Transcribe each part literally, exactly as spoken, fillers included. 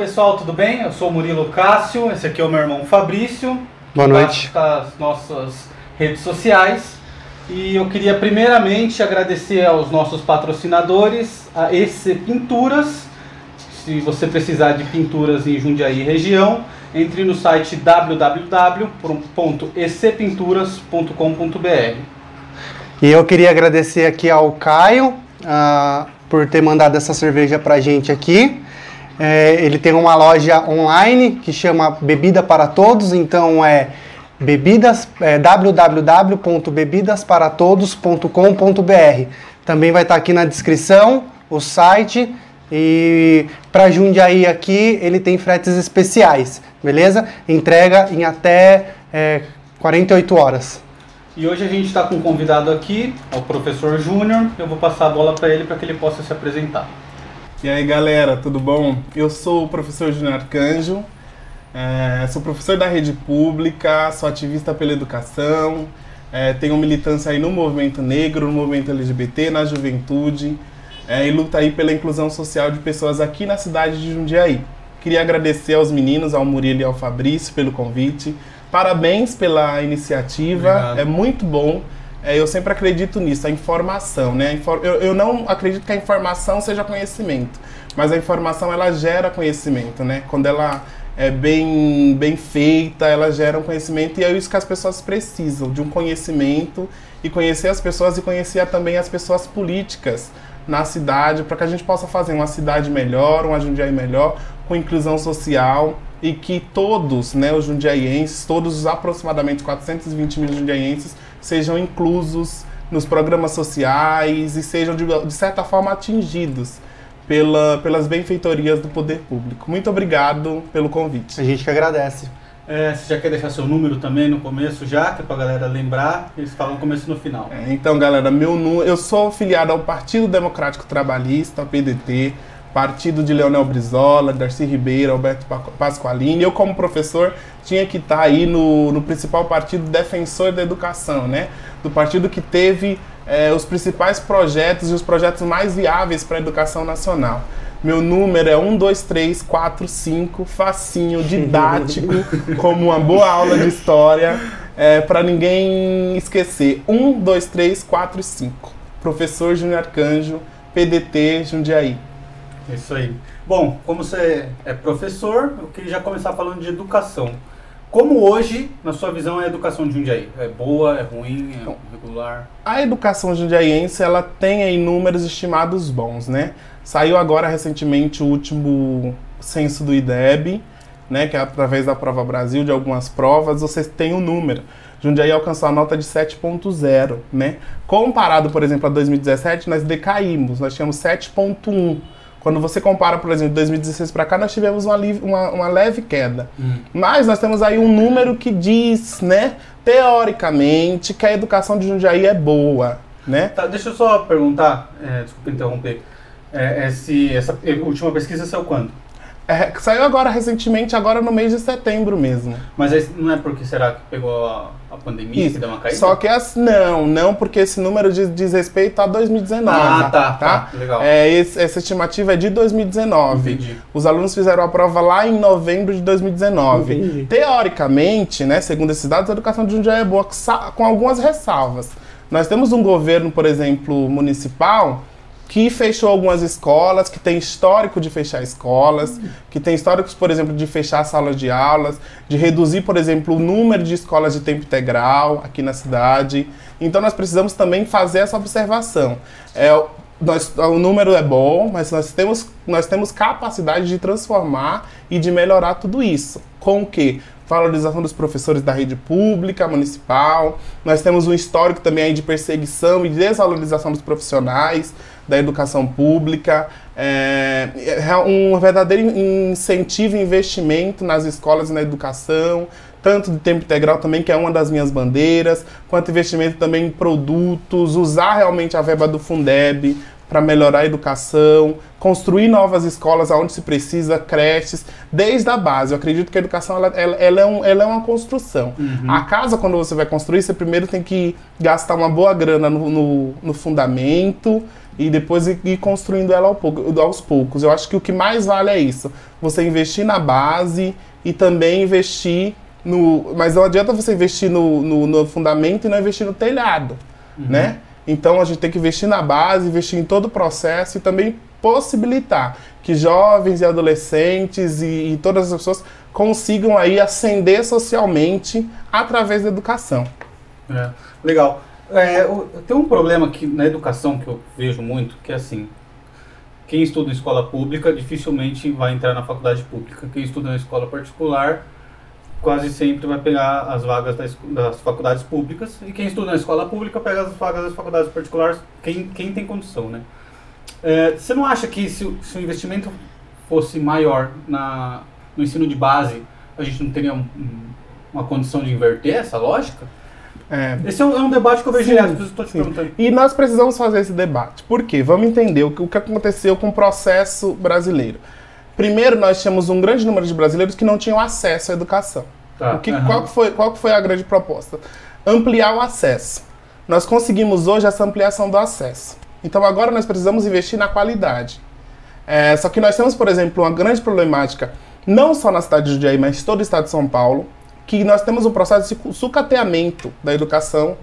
pessoal, tudo bem? Eu sou o Murilo Cássio, esse aqui é o meu irmão Fabrício. Boa noite. Das nossas redes sociais. E eu queria primeiramente agradecer aos nossos patrocinadores, a E C Pinturas. Se você precisar de pinturas em Jundiaí região, entre no site w w w ponto e c pinturas ponto com ponto b r. E eu queria agradecer aqui ao Caio uh, por ter mandado essa cerveja pra gente aqui. É, ele tem uma loja online que chama Bebida para Todos, então é, bebidas, é w w w ponto bebidas para todos ponto com ponto b r. Também vai estar aqui na descrição o site. E para Jundiaí aqui ele tem fretes especiais, beleza? Entrega em até é, quarenta e oito horas. E hoje a gente está com um convidado aqui, é o professor Júnior. Eu vou passar a bola para ele para que ele possa se apresentar. E aí galera, tudo bom? Eu sou o professor Júnior Arcanjo, é, sou professor da rede pública, sou ativista pela educação, é, tenho militância aí no movimento negro, no movimento L G B T, na juventude, é, e luta aí pela inclusão social de pessoas aqui na cidade de Jundiaí. Queria agradecer aos meninos, ao Murilo e ao Fabrício pelo convite. Parabéns pela iniciativa, obrigado. É muito bom. É, eu sempre acredito nisso, a informação, né? Eu, eu não acredito que a informação seja conhecimento, mas a informação ela gera conhecimento, né? Quando ela é bem, bem feita, ela gera um conhecimento e é isso que as pessoas precisam, de um conhecimento e conhecer as pessoas e conhecer também as pessoas políticas na cidade, para que a gente possa fazer uma cidade melhor, uma Jundiaí melhor, com inclusão social e que todos, né, os jundiaienses, todos os aproximadamente quatrocentos e vinte mil jundiaienses sejam inclusos nos programas sociais e sejam, de, de certa forma, atingidos pela, pelas benfeitorias do poder público. Muito obrigado pelo convite. A gente que agradece. É, você já quer deixar seu número também no começo já, que é pra galera lembrar, eles falam no começo e no final. É, então, galera, meu número, eu sou filiado ao Partido Democrático Trabalhista, P D T, partido de Leonel Brizola, Darcy Ribeiro, Alberto Pasqualini. Eu, como professor, tinha que estar aí no, no principal partido defensor da educação, né? Do partido que teve é, os principais projetos e os projetos mais viáveis para a educação nacional. Meu número é um, dois, três, quatro, cinco, facinho, didático, como uma boa aula de história, é, para ninguém esquecer. um, dois, três, quatro e cinco. Professor Júnior Arcanjo, P D T, Jundiaí. Isso aí. Bom, como você é professor, eu queria já começar falando de educação. Como hoje, na sua visão, é a educação de Jundiaí? É boa, é ruim, é regular? A educação jundiaiense, ela tem aí números estimados bons, né? Saiu agora recentemente o último censo do I D E B, né, que é através da Prova Brasil, de algumas provas, vocês têm o número. Jundiaí alcançou a nota de sete ponto zero, né? Comparado, por exemplo, a dois mil e dezessete, nós decaímos, nós tínhamos sete ponto um. Quando você compara, por exemplo, de dois mil e dezesseis para cá, nós tivemos uma, uma, uma leve queda. Hum. Mas nós temos aí um número que diz, né, teoricamente, que a educação de Jundiaí é boa, né? Tá, deixa eu só perguntar, é, desculpa interromper, é, esse, essa última pesquisa saiu quando? É, saiu agora, recentemente, agora no mês de setembro mesmo. Mas aí não é porque será que pegou a, a pandemia Isso. que deu uma caída? Só que as, não, não, porque esse número diz, diz respeito a dois mil e dezenove. Ah, tá, tá, tá? Legal. É, esse, essa estimativa é de dois mil e dezenove. Entendi. Os alunos fizeram a prova lá em novembro de dois mil e dezenove. Entendi. Teoricamente, né, segundo esses dados, a educação de Jundiaí é boa, com algumas ressalvas. Nós temos um governo, por exemplo, municipal, que fechou algumas escolas, que tem histórico de fechar escolas, que tem históricos, por exemplo, de fechar salas de aulas, de reduzir, por exemplo, o número de escolas de tempo integral aqui na cidade. Então nós precisamos também fazer essa observação. É, nós, o número é bom, mas nós temos, nós temos capacidade de transformar e de melhorar tudo isso. Com o quê? Valorização dos professores da rede pública, municipal. Nós temos um histórico também aí de perseguição e desvalorização dos profissionais da educação pública, é, um verdadeiro incentivo e investimento nas escolas e na educação, tanto de tempo integral também, que é uma das minhas bandeiras, quanto investimento também em produtos, usar realmente a verba do Fundeb para melhorar a educação, construir novas escolas onde se precisa, creches, desde a base. Eu acredito que a educação ela, ela, ela, é, um, ela é uma construção. Uhum. A casa, quando você vai construir, você primeiro tem que gastar uma boa grana no, no, no fundamento, e depois ir, ir construindo ela ao pouco, aos poucos. Eu acho que o que mais vale é isso, você investir na base e também investir no... Mas não adianta você investir no, no, no fundamento e não investir no telhado, uhum. né? Então a gente tem que investir na base, investir em todo o processo e também possibilitar que jovens e adolescentes e, e todas as pessoas consigam aí ascender socialmente através da educação. É, legal. É, tem um problema aqui na educação que eu vejo muito, que é assim, quem estuda em escola pública dificilmente vai entrar na faculdade pública. Quem estuda na escola particular quase sempre vai pegar as vagas das, das faculdades públicas, e quem estuda na escola pública pega as vagas das faculdades particulares, quem, quem tem condição, né? É, você não acha que se, se o investimento fosse maior na, no ensino de base, a gente não teria um, uma condição de inverter essa lógica? É. Esse é um, é um debate que eu vejo direto, estou te perguntando. E nós precisamos fazer esse debate. Por quê? Vamos entender o que, o que aconteceu com o processo brasileiro. Primeiro, nós tínhamos um grande número de brasileiros que não tinham acesso à educação. Tá. O que, uhum. qual, que foi, qual que foi a grande proposta? Ampliar o acesso. Nós conseguimos hoje essa ampliação do acesso. Então agora nós precisamos investir na qualidade. É, só que nós temos, por exemplo, uma grande problemática, não só na cidade de Jundiaí, mas em todo o estado de São Paulo, que nós temos um processo de sucateamento da educação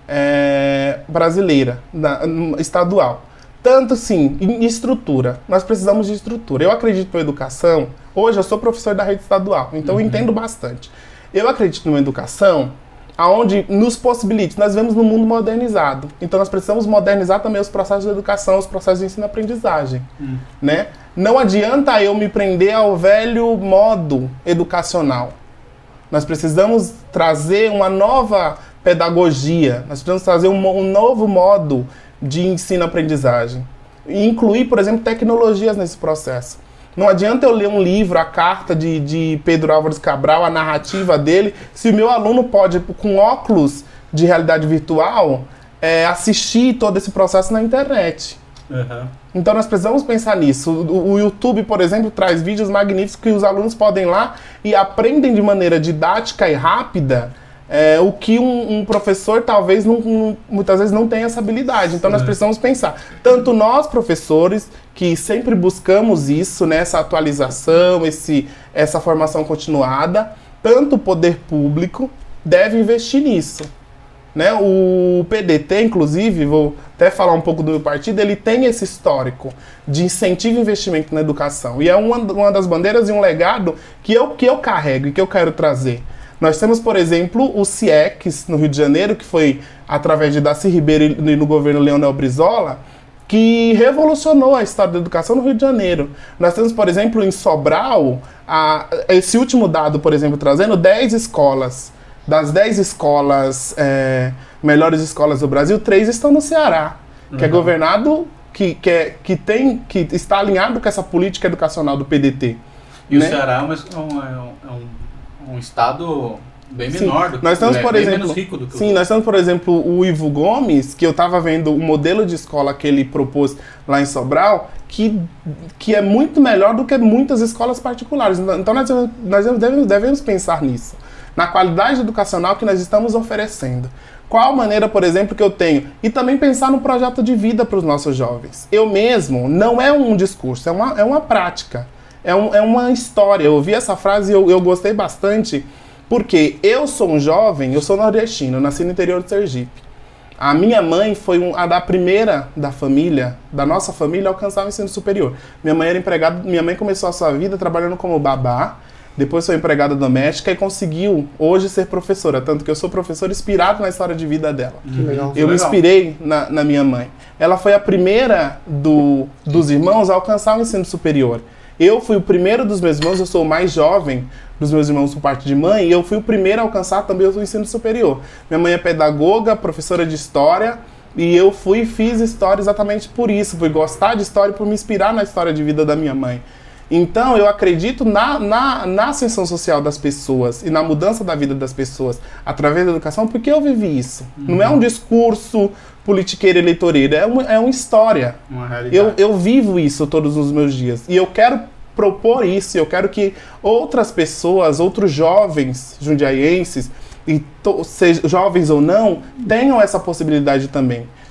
é, brasileira, na, estadual. Tanto, sim, em estrutura. Nós precisamos de estrutura. Eu acredito na educação. Hoje eu sou professor da rede estadual, então uhum. eu entendo bastante. Eu acredito numa educação onde nos possibilite. Nós vivemos num mundo modernizado. Então nós precisamos modernizar também os processos de educação, os processos de ensino-aprendizagem. Uhum. Né? Não adianta eu me prender ao velho modo educacional. Nós precisamos trazer uma nova pedagogia. Nós precisamos trazer um, um novo modo de ensino-aprendizagem. E incluir, por exemplo, tecnologias nesse processo. Não adianta eu ler um livro, a carta de, de Pedro Álvares Cabral, a narrativa dele, se o meu aluno pode, com óculos de realidade virtual, é, assistir todo esse processo na internet. Uhum. Então nós precisamos pensar nisso. O, o YouTube, por exemplo, traz vídeos magníficos que os alunos podem ir lá e aprendem de maneira didática e rápida É, o que um, um professor talvez não, não, muitas vezes não tenha essa habilidade. Então nós precisamos pensar, tanto nós professores, que sempre buscamos isso, né, essa atualização, esse, essa formação continuada, tanto o poder público deve investir nisso. Né? O P D T, inclusive, vou até falar um pouco do meu partido, ele tem esse histórico de incentivo e investimento na educação. E é uma, uma das bandeiras e um legado que eu, que eu carrego e que eu quero trazer. Nós temos, por exemplo, o CIEX no Rio de Janeiro, que foi através de Darcy Ribeiro e no governo Leonel Brizola, que revolucionou a história da educação no Rio de Janeiro. Nós temos, por exemplo, em Sobral, a, esse último dado, por exemplo, trazendo dez escolas. Das dez escolas, é, melhores escolas do Brasil, três estão no Ceará, uhum. que é governado, que, que, é, que, tem, que está alinhado com essa política educacional do P D T. E né? o Ceará é um, é um, é um, um estado bem menor sim, do que nós temos, é, por bem exemplo, menos rico do que sim, o... nós temos, por exemplo, o Ivo Gomes, que eu estava vendo o modelo de escola que ele propôs lá em Sobral, que, que é muito melhor do que muitas escolas particulares. Então nós, nós devemos, devemos pensar nisso. Na qualidade educacional que nós estamos oferecendo. Qual maneira, por exemplo, que eu tenho? E também pensar no projeto de vida para os nossos jovens. Eu mesmo, não é um discurso, é uma, é uma prática. É, um, é uma história. Eu ouvi essa frase e eu, eu gostei bastante, porque eu sou um jovem, eu sou nordestino, eu nasci no interior de Sergipe. A minha mãe foi um, a da primeira da família, da nossa família, a alcançar o ensino superior. Minha mãe era empregada, minha mãe começou a sua vida trabalhando como babá, depois foi empregada doméstica e conseguiu hoje ser professora. Tanto que eu sou professor inspirado na história de vida dela. Que legal. Eu me inspirei na, na minha mãe. Ela foi a primeira do, dos irmãos a alcançar o ensino superior. Eu fui o primeiro dos meus irmãos, eu sou o mais jovem dos meus irmãos por parte de mãe, e eu fui o primeiro a alcançar também o ensino superior. Minha mãe é pedagoga, professora de história, e eu fui e fiz história exatamente por isso, por gostar de história e por me inspirar na história de vida da minha mãe. Então, eu acredito na, na, na ascensão social das pessoas e na mudança da vida das pessoas através da educação, porque eu vivi isso. Uhum. Não é um discurso politiqueiro eleitoreiro, é uma, é uma história. Uma realidade. Eu, eu vivo isso todos os meus dias. E eu quero propor isso, eu quero que outras pessoas, outros jovens jundiaienses, e to, seja, jovens ou não, tenham essa possibilidade também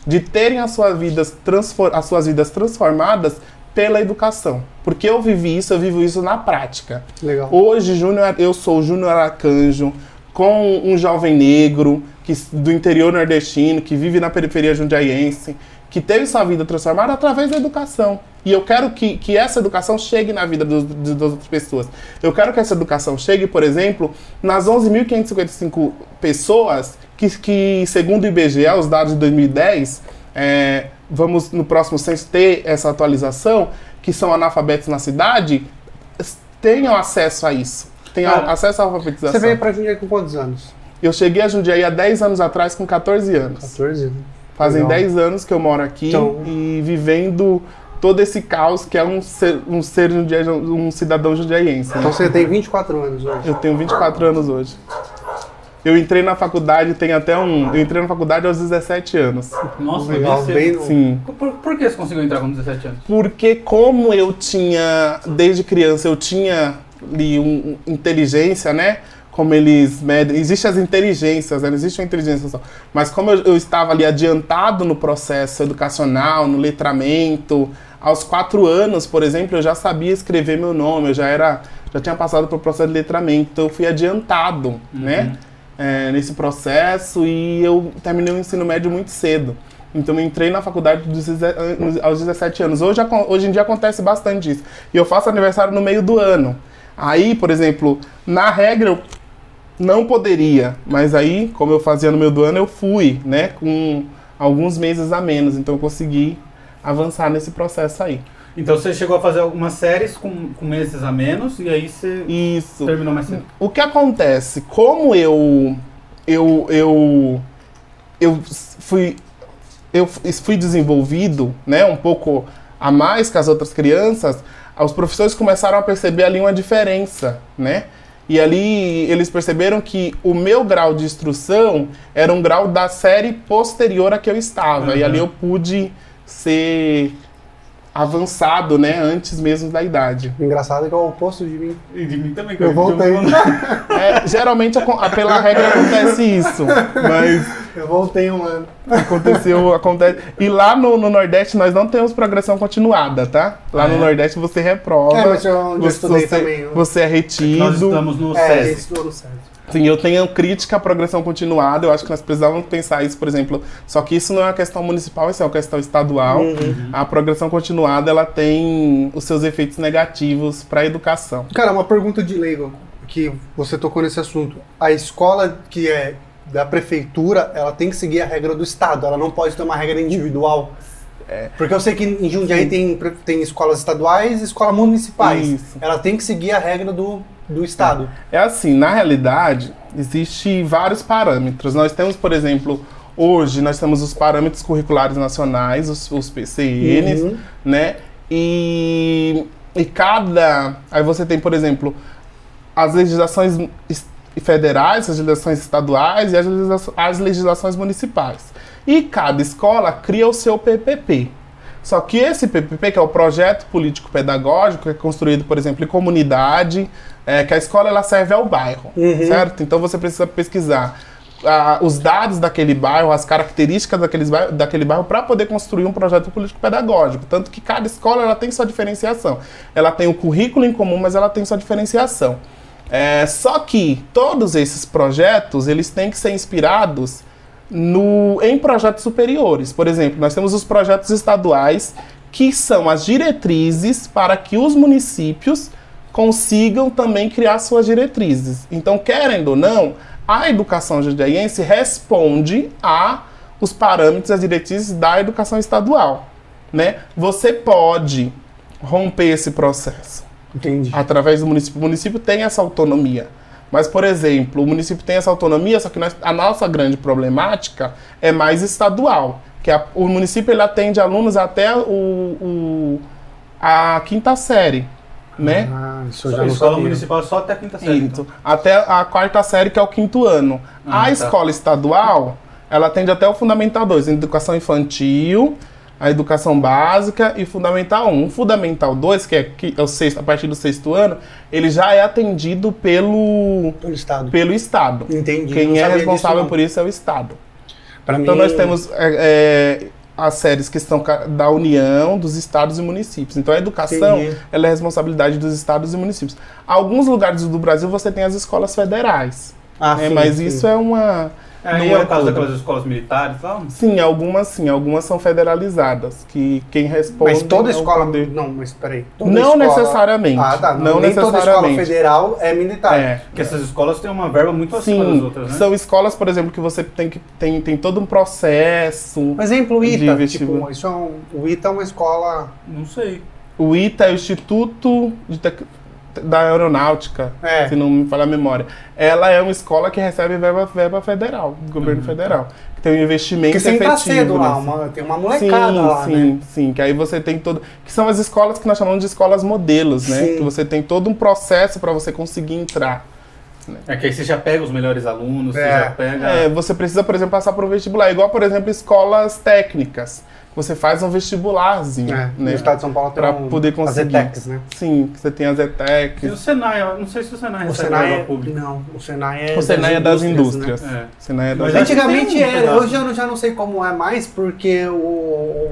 de terem as suas vidas, transfor- as suas vidas transformadas pela educação. Porque eu vivi isso, eu vivo isso na prática. Legal. Hoje, Júnior, eu sou o Júnior Arcanjo, com um jovem negro que, do interior nordestino, que vive na periferia jundiaiense, que teve sua vida transformada através da educação. E eu quero que, que essa educação chegue na vida dos, das outras pessoas. Eu quero que essa educação chegue, por exemplo, nas onze mil quinhentas e cinquenta e cinco pessoas que, que, segundo o I B G E, os dados de dois mil e dez, é, vamos no próximo censo ter essa atualização, que são analfabetos na cidade, tenham acesso a isso. Tenham Ah, acesso à alfabetização. Você veio pra Jundiaí com quantos anos? Eu cheguei a Jundiaí há dez anos atrás, com catorze anos. catorze anos. Fazem Legal. dez anos que eu moro aqui Então- e vivendo todo esse caos que é um ser, um, ser jundiaí- um cidadão jundiaiense. né? Então você tem vinte e quatro anos hoje. Eu tenho vinte e quatro anos hoje. Eu entrei na faculdade, tem até um... Eu entrei na faculdade aos dezessete anos. Nossa, Legal, bem bem cedo. novo. Sim. Por, por que você conseguiu entrar com dezessete anos? Porque como eu tinha, desde criança, eu tinha ali um, um- inteligência, né? Como eles medem, existem as inteligências, né? Não existe uma inteligência só. Mas como eu, eu estava ali adiantado no processo educacional, no letramento, aos quatro anos, por exemplo, eu já sabia escrever meu nome, eu já era, já tinha passado pelo processo de letramento, então eu fui adiantado, né? É, nesse processo e eu terminei o ensino médio muito cedo. Então eu entrei na faculdade dos deze- aos dezessete anos. Hoje, acon- hoje em dia acontece bastante isso. E eu faço aniversário no meio do ano. Aí, por exemplo, na regra eu não poderia, mas aí, como eu fazia no meio do ano, eu fui, né, com alguns meses a menos. Então eu consegui avançar nesse processo aí. Então você chegou a fazer algumas séries com, com meses a menos e aí você Isso. terminou mais cedo. O que acontece? Como eu eu eu eu fui eu fui desenvolvido, né, um pouco a mais que as outras crianças, os professores começaram a perceber ali uma diferença, né? E ali eles perceberam que o meu grau de instrução era um grau da série posterior a que eu estava. Uhum. E ali eu pude ser avançado, né, antes mesmo da idade. O engraçado é que é o oposto de mim. E de mim também. Eu voltei. É, geralmente, acon- pela regra, acontece isso, mas Eu voltei um ano. aconteceu, acontece. E lá no, no Nordeste nós não temos progressão continuada, tá? Lá Ah, no é? Nordeste você reprova, É, mas eu, onde eu você, estudei você, também. eu- você é Nós retido. estamos no É, SESI. estudou no certo. Sim, eu tenho crítica à progressão continuada, eu acho que nós precisávamos pensar isso, por exemplo, só que isso não é uma questão municipal, isso é uma questão estadual. Uhum. A progressão continuada, ela tem os seus efeitos negativos para a educação. Cara, uma pergunta de leigo, que você tocou nesse assunto. A escola que é da prefeitura, ela tem que seguir a regra do Estado, ela não pode ter uma regra individual. Porque eu sei que em Jundiaí tem, tem escolas estaduais e escolas municipais. Isso. Ela tem que seguir a regra do, do Estado. É assim, na realidade, existem vários parâmetros. Nós temos, por exemplo, hoje nós temos os parâmetros curriculares nacionais, os, os P C Ns, Uhum. né? E, e cada... Aí você tem, por exemplo, as legislações es- federais, as legislações estaduais e as, legisla- as legislações municipais. E cada escola cria o seu P P P. Só que esse P P P, que é o Projeto Político Pedagógico, que é construído, por exemplo, em comunidade, é, que a escola ela serve ao bairro, Uhum. certo? Então você precisa pesquisar ah, os dados daquele bairro, as características daqueles bairro, daquele bairro para poder construir um projeto político pedagógico. Tanto que cada escola ela tem sua diferenciação. Ela tem o currículo em comum, mas ela tem sua diferenciação. É, só que todos esses projetos eles têm que ser inspirados no, em projetos superiores. Por exemplo, nós temos os projetos estaduais, que são as diretrizes para que os municípios consigam também criar suas diretrizes. Então, querendo ou não, a educação jundiaiense responde a os parâmetros e as diretrizes da educação estadual, né? Você pode romper esse processo Entendi. através do município. O município tem essa autonomia. Mas, por exemplo, o município tem essa autonomia, só que nós, a nossa grande problemática é mais estadual. Que a, o município ele atende alunos até o, o- a quinta série, né? Ah, isso eu A já não escola sabia. municipal só até a quinta série. Isso. Então. Até a quarta série, que é o quinto ano. Ah, a tá. escola estadual, ela atende até o Fundamental dois, educação infantil, a educação básica e Fundamental um. O Fundamental dois, que é, que é o sexto, a partir do sexto ano, ele já é atendido pelo, Pelo Estado. pelo Estado. Entendi. Quem não é sabia responsável disso, não. por isso é o Estado. Pra Então mim- nós temos é, é, as séries que são ca- da União, dos estados e municípios. Então a educação, Entendi. ela é responsabilidade dos estados e municípios. Alguns lugares do Brasil você tem as escolas federais, Ah, né? sim, Mas sim. isso é uma... Aí não é o caso tudo. daquelas escolas militares lá? Sim, algumas sim, algumas são federalizadas, que quem responde... Mas toda é o escola... poder. Não, mas peraí. Toda Não escola- necessariamente. Ah, tá. Não Nem toda escola necessariamente. federal é militar. É. Porque essas escolas têm uma verba muito acima das Sim, outras, né? são escolas, por exemplo, que você tem que tem, tem todo um processo. Um exemplo, o De ITA. vestibular. Tipo, isso é um, o ITA é uma escola... Não sei. O ITA é o Instituto de Tec- da Aeronáutica, É. se não me falha a memória. Ela é uma escola que recebe verba, verba federal, do governo federal. Que tem um investimento Porque sempre tá efetivo. cedo lá. nesse- Uma, tem uma molecada sim, lá, sim, né? sim. Que aí você tem todo. Que são as escolas que nós chamamos de escolas modelos, né? Sim. Que você tem todo um processo para você conseguir entrar. É que aí você já pega os melhores alunos, você É. já pega... É, você precisa, por exemplo, passar para o vestibular. Igual, por exemplo, escolas técnicas. Você faz um vestibularzinho, É, né? no estado de São Paulo tem Pra um, poder as conseguir. E T E Cs, né? Sim, você tem as E o ETECs. Senai, eu não sei se o Senai O recebe Senai verba é... pública. Não, o Senai é O Senai é das indústrias. né? É. O Senai é das Mas acho que Antigamente tem um era, pedaço. hoje eu não- já não sei como é mais, porque o,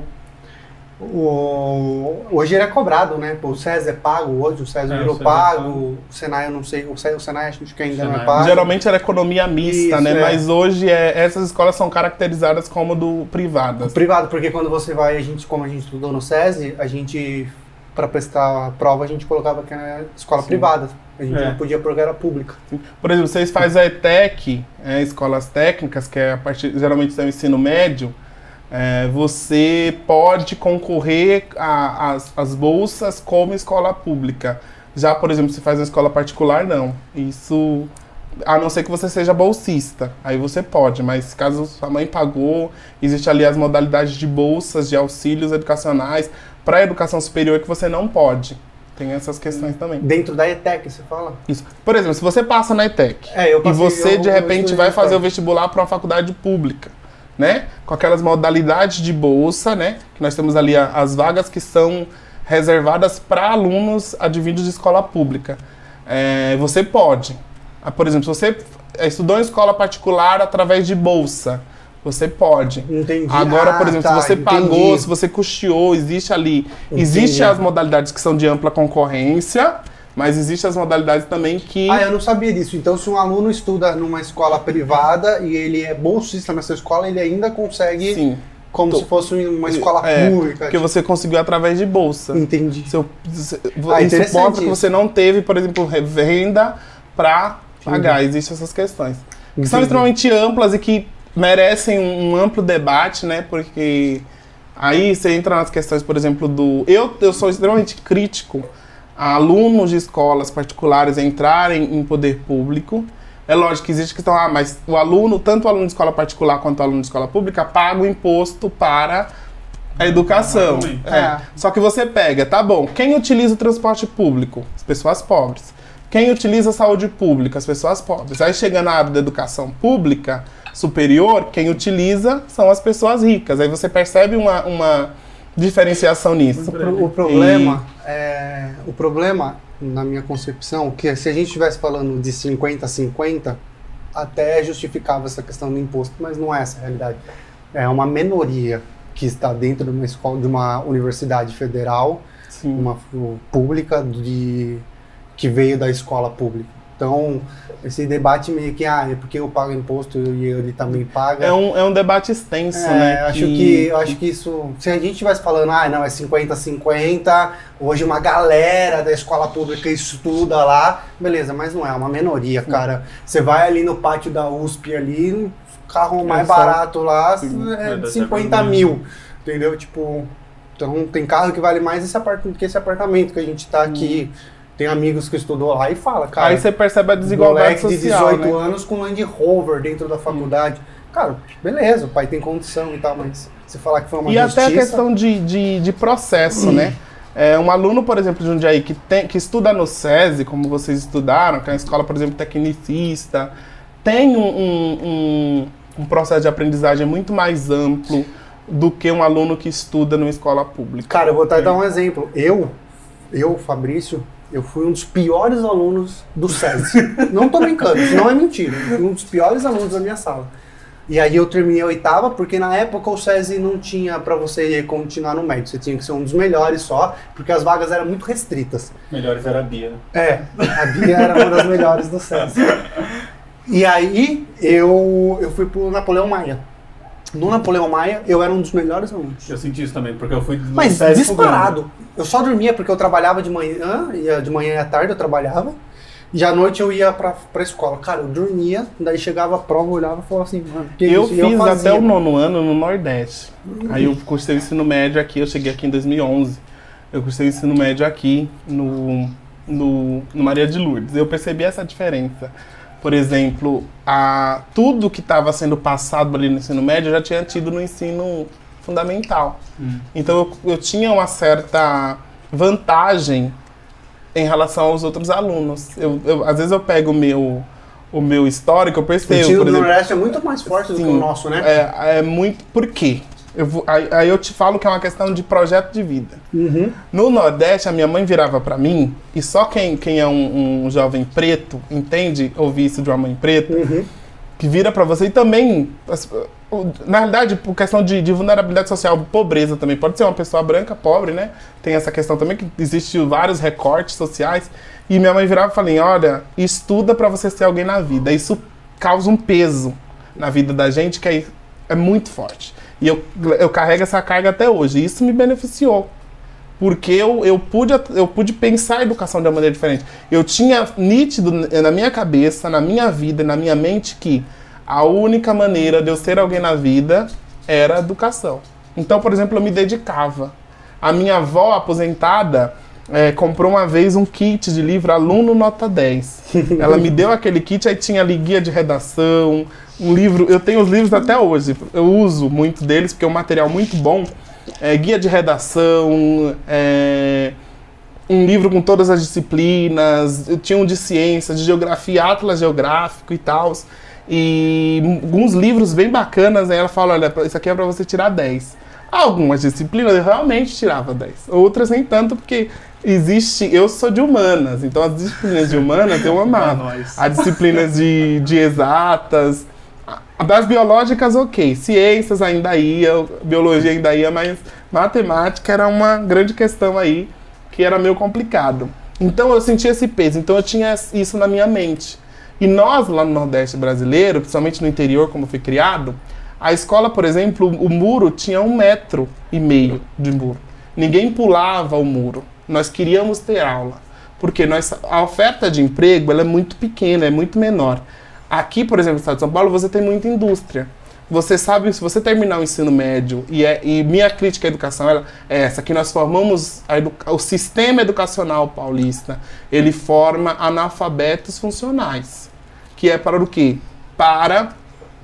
o hoje ele é cobrado, né? O SESI é pago hoje, o SESI É, virou o SESI é pago, pago. o Senai eu não sei, o SESI, o Senai acho que ainda não Senai. é pago. Geralmente era economia mista, Isso, né? é. Mas hoje é, essas escolas são caracterizadas como do privadas. Privado, porque quando você vai, a gente, como a gente estudou no SESI, a gente, para prestar a prova, a gente colocava que era escola Sim. privada. A gente É. não podia porque era pública. Por exemplo, vocês fazem a ETEC, é, escolas técnicas, que é a partir, geralmente é o ensino médio, é, você pode concorrer às as bolsas como escola pública. Já, por exemplo, se faz uma escola particular, não. Isso, a não ser que você seja bolsista, aí você pode, mas caso sua mãe pagou, existe ali as modalidades de bolsas, de auxílios educacionais, para a educação superior que você não pode. Tem essas questões também. Dentro da E T E C, você fala? Isso. Por exemplo, se você passa na ETEC É, eu e passei, você eu- de eu repente estudei vai na fazer o ETEC. vestibular para uma faculdade pública, né? Com aquelas modalidades de bolsa, né? Que nós temos ali a- as vagas que são reservadas para alunos advindos de escola pública. É, você pode. Ah, por exemplo, se você estudou em escola particular através de bolsa, você pode. Entendi. Agora, Ah, por exemplo, tá, se você entendi. pagou, se você custeou, existe ali. Entendi. Existem as modalidades que são de ampla concorrência, mas existem as modalidades também que. Ah, eu não sabia disso. Então, se um aluno estuda numa escola privada e ele é bolsista nessa escola, ele ainda consegue, Sim. como Tô- se fosse uma escola É, pública. Porque você conseguiu através de bolsa. Entendi. Seu, se- Ah, isso interessante mostra que isso. você não teve, por exemplo, re- renda para pagar. Existem essas questões. Que são Entendi. extremamente amplas e que merecem um, um amplo debate, né? Porque aí você entra nas questões, por exemplo, do... Eu, eu sou extremamente crítico a alunos de escolas particulares entrarem em poder público. É lógico que existe questão, ah, mas o aluno, tanto o aluno de escola particular quanto o aluno de escola pública, paga o imposto para a educação. Realmente. É. É. Só que você pega, tá bom, quem utiliza o transporte público? As pessoas pobres. Quem utiliza a saúde pública? As pessoas pobres. Aí chega na área da educação pública superior, quem utiliza são as pessoas ricas. Aí você percebe uma, uma diferenciação nisso. O, pro- o problema é, o problema, na minha concepção, que se a gente estivesse falando de cinquenta a cinquenta, até justificava essa questão do imposto, mas não é essa a realidade. É uma minoria que está dentro de uma escola, de uma universidade federal, Sim. uma fu- pública de que veio da escola pública. Então, esse debate meio que, ah, é porque eu pago imposto e ele também paga. É um, é um debate extenso, É, né? acho que, eu acho que isso, se a gente estivesse falando, ah, não, é cinquenta a cinquenta, hoje uma galera da escola pública estuda lá, beleza, mas não é, é uma minoria, cara. Você vai ali no pátio da U S P ali, o carro mais só- barato lá Sim, é é, de deve cinquenta ser mil, entendeu? Tipo, então tem carro que vale mais esse apartamento, que esse apartamento que a gente tá aqui. Tem amigos que estudou lá e fala, cara, Aí você percebe a desigualdade moleque de social, dezoito né? anos com Land Rover dentro da faculdade. Cara, beleza, o pai tem condição e tal, mas você falar que foi uma E justiça... até a questão de, de, de processo, né? É, um aluno, por exemplo, de Jundiaí que, tem, que estuda no SESI, como vocês estudaram, que é uma escola, por exemplo, tecnicista, tem um, um, um, um processo de aprendizagem muito mais amplo do que um aluno que estuda numa escola pública. Cara, eu vou até dar um exemplo. Eu, eu, Fabrício, eu fui um dos piores alunos do SESI. Não tô brincando, isso não é mentira. Eu fui um dos piores alunos da minha sala. E aí eu terminei a oitava, porque na época o SESI não tinha pra você continuar no médio. Você tinha que ser um dos melhores só, porque as vagas eram muito restritas. Melhores era a Bia. É, a Bia era uma das melhores do SESI. E aí eu, eu fui pro Napoleão Maia. No Napoleão Maia, eu era um dos melhores alunos. Eu senti isso também, porque eu fui do Mas SESI disparado. Eu só dormia porque eu trabalhava de manhã, ia de manhã e à tarde eu trabalhava. E à noite eu ia pra, pra escola. Cara, eu dormia, daí chegava a prova, eu olhava e falava assim, mano, que Eu isso? fiz E eu fazia. até o nono ano no Nordeste. Aí eu cursei o ensino médio aqui, eu cheguei aqui em dois mil e onze. Eu cursei o ensino médio aqui no, no, no Maria de Lourdes. Eu percebi essa diferença. Por exemplo, a, tudo que estava sendo passado ali no ensino médio eu já tinha tido no ensino fundamental. Hum. Então eu, eu tinha uma certa vantagem em relação aos outros alunos. Eu, eu, às vezes eu pego o meu, o meu histórico, eu percebo. O ensino por do exemplo, Nordeste é muito mais forte sim, do que o nosso, né? É, é muito. Por quê? Eu vou, aí, aí eu te falo que é uma questão de projeto de vida. Uhum. No Nordeste, a minha mãe virava pra mim, e só quem, quem é um, um jovem preto entende ouvir isso de uma mãe preta, uhum. que vira pra você e também, na realidade, por questão de, de vulnerabilidade social, pobreza também. Pode ser uma pessoa branca, pobre, né? Tem essa questão também que existem vários recortes sociais. E minha mãe virava e falava, olha, estuda pra você ser alguém na vida. Isso causa um peso na vida da gente que é, é muito forte. E eu, eu carrego essa carga até hoje. E isso me beneficiou. Porque eu, eu, pude, eu pude pensar a educação de uma maneira diferente. Eu tinha nítido na minha cabeça, na minha vida, na minha mente, que a única maneira de eu ser alguém na vida era a educação. Então, por exemplo, eu me dedicava. A minha avó aposentada é, comprou uma vez um kit de livro aluno nota dez. Ela me deu aquele kit, aí tinha ali guia de redação, um livro, eu tenho os livros até hoje, eu uso muito deles porque é um material muito bom, é, guia de redação, é, um livro com todas as disciplinas, eu tinha um de ciência, de geografia, atlas geográfico e tal, e alguns livros bem bacanas, aí ela fala, olha, isso aqui é para você tirar dez. Algumas disciplinas eu realmente tirava dez, outras nem tanto porque existe, eu sou de humanas, então as disciplinas de humanas eu amava, as disciplinas de, de exatas, das biológicas, ok. Ciências ainda ia, biologia ainda ia, mas matemática era uma grande questão aí, que era meio complicado. Então eu sentia esse peso, então eu tinha isso na minha mente. E nós, lá no Nordeste brasileiro, principalmente no interior, como eu fui criado, a escola, por exemplo, o muro tinha um metro e meio de muro. Ninguém pulava o muro. Nós queríamos ter aula. Porque nós, a oferta de emprego ela é muito pequena, é muito menor. Aqui, por exemplo, no estado de São Paulo, você tem muita indústria. Você sabe, se você terminar o ensino médio, e, é, e minha crítica à educação ela é essa, que nós formamos a educa- o sistema educacional paulista, ele forma analfabetos funcionais. Que é para o quê? Para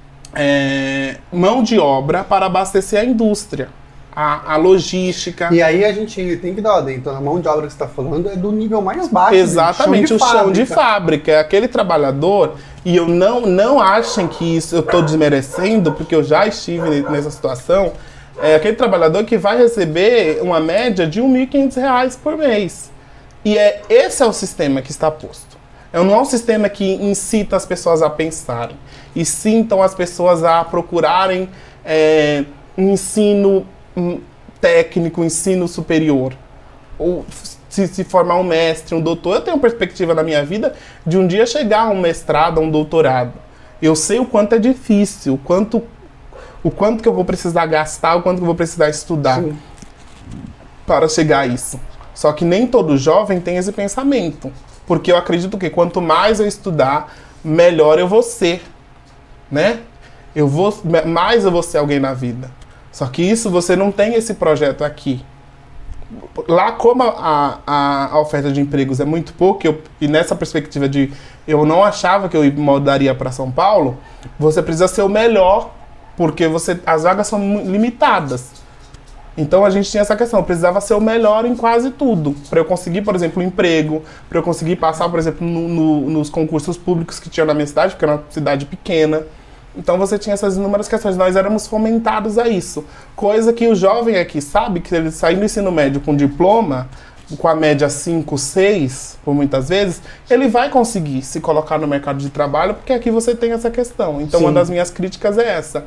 é, mão de obra para abastecer a indústria. A, a logística. E aí a gente tem que dar uma dentro. A mão de obra que você está falando é do nível mais baixo. Exatamente, o chão, o chão de fábrica. É aquele trabalhador, e eu não, não achem que isso eu estou desmerecendo, porque eu já estive nessa situação, é aquele trabalhador que vai receber uma média de um mil e quinhentos reais por mês. E é, esse é o sistema que está posto. Não é um sistema que incita as pessoas a pensarem, e sintam as pessoas a procurarem é, um ensino técnico, ensino superior, ou se, se formar um mestre, um doutor. Eu tenho perspectiva na minha vida de um dia chegar a um mestrado, a um doutorado. Eu sei o quanto é difícil, o quanto, o quanto que eu vou precisar gastar, o quanto que eu vou precisar estudar. Sim. Para chegar a isso. Só que nem todo jovem tem esse pensamento, porque eu acredito que quanto mais eu estudar, melhor eu vou ser, né? Eu vou, mais eu vou ser alguém na vida. Só que isso você não tem esse projeto aqui. Lá, como a, a, a oferta de empregos é muito pouco, eu, e nessa perspectiva de eu não achava que eu mudaria para São Paulo, você precisa ser o melhor, porque você, as vagas são limitadas. Então a gente tinha essa questão, eu precisava ser o melhor em quase tudo. Para eu conseguir, por exemplo, um emprego, para eu conseguir passar, por exemplo, no, no, nos concursos públicos que tinha na minha cidade, porque era uma cidade pequena. Então você tinha essas inúmeras questões, nós éramos fomentados a isso. Coisa que o jovem aqui sabe, que ele sair do ensino médio com diploma, com a média cinco, seis, por muitas vezes, ele vai conseguir se colocar no mercado de trabalho, porque aqui você tem essa questão. Então, Sim. uma das minhas críticas é essa.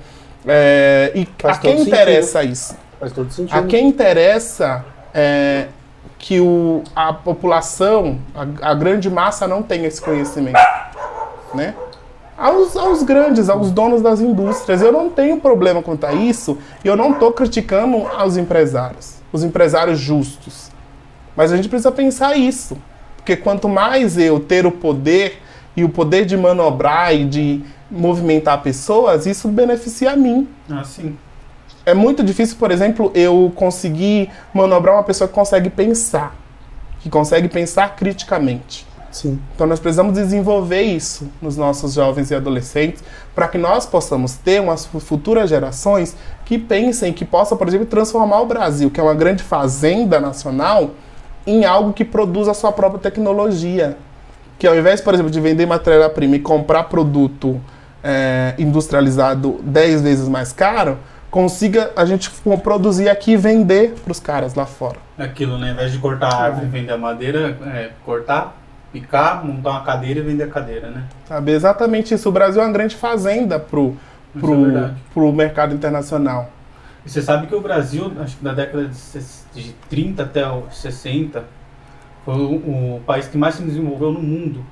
É, e Faz a quem interessa sentido. isso? Faz todo sentido. A quem interessa é, que o, a população, a, a grande massa não tenha esse conhecimento, né? Aos, aos grandes, aos donos das indústrias. Eu não tenho problema quanto a isso, e eu não estou criticando aos empresários, os empresários justos. Mas a gente precisa pensar isso, porque quanto mais eu ter o poder, e o poder de manobrar e de movimentar pessoas, isso beneficia a mim. Ah, sim. É muito difícil, por exemplo, eu conseguir manobrar uma pessoa que consegue pensar, que consegue pensar criticamente. Sim. Então nós precisamos desenvolver isso nos nossos jovens e adolescentes para que nós possamos ter umas futuras gerações que pensem, que possam, por exemplo, transformar o Brasil, que é uma grande fazenda nacional, em algo que produza a sua própria tecnologia. Que ao invés, por exemplo, de vender matéria-prima e comprar produto é, industrializado dez vezes mais caro, consiga a gente produzir aqui e vender para os caras lá fora. Aquilo, né? Ao invés de cortar a árvore e vender a madeira, é, cortar, picar, montar uma cadeira e vender a cadeira, né? Sabe, exatamente isso. O Brasil é uma grande fazenda pro, pro, é pro mercado internacional. E você sabe que o Brasil, acho que da década de trinta até os sessenta, foi o, o país que mais se desenvolveu no mundo.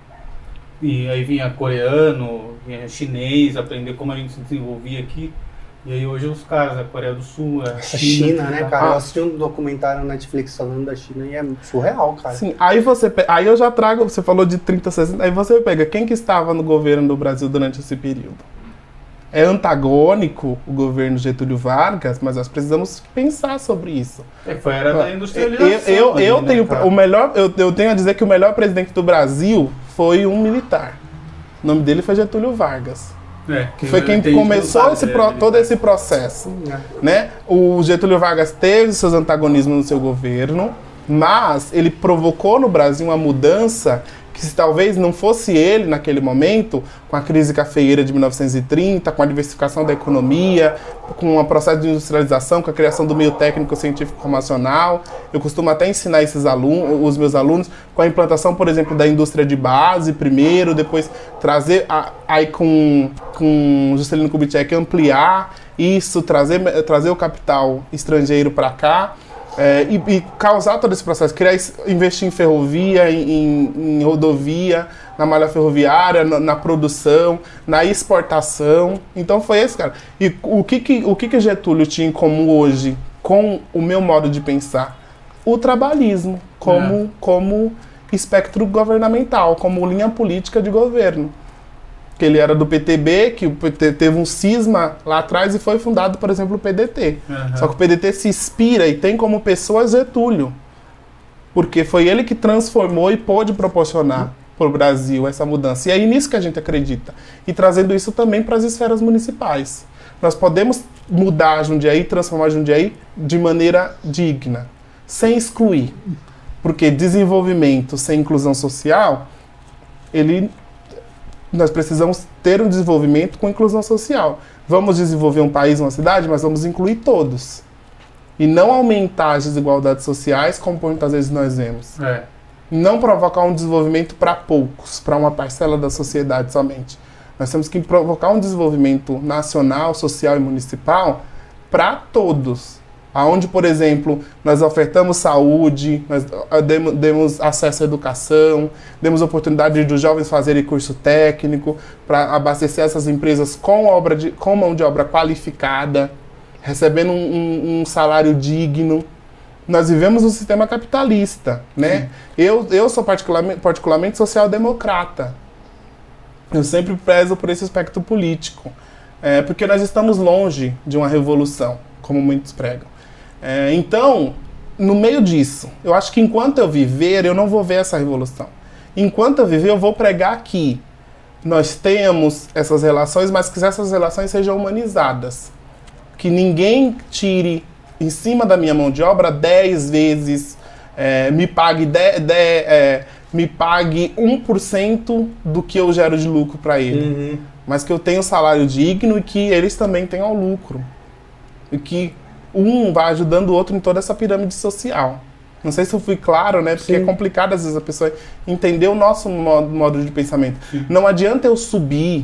E aí vinha coreano, vinha chinês, aprender como a gente se desenvolvia aqui. E aí hoje os caras, a Coreia do Sul, a Essa China... China, né, cara? Ah. Eu assisti um documentário na Netflix falando da China e é surreal, cara. Sim, aí você pe- aí eu já trago, você falou de trinta, sessenta, aí você pega quem que estava no governo do Brasil durante esse período. É antagônico o governo Getúlio Vargas, mas nós precisamos pensar sobre isso. É, foi a era da industrialização. Eu, eu, ali, eu né, tenho cara? o melhor, eu, eu tenho a dizer que o melhor presidente do Brasil foi um militar. O nome dele foi Getúlio Vargas. É, Que foi quem começou esse pro, todo esse processo. Né? O Getúlio Vargas teve seus antagonismos no seu governo, mas ele provocou no Brasil uma mudança que, se talvez não fosse ele naquele momento, com a crise cafeeira de mil novecentos e trinta, com a diversificação da economia, com o processo de industrialização, com a criação do meio técnico científico informacional. Eu costumo até ensinar esses alunos, os meus alunos, com a implantação, por exemplo, da indústria de base primeiro, depois trazer, a, aí com, com Juscelino Kubitschek, ampliar isso, trazer, trazer o capital estrangeiro para cá. É, e, e causar todo esse processo, criar, investir em ferrovia, em, em, em rodovia, na malha ferroviária, na, na produção, na exportação. Então foi esse, cara. E o que que, o que que Getúlio tinha em comum hoje com o meu modo de pensar? O trabalhismo, como, é. como espectro governamental, como linha política de governo. Que ele era do P T B, que o P T teve um cisma lá atrás e foi fundado, por exemplo, o P D T. Uhum. Só que o P D T se inspira e tem como pessoa Getúlio. Porque foi ele que transformou e pôde proporcionar uhum. para o Brasil essa mudança. E é nisso que a gente acredita. E trazendo isso também para as esferas municipais. Nós podemos mudar Jundiaí, transformar Jundiaí de maneira digna, sem excluir. Porque desenvolvimento sem inclusão social, ele... nós precisamos ter um desenvolvimento com inclusão social. Vamos desenvolver um país, uma cidade, mas vamos incluir todos. E não aumentar as desigualdades sociais, como muitas vezes nós vemos. É. Não provocar um desenvolvimento para poucos, para uma parcela da sociedade somente. Nós temos que provocar um desenvolvimento nacional, social e municipal para todos. Onde, por exemplo, nós ofertamos saúde, nós demos, demos acesso à educação, demos oportunidade dos jovens fazerem curso técnico para abastecer essas empresas com, obra de, com mão de obra qualificada, recebendo um, um, um salário digno. Nós vivemos um sistema capitalista, né? Eu, eu sou particularmente, particularmente social-democrata. Eu sempre prezo por esse aspecto político, é, porque nós estamos longe de uma revolução, como muitos pregam. É, então, no meio disso, eu acho que enquanto eu viver, eu não vou ver essa revolução. Enquanto eu viver, eu vou pregar que nós temos essas relações, mas que essas relações sejam humanizadas. Que ninguém tire em cima da minha mão de obra dez vezes, é, me pague, de, de, é, me pague um por cento do que eu gero de lucro para ele. Uhum. Mas que eu tenha um salário digno e que eles também tenham lucro. E que um vai ajudando o outro em toda essa pirâmide social. Não sei se eu fui claro, né? Porque Sim. é complicado às vezes a pessoa entender o nosso modo, modo de pensamento. Sim. Não adianta eu subir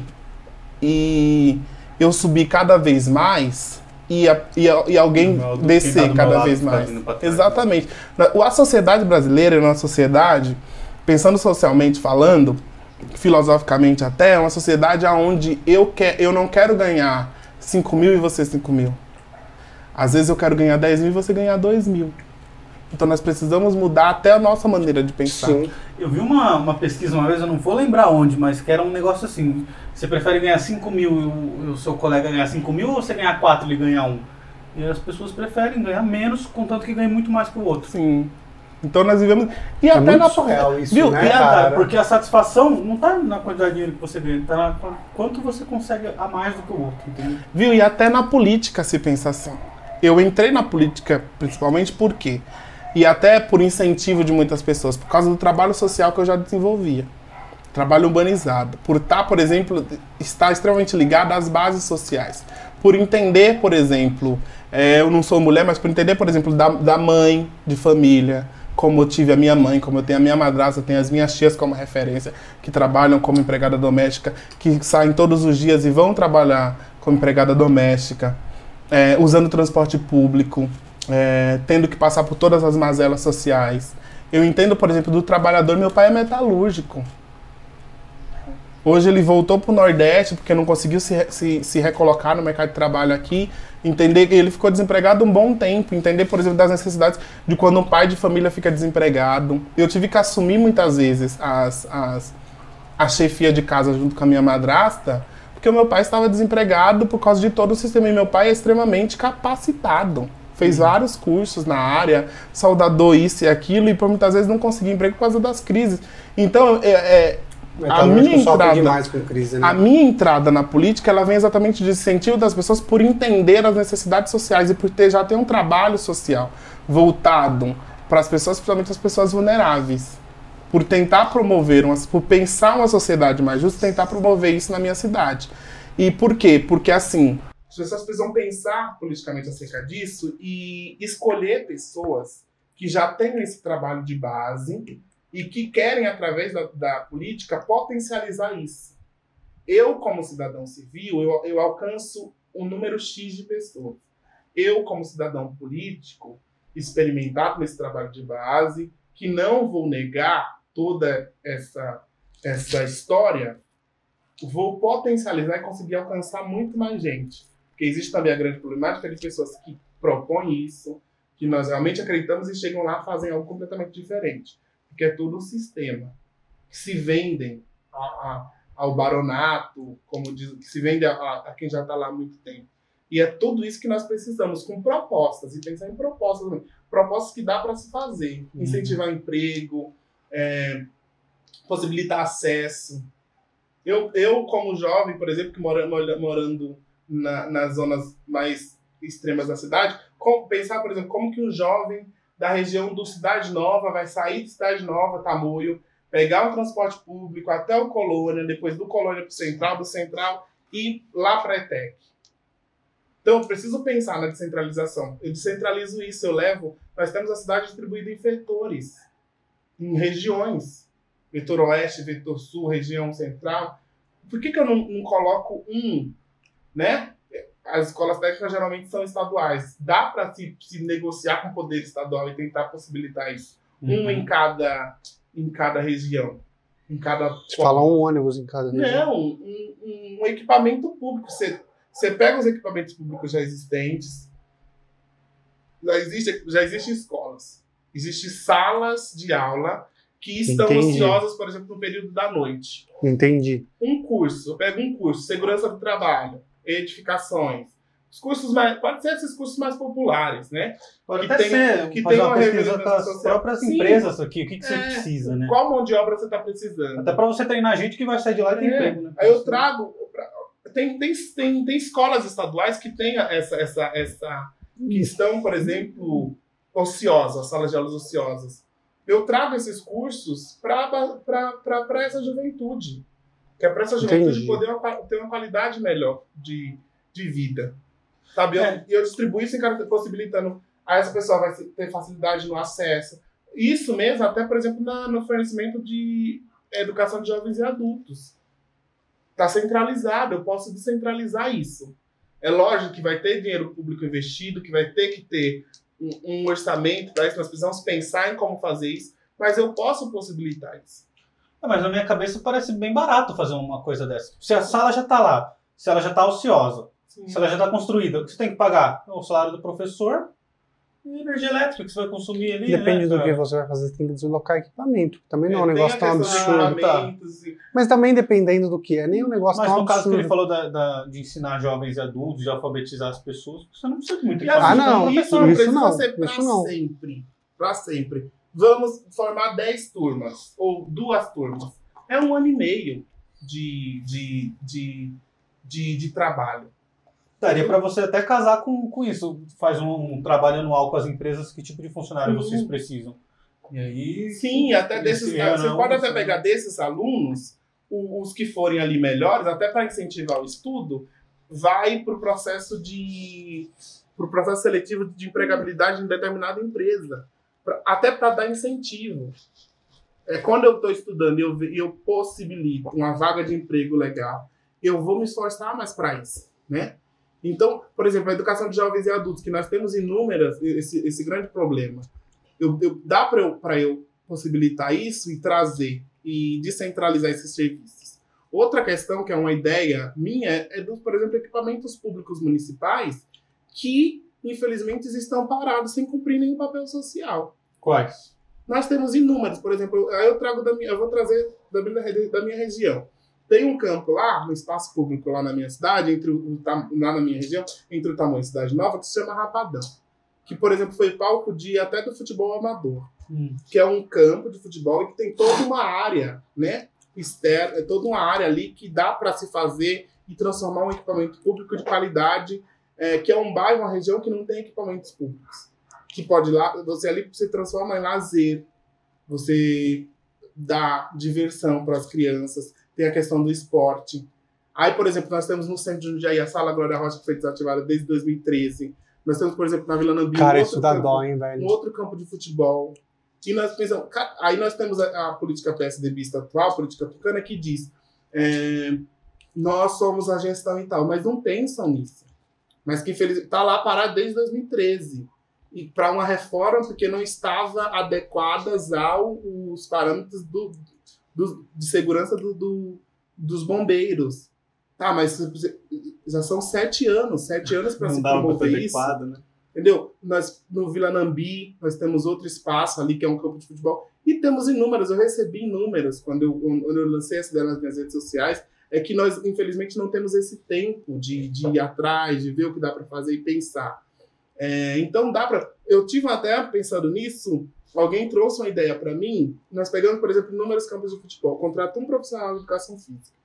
e eu subir cada vez mais e, a, e, a, e alguém descer tá cada vez mais. Exatamente. A sociedade brasileira é uma sociedade, pensando socialmente falando, filosoficamente até, é uma sociedade onde eu, quer, eu não quero ganhar cinco mil e você cinco mil. Às vezes eu quero ganhar dez mil e você ganhar dois mil. Então nós precisamos mudar até a nossa maneira de pensar. Sim. Eu vi uma, uma pesquisa uma vez, eu não vou lembrar onde, mas que era um negócio assim, você prefere ganhar cinco mil e o, o seu colega ganhar cinco mil ou você ganhar quatro e ele ganhar um? E as pessoas preferem ganhar menos, contanto que ganhe muito mais que o outro. Sim. Então nós vivemos... E é até muito na surreal isso, viu? né, e cara? Porque a satisfação não está na quantidade de dinheiro que você ganha, está na quanto você consegue a mais do que o outro, entendeu? Viu? E até na política se pensa assim. Eu entrei na política principalmente por quê? E até por incentivo de muitas pessoas, por causa do trabalho social que eu já desenvolvia. Trabalho urbanizado. Por estar, por exemplo, estar extremamente ligado às bases sociais. Por entender, por exemplo, é, eu não sou mulher, mas por entender, por exemplo, da, da mãe de família, como eu tive a minha mãe, como eu tenho a minha madrasta, tenho as minhas tias como referência, que trabalham como empregada doméstica, que saem todos os dias e vão trabalhar como empregada doméstica, é, usando transporte público, É, tendo que passar por todas as mazelas sociais. Eu entendo, por exemplo, do trabalhador, meu pai é metalúrgico. Hoje ele voltou para o Nordeste porque não conseguiu se, se, se recolocar no mercado de trabalho aqui. Entender que ele ficou desempregado um bom tempo. Entender, por exemplo, das necessidades de quando um pai de família fica desempregado. Eu tive que assumir muitas vezes as, as, a chefia de casa junto com a minha madrasta, porque o meu pai estava desempregado por causa de todo o sistema. E meu pai é extremamente capacitado. Fez vários cursos na área, soldador isso e aquilo, e por muitas vezes não conseguia emprego por causa das crises. Então, é, é, a, minha entrada, com crise, né? a minha entrada na política, ela vem exatamente de incentivo das pessoas por entender as necessidades sociais e por ter, já ter um trabalho social voltado para as pessoas, principalmente as pessoas vulneráveis. Por tentar promover, uma, por pensar uma sociedade mais justa, tentar promover isso na minha cidade. E por quê? Porque assim... As pessoas precisam pensar politicamente acerca disso e escolher pessoas que já tenham esse trabalho de base e que querem, através da, da política, potencializar isso. Eu, como cidadão civil, eu, eu alcanço um número X de pessoas. Eu, como cidadão político, experimentado nesse trabalho de base, que não vou negar toda essa, essa história, vou potencializar e conseguir alcançar muito mais gente. Porque existe também a grande problemática de pessoas que propõem isso, que nós realmente acreditamos e chegam lá e fazem algo completamente diferente. Porque é todo um sistema. Que se vendem a, a, ao baronato, como diz, que se vende a, a, a quem já está lá há muito tempo. E é tudo isso que nós precisamos, com propostas, e pensar em propostas também. Propostas que dá para se fazer. Uhum. Incentivar emprego, é, possibilitar acesso. Eu, eu, como jovem, por exemplo, que mora, morando... Na, nas zonas mais extremas da cidade, como, pensar, por exemplo, como que um jovem da região do Cidade Nova vai sair de Cidade Nova, Tamoio, pegar o transporte público até o Colônia, depois do Colônia para o Central, do Central e lá para a E T E C. Então, eu preciso pensar na descentralização. Eu descentralizo isso, eu levo... Nós temos a cidade distribuída em vetores, em regiões. Vetor Oeste, Vetor Sul, região Central. Por que que eu não, não coloco um... Né? As escolas técnicas geralmente são estaduais. Dá para se, se negociar com o poder estadual e tentar possibilitar isso. Uhum. Um em cada, em cada região. Em cada... Você fala um ônibus em cada região? Não, um, um equipamento público. Você, você pega os equipamentos públicos já existentes. Já, existe, já existem escolas. Existem salas de aula que estão Entendi. ociosas, por exemplo, no período da noite. Entendi. Um curso, eu pego um curso, segurança do trabalho, edificações. Os cursos mais, pode ser esses cursos mais populares, né? Pode que até tem, ser, que fazer tem uma uma pesquisa com as social. próprias Sim. empresas aqui, o que, que é, você precisa, né? Qual mão de obra você está precisando? Até para você treinar gente que vai sair de lá e tem é. emprego, né? Aí eu trago... Tem, tem, tem, tem escolas estaduais que têm essa, essa, essa... que estão, por exemplo, ociosas, salas de aulas ociosas. Eu trago esses cursos para essa juventude. Que é para essa juventude Entendi. poder uma, ter uma qualidade melhor de, de vida. Sabe? É. Eu, eu distribuo isso em cada, possibilitando. Aí essa pessoa vai ter facilidade no acesso, isso mesmo, até, por exemplo, na, no fornecimento de educação de jovens e adultos. Está centralizado, eu posso descentralizar isso. É lógico que vai ter dinheiro público investido, que vai ter que ter um, um orçamento para isso, nós precisamos pensar em como fazer isso, mas eu posso possibilitar isso. É, mas na minha cabeça parece bem barato fazer uma coisa dessa. Se a sala já está lá, se ela já está ociosa, Sim. se ela já está construída, o que você tem que pagar? O salário do professor e a energia elétrica que você vai consumir ali. Depende né, do que você vai fazer, você tem que deslocar equipamento. Também não é um negócio tão absurdo. Tá. Mas também dependendo do que é, nem um negócio Mas tão no absurdo. caso que ele falou da, da, de ensinar jovens e adultos, de alfabetizar as pessoas, você não precisa de muito equipamento. Ah, não, isso não isso precisa não, ser pra isso não. sempre. Pra sempre. Vamos formar dez turmas, ou duas turmas. É um ano e meio de, de, de, de, de trabalho. Daria para você até casar com, com isso. Faz um, um trabalho anual com as empresas, que tipo de funcionário Sim. vocês precisam. E aí, Sim, até desses, você ano, pode até você... pegar desses alunos, os que forem ali melhores, até para incentivar o estudo, vai para o processo de pro processo seletivo de empregabilidade em determinada empresa, pra, até para dar incentivo. É, quando eu estou estudando e eu, eu possibilito uma vaga de emprego legal, eu vou me esforçar mais para isso, né? Então, por exemplo, a educação de jovens e adultos, que nós temos inúmeras, esse, esse grande problema, eu, eu, dá para eu, para eu possibilitar isso e trazer e descentralizar esses serviços. Outra questão, que é uma ideia minha, é dos, por exemplo, equipamentos públicos municipais que, infelizmente, estão parados sem cumprir nenhum papel social. Quais? Nós temos inúmeros, por exemplo, eu trago da minha, eu vou trazer da minha, da minha região. Tem um campo lá, um espaço público lá na minha cidade, entre o, lá na minha região, entre o Tamoio e Cidade Nova, que se chama Rapadão. Que, por exemplo, foi palco de até do futebol amador. Hum. Que é um campo de futebol e que tem toda uma área, né, externa, toda uma área ali que dá para se fazer e transformar um equipamento público de qualidade, é, que é um bairro, uma região que não tem equipamentos públicos. Que pode lá, você ali se transforma em lazer, você dá diversão para as crianças, tem a questão do esporte. Aí, por exemplo, nós temos no centro de Jundiaí a Sala Glória Rocha, que foi desativada desde dois mil e treze. Nós temos, por exemplo, na Vila Nambi, Cara, um, isso outro dá campo, dó, hein, velho? um outro campo de futebol. E nós pensamos, aí nós temos a, a política PSDBista atual, a política tucana, que diz é, nós somos a gestão e tal, mas não pensam nisso. Mas que infelizmente está lá parado desde dois mil e treze. E para uma reforma, porque não estava adequadas aos parâmetros do, do, de segurança do, do, dos bombeiros. Tá, mas já são sete anos, sete anos para se promover isso. Adequado, né? Entendeu? Nós, no Vila Nambi, nós temos outro espaço ali, que é um campo de futebol, e temos inúmeros, eu recebi inúmeros, quando eu, quando eu lancei essa ideia nas minhas redes sociais, é que nós, infelizmente, não temos esse tempo de, de ir atrás, de ver o que dá para fazer e pensar. É, então, dá para... Eu tive até pensando nisso, alguém trouxe uma ideia para mim, nós pegamos, por exemplo, inúmeros campos de futebol, contrata um profissional de educação física.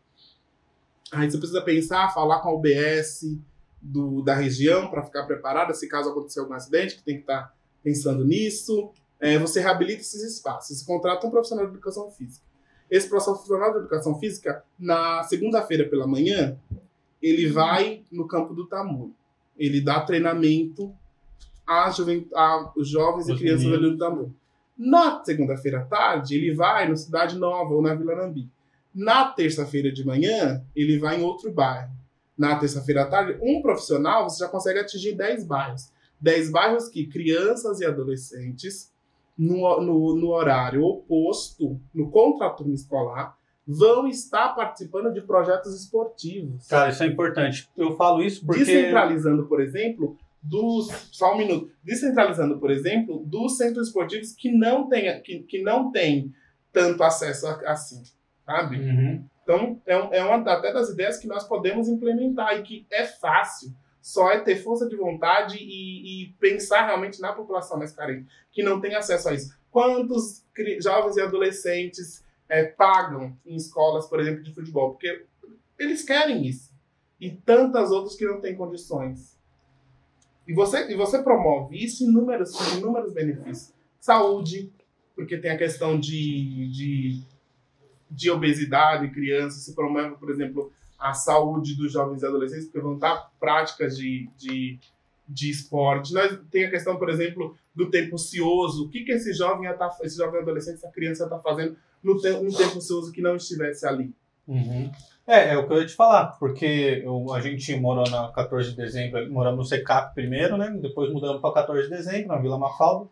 Aí você precisa pensar, falar com a U B S do, da região para ficar preparada se caso acontecer algum acidente, que tem que estar pensando nisso. É, você reabilita esses espaços. Você contrata um profissional de educação física. Esse profissional de educação física, na segunda-feira pela manhã, ele vai no campo do Tamoio. Ele dá treinamento a, juven... a jovens Os e crianças ali do Tamoio. Na segunda-feira à tarde, ele vai na Cidade Nova ou na Vila Nambi. Na terça-feira de manhã, ele vai em outro bairro. Na terça-feira à tarde, um profissional, você já consegue atingir dez bairros. dez bairros que crianças e adolescentes, no, no, no horário oposto, no contraturno escolar, vão estar participando de projetos esportivos. Cara, isso é importante. Eu falo isso porque... Descentralizando, por exemplo, dos... Só um minuto. Descentralizando, por exemplo, dos centros esportivos que não têm que, que não tem tanto acesso assim. Sabe? Uhum. Então, é, um, é uma até das ideias que nós podemos implementar e que é fácil. Só é ter força de vontade e, e pensar realmente na população mais carente, que não tem acesso a isso. Quantos jovens e adolescentes é, pagam em escolas, por exemplo, de futebol? Porque eles querem isso. E tantas outras que não têm condições. E você, e você promove isso inúmeros, inúmeros benefícios. Saúde, porque tem a questão de... de de obesidade em crianças, se promove, por exemplo, a saúde dos jovens e adolescentes, porque vão estar práticas de, de, de esporte. Nós, tem a questão, por exemplo, do tempo ocioso. O que, que esse jovem, tá, esse jovem adolescente, essa criança está fazendo no, te, no tempo ocioso que não estivesse ali? Uhum. É, é o que eu ia te falar, porque eu, a gente morou na quatorze de dezembro, moramos no SECAP primeiro, né? Depois mudamos para quatorze de dezembro, na Vila Mafalda.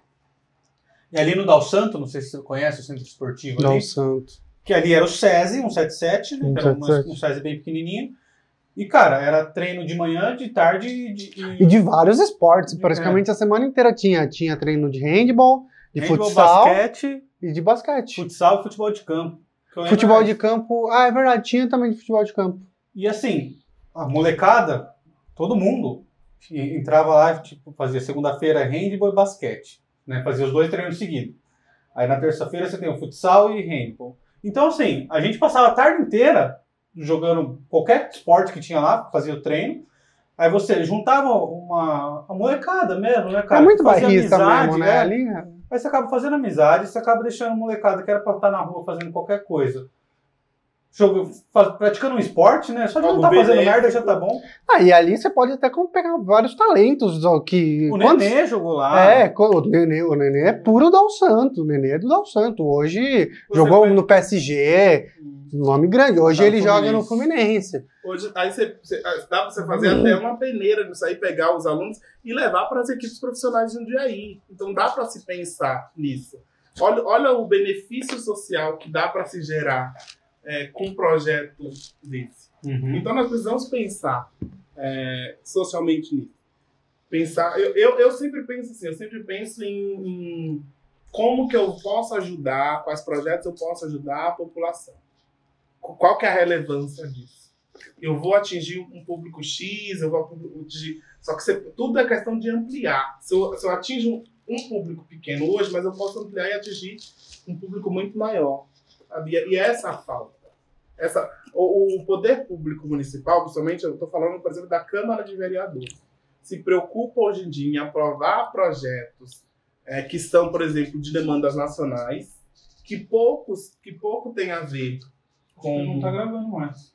E ali no Dal Santo, não sei se você conhece o centro esportivo Dal ali. Santo. Que ali era o SESI, um setenta e sete, né? Que era um, um SESI bem pequenininho. E, cara, era treino de manhã, de tarde e de... E de vários esportes. De- Praticamente a semana inteira tinha, tinha treino de handball, de handball, futsal basquete, e de basquete. futsal e futebol de campo. Que eu lembro Futebol mais. de campo... Ah, é verdade, tinha também de futebol de campo. E assim, a molecada, todo mundo entrava lá, tipo, fazia segunda-feira handball e basquete, né? Fazia os dois treinos seguidos. Aí na terça-feira você tem o futsal e handball. Então assim, a gente passava a tarde inteira jogando qualquer esporte que tinha lá, fazia o treino. Aí você juntava uma, uma molecada mesmo, né, cara? É muito Fazia bairrista amizade, mesmo, né? né? Ali, Aí você acaba fazendo amizade, você acaba deixando a molecada que era pra estar na rua fazendo qualquer coisa. Jogo, faz, praticando um esporte, né? Só de não Algo estar fazendo benéfico. merda já tá bom. ah, e ali você pode até pegar vários talentos. Ó, que, O quantos- Nenê jogou lá. É, o Nenê, o Nenê é puro Dal Santo. O Nenê é do Dal Santo. Hoje Você jogou foi- no P S G, nome grande. Hoje Tá no ele joga no Fluminense. Fluminense. Hoje, aí você, você- dá pra você fazer até uma peneira nisso aí, pegar os alunos e levar para as equipes profissionais de Jundiaí. Então dá para se pensar nisso. Olha, olha o benefício social que dá para se gerar é, com um projeto desse. Uhum. Então nós precisamos pensar é, socialmente nisso. Pensar, eu, eu, eu sempre penso assim, eu sempre penso em, em como que eu posso ajudar, quais projetos eu posso ajudar a população. Qual que é a relevância disso? Eu vou atingir um público X, eu vou atingir... Só que você, tudo é questão de ampliar. Se eu, se eu atingo um, um público pequeno hoje, mas eu posso ampliar e atingir um público muito maior. Sabe? E, e essa a falta. Essa, o, o poder público municipal, principalmente, eu estou falando, por exemplo, da Câmara de Vereadores, se preocupa hoje em dia em aprovar projetos é, que são, por exemplo, de demandas nacionais, que, poucos, que pouco tem a ver com... Não tá gravando mais.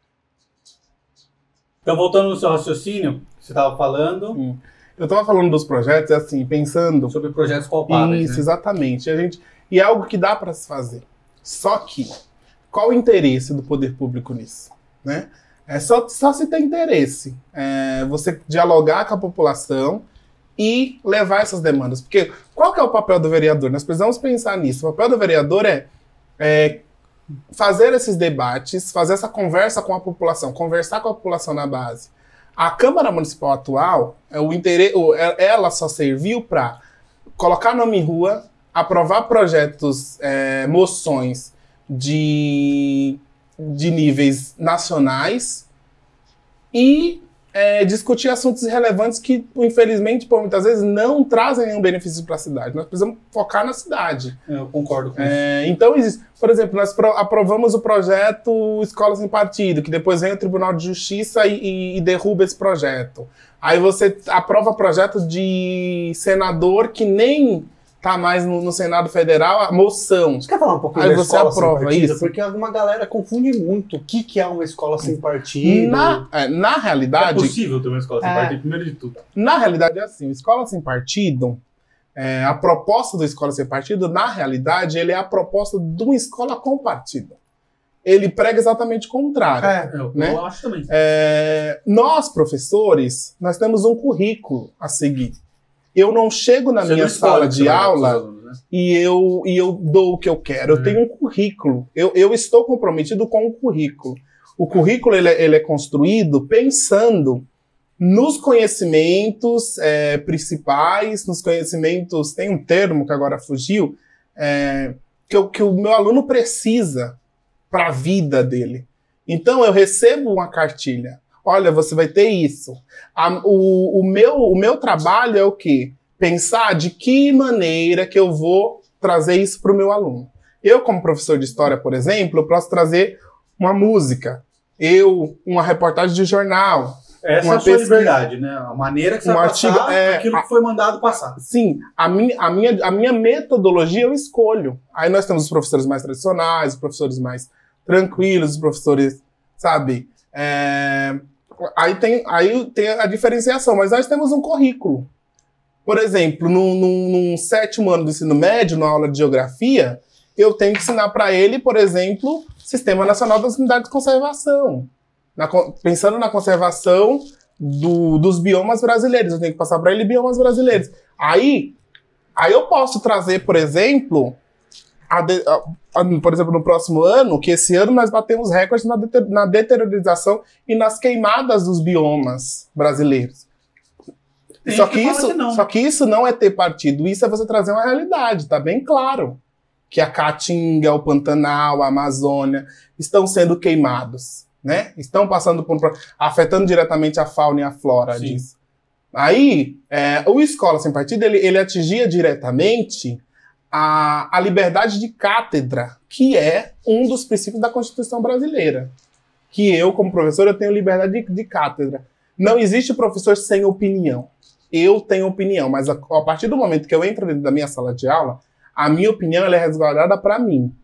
Então, voltando no seu raciocínio, que você estava falando Eu estava falando dos projetos, assim, pensando... sobre projetos palpáveis, Isso, né? exatamente. A gente, e é algo que dá para se fazer. Só que, qual o interesse do poder público nisso? Né? É só, só se tem interesse. É você dialogar com a população e levar essas demandas. Porque qual que é o papel do vereador? Nós precisamos pensar nisso. O papel do vereador é, é fazer esses debates, fazer essa conversa com a população, conversar com a população na base. A Câmara Municipal atual, é o interesse, ela só serviu para colocar nome em rua, aprovar projetos, é, moções de, de níveis nacionais e é, discutir assuntos relevantes que, infelizmente, por muitas vezes, não trazem nenhum benefício para a cidade. Nós precisamos focar na cidade. Eu concordo com isso. É, então, existe. Por exemplo, nós pro- aprovamos o projeto Escola Sem Partido, que depois vem o Tribunal de Justiça e, e- e derruba esse projeto. Aí você aprova projeto de senador que nem tá mais no, no Senado Federal, a moção. Você quer falar um pouquinho Aí da você escola sem aprova partido? isso? Porque alguma galera confunde muito o que, que é uma escola sem partido. Na, é, na É realidade, possível ter uma escola sem É. partido, primeiro de tudo. na realidade é assim, o Escola Sem Partido, é, a proposta do Escola Sem Partido, na realidade, ele é a proposta de uma escola com partido. Ele prega exatamente o contrário. É. É, eu Né? acho também. É, nós, professores, nós temos um currículo a seguir. Eu não chego na Você minha não escolhe sala o que de você vai dar pros aula alunos, né? e eu, e eu dou o que eu quero. Eu Uhum. tenho um currículo. Eu, eu estou comprometido com o currículo. O currículo ele, é- ele é construído pensando nos conhecimentos é, principais, nos conhecimentos... Tem um termo que agora fugiu, é, que, eu- que o meu aluno precisa para a vida dele. Então, eu recebo uma cartilha. Olha, você vai ter isso. A- o, o, meu, o meu trabalho é o quê? Pensar de que maneira que eu vou trazer isso para o meu aluno. Eu, como professor de história, por exemplo, eu posso trazer uma música. Eu, uma reportagem de jornal. Essa Uma é a sua pesquisa. liberdade, né? A maneira que você Um vai artigo- passar é, aquilo a- que foi mandado passar. Sim, a minha, a, minha, a minha metodologia eu escolho. Aí nós temos os professores mais tradicionais, os professores mais tranquilos, os professores, sabe? É, aí, tem, aí tem a diferenciação, mas nós temos um currículo. Por exemplo, no, no, no sétimo ano do ensino médio, na aula de geografia, eu tenho que ensinar para ele, por exemplo, Sistema Nacional das Unidades de Conservação. Na, pensando na conservação do, dos biomas brasileiros, eu tenho que passar para ele biomas brasileiros. Aí, aí eu posso trazer, por exemplo, a de, a, a, por exemplo, no próximo ano, que esse ano nós batemos recordes na, deter, na deteriorização e nas queimadas dos biomas brasileiros. Só que, que, isso, que só que isso não é ter partido, isso é você trazer uma realidade, tá bem claro. Que a Caatinga, o Pantanal, a Amazônia estão sendo queimados, né? Estão passando por... afetando diretamente a fauna e a flora Sim. disso. Aí, é, o Escola Sem Partido, ele, ele atingia diretamente a, a liberdade de cátedra, que é um dos princípios da Constituição brasileira. Que eu, como professor, eu tenho liberdade de, de cátedra. Não existe professor sem opinião. Eu tenho opinião, mas a, a partir do momento que eu entro dentro da minha sala de aula, a minha opinião ela é resguardada para mim.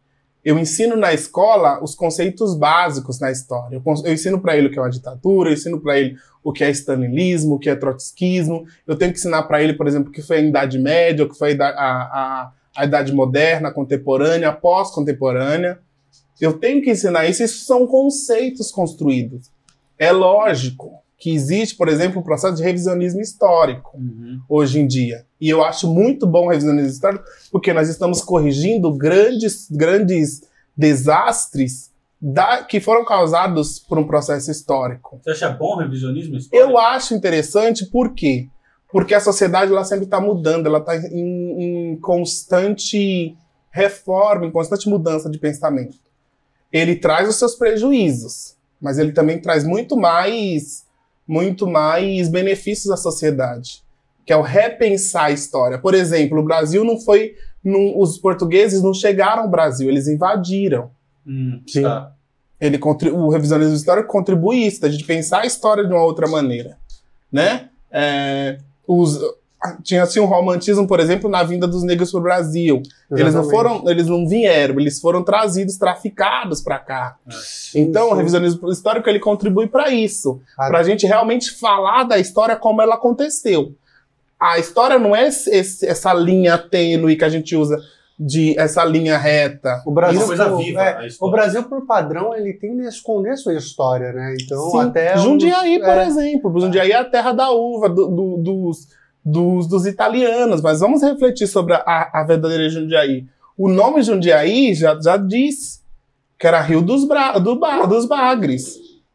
Eu ensino na escola os conceitos básicos na história. Eu, eu ensino para ele o que é uma ditadura, eu ensino para ele o que é stalinismo, o que é trotskismo. Eu tenho que ensinar para ele, por exemplo, o que foi a Idade Média, o que foi a, a, a, a Idade Moderna, a contemporânea, a pós-contemporânea. Eu tenho que ensinar isso, isso são conceitos construídos. É lógico que existe, por exemplo, um processo de revisionismo histórico uhum. hoje em dia. E eu acho muito bom o revisionismo histórico, porque nós estamos corrigindo grandes, grandes desastres da, que foram causados por um processo histórico. Você acha bom o revisionismo histórico? Eu acho interessante, por quê? Porque a sociedade ela sempre está mudando, ela está em, em constante reforma, em constante mudança de pensamento. Ele traz os seus prejuízos, mas ele também traz muito mais... muito mais benefícios à sociedade, que é o repensar a história. Por exemplo, o Brasil não foi... Não, os portugueses não chegaram ao Brasil, eles invadiram. Hum, Sim. Tá. Ele, o revisionismo histórico contribui isso, de pensar a história de uma outra maneira. Né? É, os, tinha assim, um romantismo, por exemplo, na vinda dos negros para o Brasil. Eles não, foram, eles não vieram, eles foram trazidos, traficados para cá. É. Então, sim. o revisionismo histórico ele contribui para isso, ah, para a gente realmente falar da história como ela aconteceu. A história não é esse, essa linha tênue que a gente usa, de essa linha reta. O Brasil, coisa viva, é, o Brasil, por padrão, ele tende a esconder a sua história, né? Então, sim. até Jundiaí, os, por é, exemplo. Jundiaí é a terra da uva, do, do, dos, dos, dos italianos. Mas vamos refletir sobre a, a verdadeira Jundiaí. O nome Jundiaí já, já diz que era Rio dos, Bra, do ba, dos Bagres,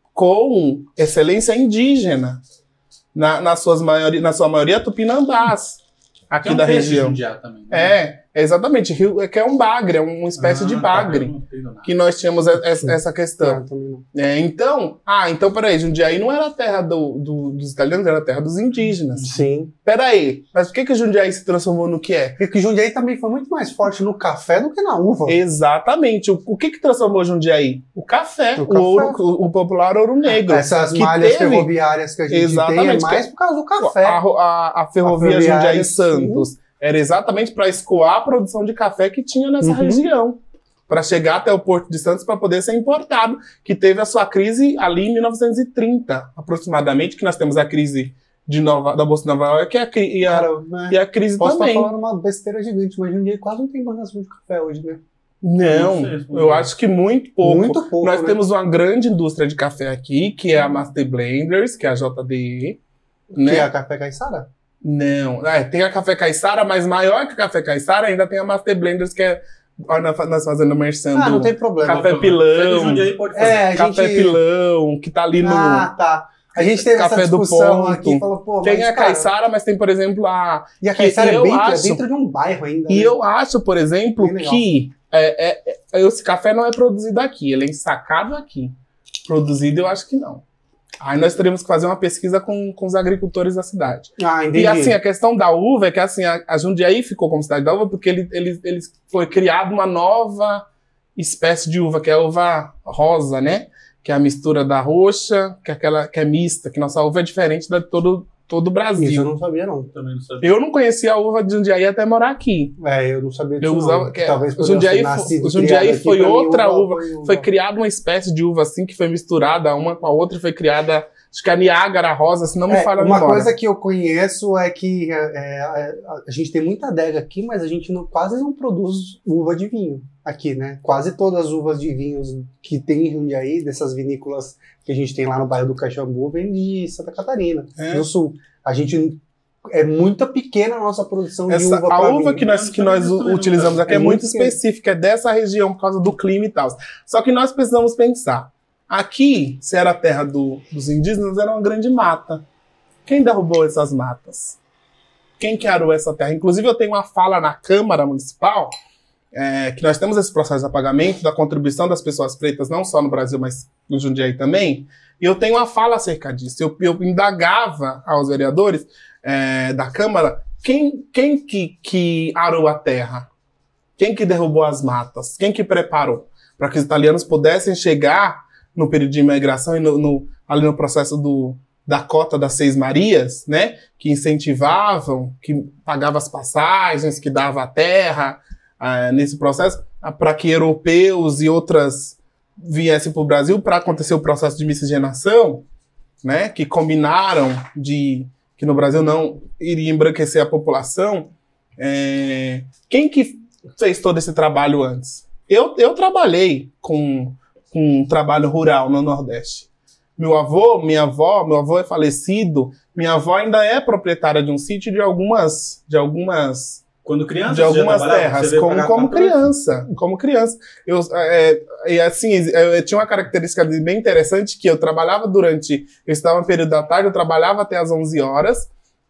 com excelência indígena, na, na, suas maiori, na sua maioria tupinambás, aqui um da região. Também, né? É, exatamente, Rio, é que é um bagre, é uma espécie ah, de bagre, tá, que nós tínhamos essa, essa questão. É, então, ah, então peraí, Jundiaí não era a terra do, do, dos italianos, era a terra dos indígenas. Sim. Peraí, mas por que que Jundiaí se transformou no que é? Porque Jundiaí também foi muito mais forte no café do que na uva. Exatamente. O, o que que transformou Jundiaí? O café, o, o, café. Ouro, o, o popular ouro negro. Essas malhas teve... ferroviárias que a gente exatamente, tem é mais por causa do café. A, a, a ferrovia a Jundiaí Santos. Sim. Era exatamente para escoar a produção de café que tinha nessa uhum. região. Para chegar até o Porto de Santos para poder ser importado. Que teve a sua crise ali em mil novecentos e trinta, aproximadamente, que nós temos a crise de Nova, da Bolsa de Nova York e a, e a, Cara, né? e a crise Posso também. Posso estar falando uma besteira gigante, mas Jundiaí quase não tem plantação de café hoje, né? Não, não eu acho que muito pouco. Muito pouco, Nós né? temos uma grande indústria de café aqui, que é a Master Blenders, que é a J D E. Né? Que é a Café Caiçara? Não, é, tem a Café Caiçara, mas maior que a Café Caiçara ainda tem a Master Blenders, que é nós fazendo merchan Ah, não tem problema. Café Pilão, é, a Café gente... Pilão, que tá ali no... Ah, tá. A gente teve Café essa discussão do aqui, falou, pô, tem mas, a cara... Caiçara, mas tem, por exemplo, a... E a Caiçara é, bem, acho... é dentro de um bairro ainda, E né? eu acho, por exemplo, que é, é, é, esse café não é produzido aqui, ele é ensacado aqui. Produzido, eu acho que não. Aí nós teríamos que fazer uma pesquisa com, com os agricultores da cidade. Ah, entendi. E assim, a questão da uva é que assim, a, a Jundiaí ficou como cidade da uva porque ele, ele, ele foi criado uma nova espécie de uva, que é a uva rosa, né? Que é a mistura da roxa, que é aquela que é mista, que nossa uva é diferente de todo, todo o Brasil. Isso eu não sabia, não. Também não sabia. Eu não conhecia a uva de Jundiaí até morar aqui. É, eu não sabia disso, Eu usava, não. que, Talvez por o Jundiaí, eu ser fo- nascido o e Jundiaí criado aqui, foi pra mim, outra uva. foi uva. Foi criada uma espécie de uva assim que foi misturada uma com a outra e foi criada, acho que a Niágara Rosa, se não me É, falha a uma memória. coisa que eu conheço é que é, é, a, a gente tem muita adega aqui, mas a gente não- quase não produz uva de vinho aqui, né? Quase todas as uvas de vinhos que tem em Jundiaí, dessas vinícolas que a gente tem lá no bairro do Caxambu, vem de Santa Catarina, É. do Sul. A gente é muito pequena a nossa produção de Essa, uva a pra uva vinho. que nós, que nós u- utilizamos aqui é, É muito muito pequeno. específica, é dessa região por causa do clima e tal. Só que nós precisamos pensar. Aqui, se era a terra do- dos indígenas, era uma grande mata. Quem derrubou essas matas? Quem que arou essa terra? Inclusive, eu tenho uma fala na Câmara Municipal, é, que nós temos esse processo de apagamento da contribuição das pessoas pretas, não só no Brasil, mas no Jundiaí também. E eu tenho uma fala acerca disso. Eu, eu indagava aos vereadores é, da Câmara quem, quem que, que arou a terra? Quem que derrubou as matas? Quem que preparou? Para que os italianos pudessem chegar no período de imigração e no, no, ali no processo do, da cota das Seis Marias, né? Que incentivavam, que pagavam as passagens, que dava a terra ah, nesse processo, para que europeus e outras viessem para o Brasil para acontecer o processo de miscigenação, né? Que combinaram de que no Brasil não iria embranquecer a população. É, quem que fez todo esse trabalho antes? Eu, eu trabalhei com, com um trabalho rural no Nordeste. Meu avô, minha avó, meu avô é falecido, minha avó ainda é proprietária de um sítio de algumas, de algumas, Quando criança, de você já algumas trabalhava? terras, Você veio como, pra cá como com quatorze? criança, como criança. Eu, é, e assim, eu, eu tinha uma característica bem interessante que eu trabalhava durante, eu estava no período da tarde, eu trabalhava até às onze horas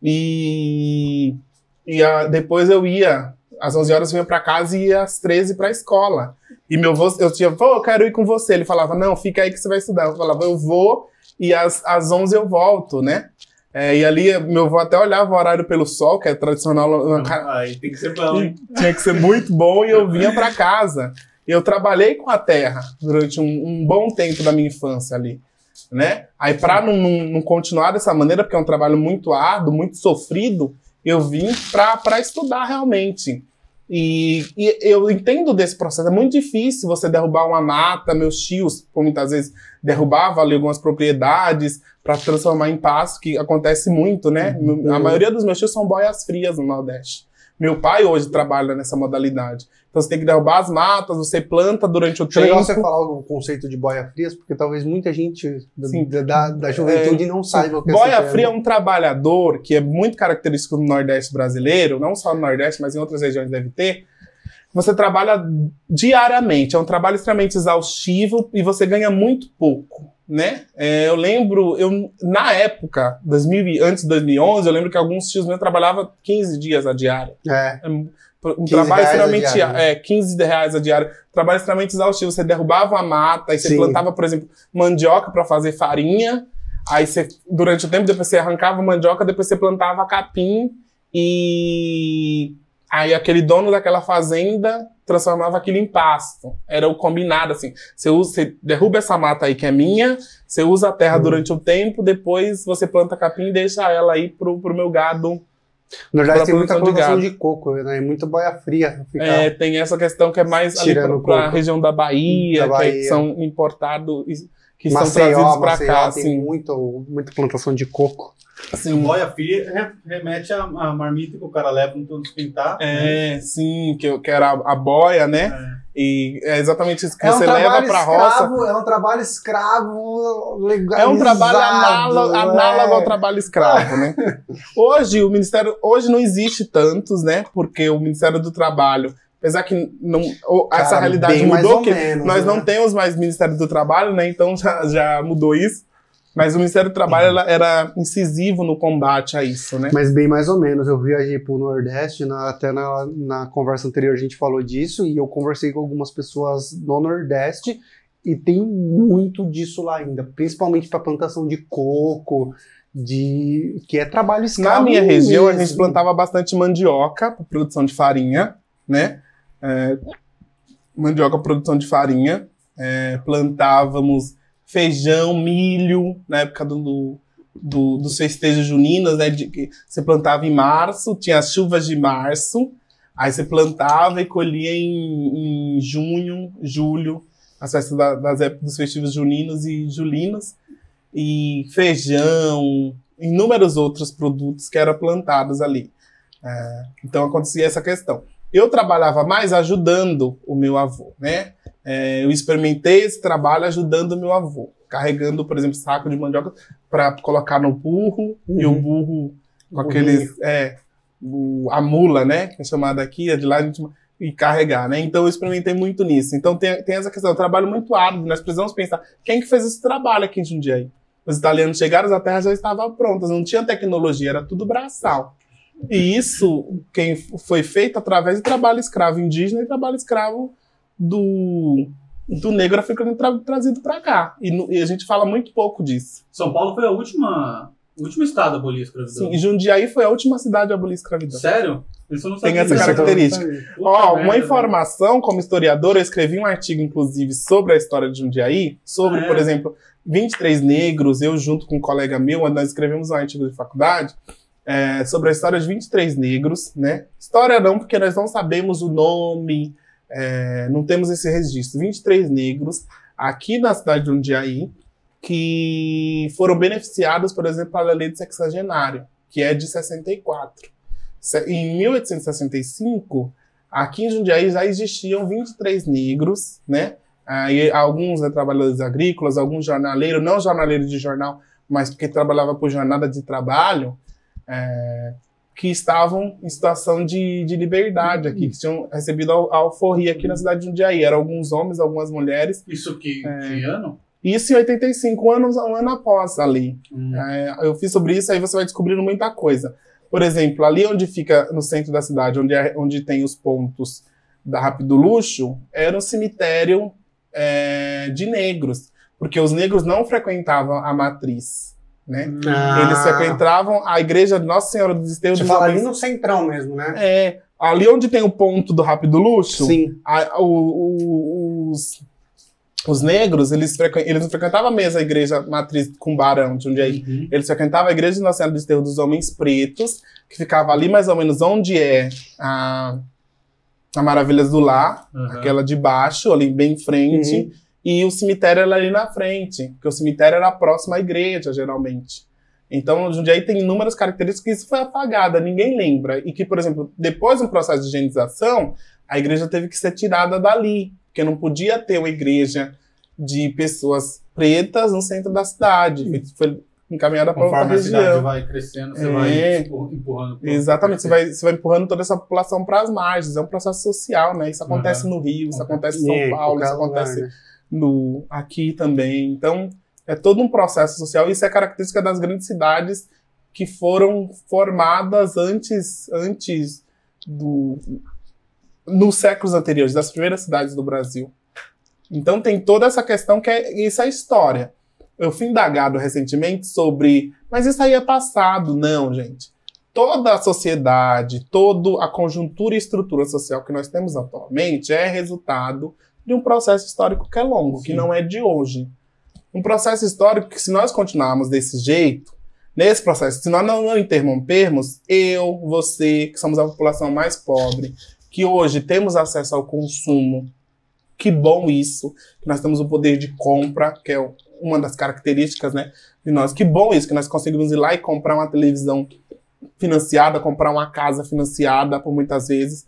e, e a, depois eu ia, às onze horas eu ia para casa e ia às treze para a escola. E meu avô, eu tinha, pô, eu quero ir com você. Ele falava, não, fica aí que você vai estudar. Eu falava, eu vou e às, às onze eu volto, né? É, e ali, meu avô até olhava o horário pelo sol, que é tradicional. Aí tem que ser bom, hein? Tinha que ser muito bom e eu vinha para casa. Eu trabalhei com a terra durante um, um bom tempo da minha infância ali, né? Aí para não, não, não continuar dessa maneira, porque é um trabalho muito árduo, muito sofrido, eu vim para estudar realmente. E, e eu entendo desse processo. É muito difícil você derrubar uma mata. Meus tios, por muitas vezes, derrubavam ali algumas propriedades para transformar em pasto, que acontece muito, né? Uhum. A maioria dos meus tios são boias frias no Nordeste. Meu pai hoje trabalha nessa modalidade. Então você tem que derrubar as matas, você planta durante o Acho tempo. legal você falar o conceito de boia frias, porque talvez muita gente Sim. da, da, da juventude não saiba o que é Boia esse fria é termo. um trabalhador que é muito característico no Nordeste brasileiro, não só no Nordeste, mas em outras regiões deve ter. Você trabalha diariamente, é um trabalho extremamente exaustivo e você ganha muito pouco, né? É, eu lembro, eu, na época, dois mil, antes de dois mil e onze, eu lembro que alguns tios meus trabalhavam quinze dias a diária. É. É um um quinze trabalho reais a extremamente, diária, né? é, quinze reais a diária. Trabalho extremamente exaustivo. Você derrubava uma mata, aí você Sim. plantava, por exemplo, mandioca para fazer farinha. Aí você, durante o tempo, depois você arrancava a mandioca, depois você plantava capim e aí aquele dono daquela fazenda transformava aquilo em pasto. Era o combinado, assim. Você, usa, você derruba essa mata aí que é minha, você usa a terra Uhum. durante o tempo, depois você planta capim e deixa ela aí pro, pro meu gado. No Nordeste Pra tem muita produção de plantação gado. de coco, né? Muita boia fria. Fica... É, tem essa questão que é mais ali Tirando para a coco. região da Bahia, Da que Bahia. são importados, que são Maceió, trazidos para Maceió cá, tem assim. muito, muita plantação de coco. Assim, boia fria re- remete à, à marmita que o cara leva no tudo pintar. né? É, sim, que, eu- que era a, a boia, né? É. E é exatamente isso que É um você leva trabalho para a roça. escravo, é um trabalho escravo legalizado. É um trabalho análogo, é. análogo ao trabalho escravo, né? Hoje, o Ministério, hoje não existe tantos, né? Porque o Ministério do Trabalho, apesar que não, o- essa Cara, realidade bem mais mudou, ou que menos, nós né? não temos mais Ministério do Trabalho, né? Então já, já mudou isso. Mas o Ministério do Trabalho ela- era incisivo no combate a isso, né? Mas bem mais ou menos. Eu viajei pro Nordeste, na- até na, na conversa anterior a gente falou disso, e eu conversei com algumas pessoas no Nordeste, e tem muito disso lá ainda, principalmente para plantação de coco, de que é trabalho escravo. Na minha região, a mesmo. gente plantava bastante mandioca para produção de farinha, né? É, mandioca para produção de farinha. É, plantávamos feijão, milho, na época do, do, do, dos festejos juninos, né? De, que você plantava em março, tinha as chuvas de março, aí você plantava e colhia em, em junho, julho, as festas da, das épocas dos festivos juninos e julinos, e feijão, inúmeros outros produtos que eram plantados ali. É, então acontecia essa questão. Eu trabalhava mais ajudando o meu avô, né? É, eu experimentei esse trabalho ajudando o meu avô, carregando, por exemplo, saco de mandioca para colocar no burro, uhum. e o burro com aqueles, é, o, a mula, né, que é chamada aqui, é de lá a gente, e carregar, né? Então eu experimentei muito nisso. Então tem, tem essa questão, é um trabalho muito árduo, nós precisamos pensar, quem que fez esse trabalho aqui em Jundiaí? Os italianos chegaram, a terra já estava pronta, não tinha tecnologia, era tudo braçal. E isso quem foi feito através do trabalho escravo indígena e trabalho escravo do, do negro africano tra, trazido para cá. E, no, e a gente fala muito pouco disso. São Paulo foi a última, o último estado a abolir a escravidão. Sim, e Jundiaí foi a última cidade a abolir a escravidão. Sério? Isso eu não sabia. Tem essa característica. Ó, uma merda, informação, como historiador, eu escrevi um artigo, inclusive, sobre a história de Jundiaí, sobre, ah, é? por exemplo, vinte e três negros, eu junto com um colega meu, nós escrevemos um artigo de faculdade, É, sobre a história de vinte e três negros, né? História não, porque nós não sabemos o nome, é, não temos esse registro. vinte e três negros aqui na cidade de Jundiaí que foram beneficiados, por exemplo, pela lei do sexagenário, que é de sessenta e quatro. Em mil oitocentos e sessenta e cinco, aqui em Jundiaí já existiam vinte e três negros, né? Aí, alguns, né, trabalhadores agrícolas, alguns jornaleiros, não jornaleiros de jornal, mas porque trabalhava por jornada de trabalho, É, que estavam em situação de, de liberdade aqui, que tinham recebido a, a alforria aqui na cidade de Jundiaí. Eram alguns homens, algumas mulheres. Isso que, é, que ano? Isso em oitenta e cinco, anos, um ano após ali. Hum. É, eu fiz sobre isso, aí você vai descobrindo muita coisa. Por exemplo, ali onde fica, no centro da cidade, onde, é, onde tem os pontos da Rápido Luxo, era um cemitério é, de negros, porque os negros não frequentavam a matriz. Né? Ah. Eles frequentavam a igreja de Nossa Senhora do Desterro. Você fala ali no centrão mesmo, né? É, ali onde tem o ponto do Rápido Luxo, sim. A, o, o, os, os negros, eles, frequ, eles não frequentavam mesmo a igreja matriz com Barão, de onde é, uhum. Eles frequentavam a igreja de Nossa Senhora do Desterro dos Homens Pretos, que ficava ali mais ou menos onde é a, a Maravilhas do Lar, uhum. aquela de baixo, ali bem em frente, uhum. E o cemitério era ali na frente, porque o cemitério era próximo à igreja, geralmente. Então, Jundiaí tem inúmeras características que isso foi apagado, ninguém lembra. E que, por exemplo, depois do processo de higienização, a igreja teve que ser tirada dali, porque não podia ter uma igreja de pessoas pretas no centro da cidade. Foi encaminhada para outra região. Conforme a cidade vai crescendo, você é. vai empurrando. Exatamente, você vai, você vai empurrando toda essa população para as margens. É um processo social, né? Isso acontece uhum. no Rio, isso acontece em São é, Paulo, isso acontece... Lugar, né? No, aqui também. Então, é todo um processo social. Isso é característica das grandes cidades que foram formadas antes, antes do... nos séculos anteriores, das primeiras cidades do Brasil. Então, tem toda essa questão que é... Isso é história. Eu fui indagado recentemente sobre... Mas isso aí é passado. Não, gente. Toda a sociedade, toda a conjuntura e estrutura social que nós temos atualmente é resultado de um processo histórico que é longo, Sim. que não é de hoje. Um processo histórico que, se nós continuarmos desse jeito, nesse processo, se nós não, não interrompermos, eu, você, que somos a população mais pobre, que hoje temos acesso ao consumo, que bom isso, que nós temos o poder de compra, que é uma das características, né, de nós, que bom isso, que nós conseguimos ir lá e comprar uma televisão financiada, comprar uma casa financiada, por muitas vezes.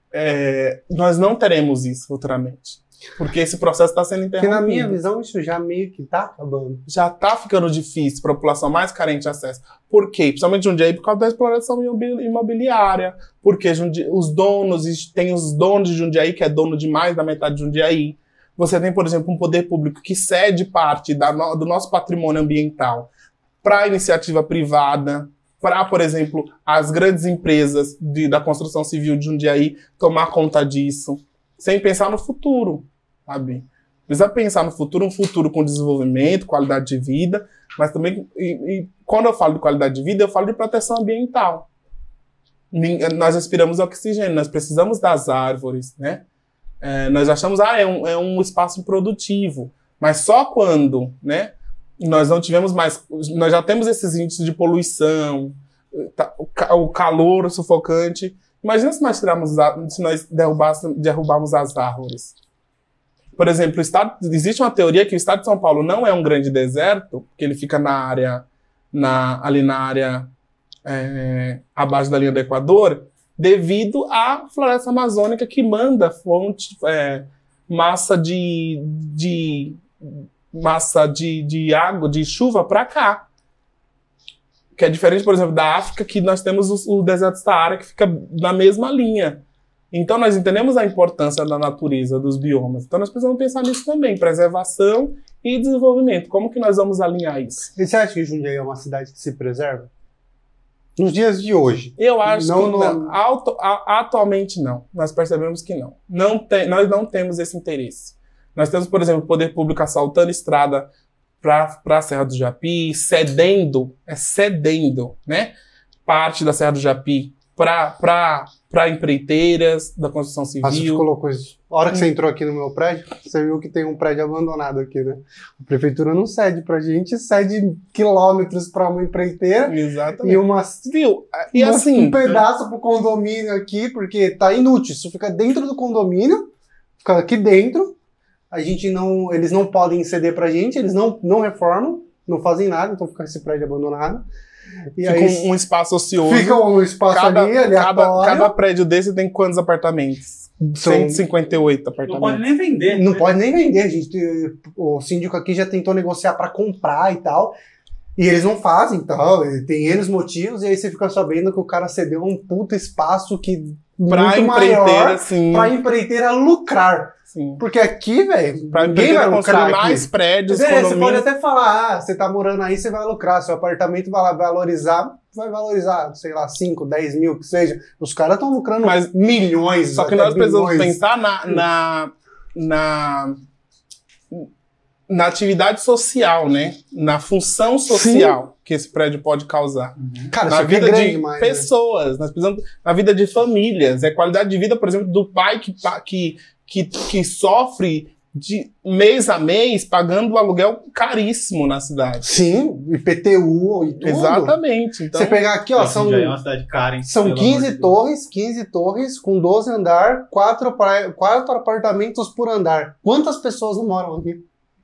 É, nós não teremos isso futuramente. Porque esse processo está sendo interrompido. Porque na minha visão isso já meio que está acabando. Já está ficando difícil para a população mais carente de acesso. Por quê? Principalmente Jundiaí por causa da exploração imobiliária. Porque os donos, tem os donos de Jundiaí, que é dono de mais da metade de Jundiaí. Você tem, por exemplo, um poder público que cede parte da, do nosso patrimônio ambiental para a iniciativa privada, para, por exemplo, as grandes empresas de, da construção civil de Jundiaí tomar conta disso, sem pensar no futuro, sabe? Precisa pensar no futuro, um futuro com desenvolvimento, qualidade de vida, mas também, e, e, quando eu falo de qualidade de vida, eu falo de proteção ambiental. Nós respiramos oxigênio, nós precisamos das árvores, né? É, nós achamos, ah, é um, é um espaço produtivo, mas só quando, né, nós não tivemos mais... Nós já temos esses índices de poluição, tá, o, ca- o calor sufocante. Imagina se nós, tirarmos, a- se nós derrubarmos, derrubarmos as árvores. Por exemplo, o estado, existe uma teoria que o estado de São Paulo não é um grande deserto, porque ele fica na área, na, ali na área é, abaixo da linha do Equador, devido à floresta amazônica que manda fonte, é, massa de, de massa de, de água, de chuva para cá. Que é diferente, por exemplo, da África, que nós temos o, o deserto do Saara, que fica na mesma linha. Então, nós entendemos a importância da natureza, dos biomas. Então, nós precisamos pensar nisso também, preservação e desenvolvimento. Como que nós vamos alinhar isso? E você acha que Jundiaí é uma cidade que se preserva? Nos dias de hoje. Eu acho Não que no- não. Auto- a- atualmente não. Nós percebemos que não. não tem, nós não temos esse interesse. Nós temos, por exemplo, o poder público assaltando estrada para a Serra do Japi, cedendo, é cedendo, né? Parte da Serra do Japi para empreiteiras da construção Ah, você civil. colocou isso. A hora que você entrou aqui no meu prédio, você viu que tem um prédio abandonado aqui, né? A prefeitura não cede pra gente, cede quilômetros pra uma empreiteira Exatamente. e uma, Viu? E uma- assim, um pedaço pro condomínio aqui, porque tá inútil. Isso fica dentro do condomínio, fica aqui dentro. A gente não, eles não podem ceder pra gente, eles não, não reformam, não fazem nada, então fica esse prédio abandonado. E fica aí um, um espaço ocioso. fica um espaço cada, ali, cada, aleatório. cada prédio desse tem quantos apartamentos? São- cento e cinquenta e oito Não pode apartamentos. nem vender. Não né? pode nem vender, a gente, o síndico aqui já tentou negociar para comprar e tal, e eles não fazem, tal, tem eles motivos, e aí você fica sabendo que o cara cedeu um puta espaço que Pra muito empreiteira, maior sim. pra empreiteira lucrar. sim. Porque aqui, velho, Pra ninguém empreiteira vai construir lucrar aqui. mais prédios, É, você pode condomínios. até falar, ah, você tá morando aí, você vai lucrar, seu apartamento vai valorizar, vai valorizar, sei lá, cinco, dez mil, que seja. Os caras estão lucrando Mas- milhões, Só que até nós precisamos bilhões. pensar na, na, na, na atividade social, né? Na função social que esse prédio pode causar. Cara, Na isso aqui é vida grande de demais, né? pessoas, nós precisamos, na vida de famílias, é qualidade de vida, por exemplo, do pai que, pa- que, que, que sofre de mês a mês pagando um aluguel caríssimo na cidade. Sim, I P T U e tudo. Exatamente. Então, Você pegar aqui, ó, Isso são, já é uma cidade cara, hein? são Pelo amor de quinze Deus. torres, quinze torres, com doze andar, quatro apartamentos por andar. Quantas pessoas não moram aqui?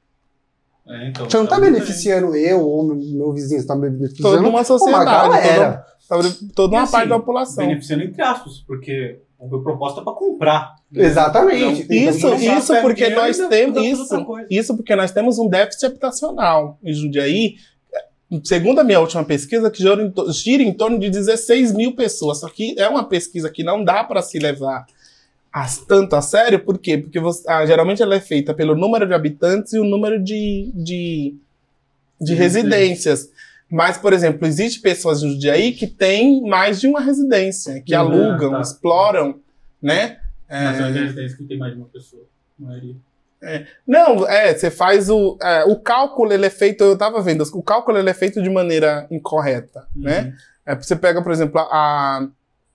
É, então, Você não tá então, beneficiando eu ou meu, meu vizinho, você tá beneficiando toda uma uma sociedade, galera. toda, toda E uma assim, parte da população. beneficiando entre aspas, porque houve proposta para comprar. Exatamente. Então, Tem Isso, que- Então, isso pega porque dinheiro nós e dá- temos dá tudo isso, outra coisa. isso porque nós temos um déficit habitacional em Jundiaí. Segundo a minha última pesquisa, que gira em, to- gira em torno de dezesseis mil pessoas. Só que é uma pesquisa que não dá para se levar as- tanto a sério. Por quê? Porque você- ah, geralmente ela é feita pelo número de habitantes e o número de, de, de Sim, residências. Mas, por exemplo, existe pessoas em Jundiaí que têm mais de uma residência, que Uhum, alugam, tá. exploram, né? Mas é uma É, residência que tem mais de uma pessoa. A maioria. Não, é, você faz o... é, o cálculo, ele é feito... Eu tava vendo, o cálculo, ele é feito de maneira incorreta, né? É, você pega, por exemplo, a,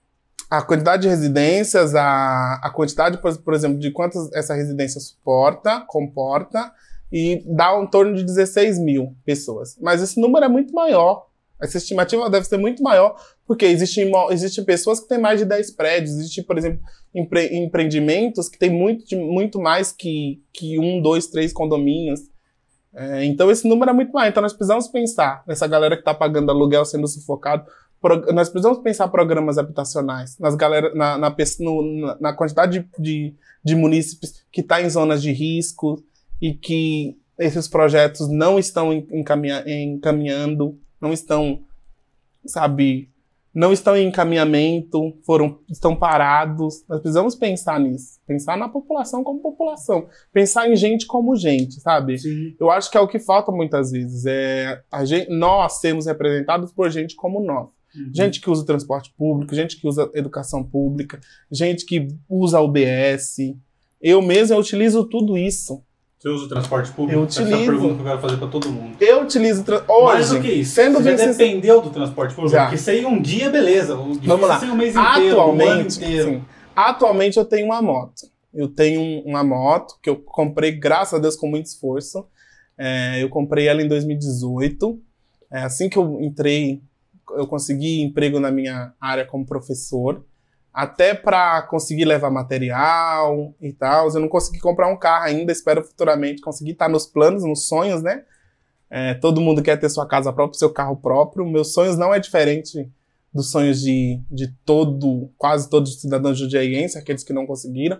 a quantidade de residências, a, a quantidade, por, por exemplo, de quantas essa residência suporta, comporta, e dá um torno de dezesseis mil pessoas. Mas esse número é muito maior. Essa estimativa deve ser muito maior, porque existem, imo- existem pessoas que têm mais de dez prédios, existem, por exemplo, empre- empreendimentos que têm muito, de- muito mais que, que um, dois, três condomínios. É, então esse número é muito maior. Então nós precisamos pensar nessa galera que está pagando aluguel sendo sufocado. Pro- nós precisamos pensar programas habitacionais, nas galera, na, na, pes- no- na- na quantidade de, de, de munícipes que está em zonas de risco e que esses projetos não estão em- encaminha- encaminhando, não estão, sabe, não estão em encaminhamento, foram, estão parados. Nós precisamos pensar nisso. Pensar na população como população. Pensar em gente como gente, sabe? Sim. Eu acho que é o que falta muitas vezes. É a gente, nós sermos representados por gente como nós. Uhum. Gente que usa transporte público, gente que usa educação pública, gente que usa U B S. Eu mesmo eu utilizo tudo isso. Você usa o transporte público? Eu Essa é a utilizo. pergunta que eu quero fazer para todo mundo. Eu utilizo... tra- Hoje, Mais do que isso, sendo você bem já sincero... dependeu do transporte público? Já. Porque isso aí um dia, beleza. O difícil Vamos lá. é ser um mês inteiro, um ano Atualmente, inteiro. sim, atualmente eu tenho uma moto. Eu tenho um- uma moto que eu comprei, graças a Deus, com muito esforço. É, eu comprei ela em dois mil e dezoito. É, assim que eu entrei, eu consegui emprego na minha área como professor. Até para conseguir levar material e tal. Eu não consegui comprar um carro ainda, espero futuramente conseguir estar nos planos, nos sonhos, né? É, todo mundo quer ter sua casa própria, seu carro próprio. Meus sonhos não é diferente dos sonhos de, de todo, quase todos os cidadãos jundiaienses, aqueles que não conseguiram.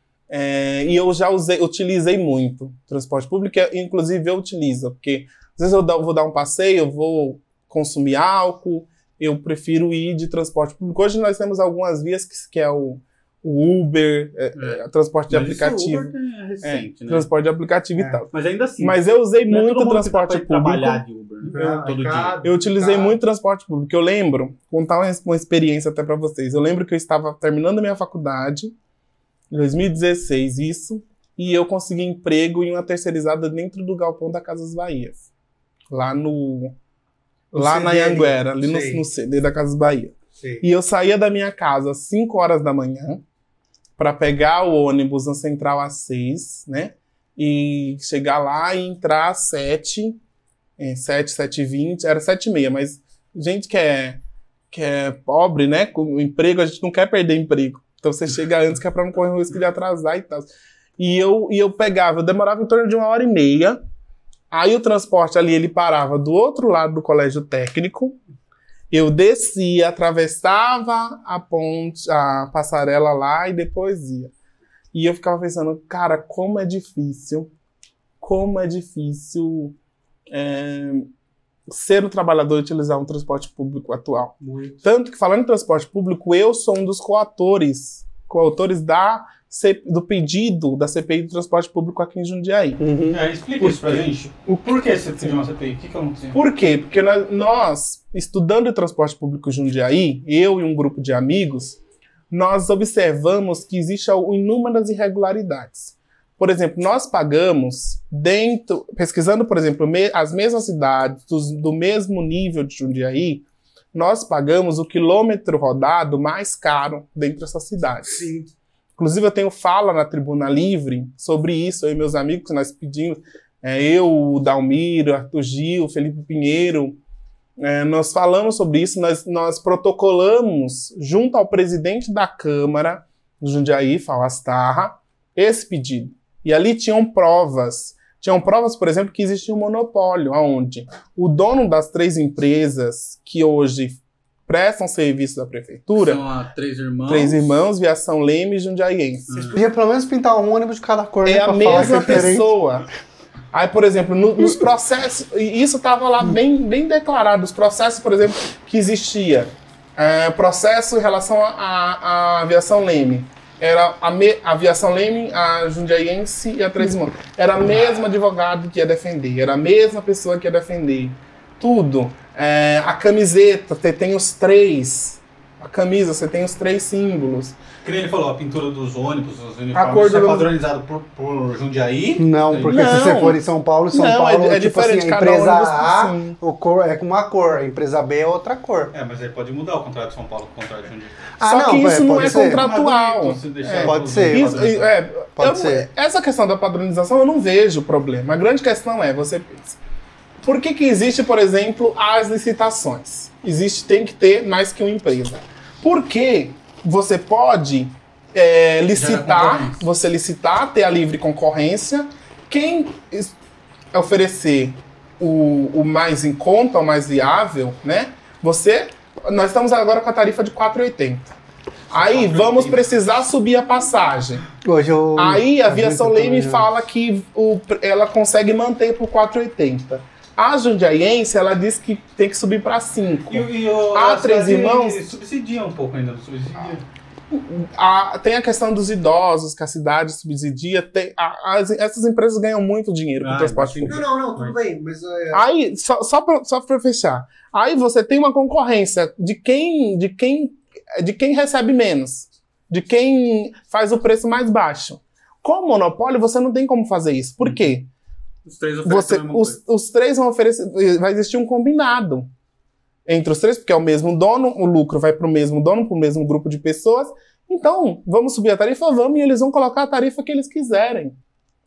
É, e eu já usei, utilizei muito transporte público, inclusive eu utilizo, porque às vezes eu vou dar um passeio, eu vou consumir álcool, eu prefiro ir de transporte público. Hoje nós temos algumas vias que, que é o, o Uber, é, é. transporte de Mas aplicativo. Uber é recente, é, né? Transporte de aplicativo É. e tal. Mas ainda assim. Mas eu usei não é muito todo mundo transporte que dá pra ir público. trabalhar de Uber, né? É, Todo cara. dia. Eu utilizei Cara. muito transporte público. Eu lembro, contar uma, uma experiência até pra vocês. Eu lembro que eu estava terminando a minha faculdade, em dois mil e dezesseis, isso, e eu consegui emprego em uma terceirizada dentro do galpão da Casas Bahias. Lá no... No lá C D na ali. Anhanguera, ali no, Sei. no C D da Casas Bahia. Sei. E eu saía da minha casa às cinco horas da manhã para pegar o ônibus na Central às seis, né? E chegar lá e entrar às sete, é, sete, sete e vinte, era sete e meia, mas gente que é, que é pobre, né? Com emprego, a gente não quer perder emprego. Então você chega antes que é para não correr o risco de atrasar e tal. E eu, e eu pegava, eu demorava em torno de uma hora e meia. Aí o transporte ali, ele parava do outro lado do colégio técnico. Eu descia, atravessava a ponte, a passarela lá e depois ia. E eu ficava pensando, cara, como é difícil, como é difícil é, ser um trabalhador e utilizar um transporte público atual. Muito. Tanto que, falando em transporte público, eu sou um dos coautores, coautores da, C- do pedido da C P I do transporte público aqui em Jundiaí. Uhum. É, explica isso pra gente. O porquê você pediu uma C P I? O que que aconteceu? Por quê? Porque nós, nós, estudando o transporte público em Jundiaí, eu e um grupo de amigos, nós observamos que existem inúmeras irregularidades. Por exemplo, nós pagamos dentro, pesquisando, por exemplo, me, as mesmas cidades dos, do mesmo nível de Jundiaí, nós pagamos o quilômetro rodado mais caro dentro dessas cidades. Sim. Inclusive, eu tenho fala na Tribuna Livre sobre isso, eu e meus amigos, nós pedimos, é, eu, o Dalmiro, Arthur Gil, Felipe Pinheiro, é, nós falamos sobre isso, nós, nós protocolamos junto ao presidente da Câmara, do Jundiaí, Falastarra, esse pedido. E ali tinham provas. Tinham provas, por exemplo, que existia um monopólio, onde o dono das três empresas que hoje prestam serviço da prefeitura, São a Três Irmãos. Três Irmãos, Viação Leme e Jundiaiense. Vocês podiam pelo menos pintar um ônibus de cada cor, né, É a pra falar mesma que é diferente. pessoa. Aí, por exemplo, no- nos processos, e isso estava lá bem, bem declarado, os processos, por exemplo, que existia. É, processo em relação à à aviação Leme. Era a, me, a aviação Leme, a Jundiaiense e a Três Irmãos. Era a mesma advogado que ia defender, era a mesma pessoa que ia defender. Tudo. É, a camiseta, você tem os três. A camisa, você tem os três símbolos. Que nem ele falou, a pintura dos ônibus, os A uniformes, cor isso é do- padronizado por, por Jundiaí? Não, porque Não. se você for em São Paulo, São Não, Paulo, é- é tipo diferente, assim, a cada empresa ônibus, A, sim. o cor é com uma cor, a empresa B é outra cor. É, mas aí pode mudar o contrato de São Paulo com o contrato de Jundiaí. Ah, Só não, que isso é, não pode é ser. contratual. Mas se deixar É, pode tudo ser. Isso, padronizado. é, Pode eu- ser. Essa questão da padronização eu não vejo problema. A grande questão é, você pensa, por que que existe, por exemplo, as licitações? Existe, tem que ter mais que uma empresa. Porque você pode é, licitar, concorrência. você licitar, ter a livre concorrência, quem es- oferecer o, o mais em conta, o mais viável, né? Você, nós estamos agora com a tarifa de quatro reais e oitenta. Aí vamos precisar subir a passagem. Hoje eu... Aí a Aviação também, Leme né? fala que o, ela consegue manter por quatro reais e oitenta. A Jundiaiense, ela diz que tem que subir para cinco. E, e o, Ah, a Três cidade Irmãos? subsidia um pouco ainda, não subsidia? A- tem a questão dos idosos, que a cidade subsidia. Tem, a- as- essas empresas ganham muito dinheiro com o Ah, transporte imagino. público. Não, não, não, tudo bem, mas é, Aí, só, só para só pra fechar, aí você tem uma concorrência de quem, de, quem, de quem recebe menos, de quem faz o preço mais baixo. Com o monopólio, você não tem como fazer isso. Por quê? Os três oferecem Você, a mesma os, coisa. os três vão oferecer, vai existir um combinado entre os três, porque é o mesmo dono, o lucro vai para o mesmo dono, para o mesmo grupo de pessoas. Então, vamos subir a tarifa? Vamos, e eles vão colocar a tarifa que eles quiserem.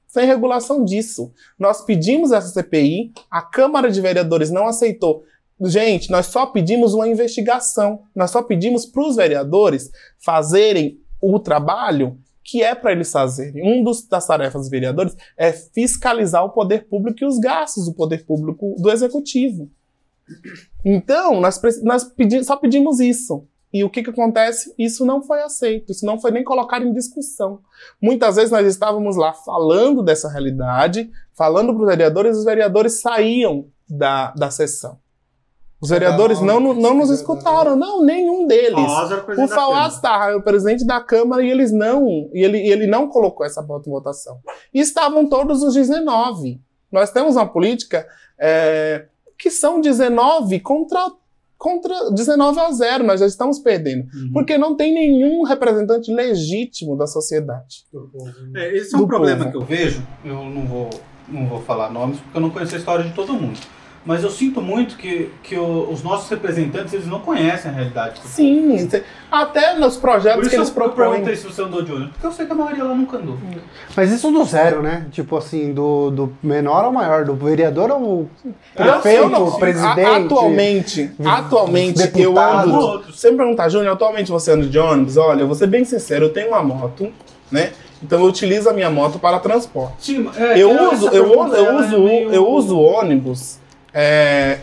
sem regulação disso. Nós pedimos essa C P I, a Câmara de Vereadores não aceitou. Gente, nós só pedimos uma investigação. Nós só pedimos para os vereadores fazerem o trabalho que é para eles fazerem. Um dos, das tarefas dos vereadores é fiscalizar o poder público e os gastos do poder público do executivo. Então, nós, nós pedi, só pedimos isso. E o que, que acontece? Isso não foi aceito, isso não foi nem colocado em discussão. Muitas vezes nós estávamos lá falando dessa realidade, falando para os vereadores, e os vereadores saíam da, da sessão. Os vereadores não, não, não nos escutaram, não, nenhum deles. O Fawaz estava o presidente da Câmara e eles não, e ele, ele não colocou essa pauta em votação. E estavam todos os dezenove. Nós temos uma política é, que são dezenove contra, contra dezenove a zero, nós já estamos perdendo. Uhum. Porque não tem nenhum representante legítimo da sociedade. É, esse é um problema povo. que eu vejo, eu não vou, não vou falar nomes porque eu não conheço a história de todo mundo. Mas eu sinto muito que, que o, os nossos representantes, eles não conhecem a realidade. Sim, até nos projetos que eles propõem. Eu perguntei se você andou de ônibus, porque eu sei que a maioria lá nunca andou. Mas isso do zero, né? Tipo assim, do, do menor ao maior, do vereador ao prefeito, não, presidente. Atualmente, atualmente eu ando... Você me perguntar, Júnior, atualmente você anda de ônibus? Olha, eu vou ser bem sincero, eu tenho uma moto, né? Então eu utilizo a minha moto para transporte. Sim, é, eu, uso, eu, uso, eu, uso, é meio... eu uso ônibus... É,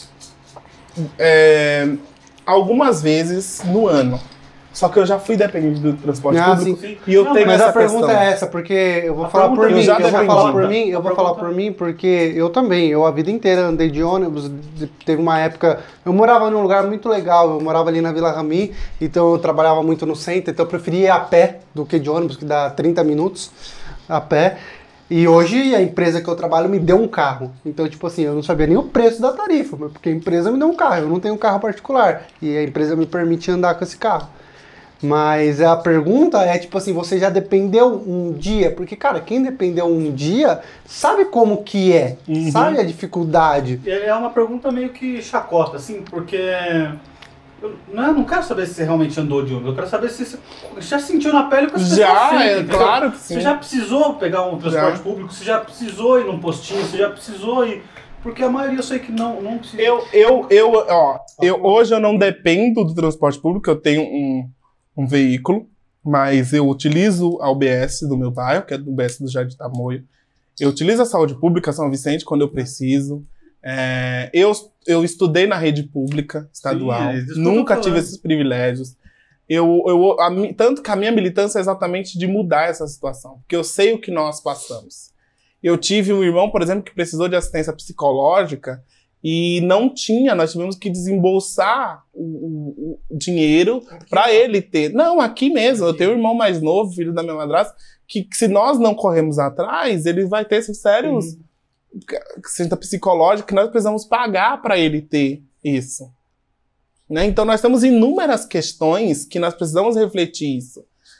é, algumas vezes no ano. Só que eu já fui dependente do transporte ah, público sim. e eu não, tenho mas essa a pergunta questão. é essa, porque eu vou a falar por mim, eu, eu vou falar por mim, eu vou falar por mim, porque eu também, eu a vida inteira andei de ônibus, teve uma época, eu morava num lugar muito legal, eu morava ali na Vila Rami, então eu trabalhava muito no centro, então eu preferia ir a pé do que de ônibus, que dá trinta minutos a pé. E hoje a empresa que eu trabalho me deu um carro. Então, tipo assim, eu não sabia nem o preço da tarifa, porque a empresa me deu um carro, eu não tenho um carro particular. E a empresa me permite andar com esse carro. Mas a pergunta é, tipo assim, você já dependeu um dia? Porque, cara, quem dependeu um dia sabe como que é, uhum. sabe a dificuldade. É uma pergunta meio que chacota, assim, porque... Eu não, eu não quero saber se você realmente andou de ônibus, eu quero saber se você já sentiu na pele o que você já, sentem, é entendeu? Claro que sim. Você já precisou pegar um transporte já. público, você já precisou ir num postinho, você já precisou ir... Porque a maioria eu sei que não, não precisa. Eu, eu, eu, ó, eu, hoje eu não dependo do transporte público, eu tenho um, um veículo, mas eu utilizo a U B S do meu bairro, que é do U B S do Jardim Tamoio. Eu utilizo a saúde pública São Vicente quando eu preciso. É, eu, eu estudei na rede pública estadual, sim, nunca tive esses privilégios. Eu, eu, a, tanto que a minha militância é exatamente de mudar essa situação, porque eu sei o que nós passamos. Eu tive um irmão, por exemplo, que precisou de assistência psicológica e não tinha, nós tivemos que desembolsar o, o, o dinheiro para ele ter. Não, aqui mesmo, eu tenho um irmão mais novo, filho da minha madrasta, que, que se nós não corremos atrás, ele vai ter sérios... Uhum. Assistência psicológica que nós precisamos pagar para ele ter isso. Né? Então nós temos inúmeras questões que nós precisamos refletir isso.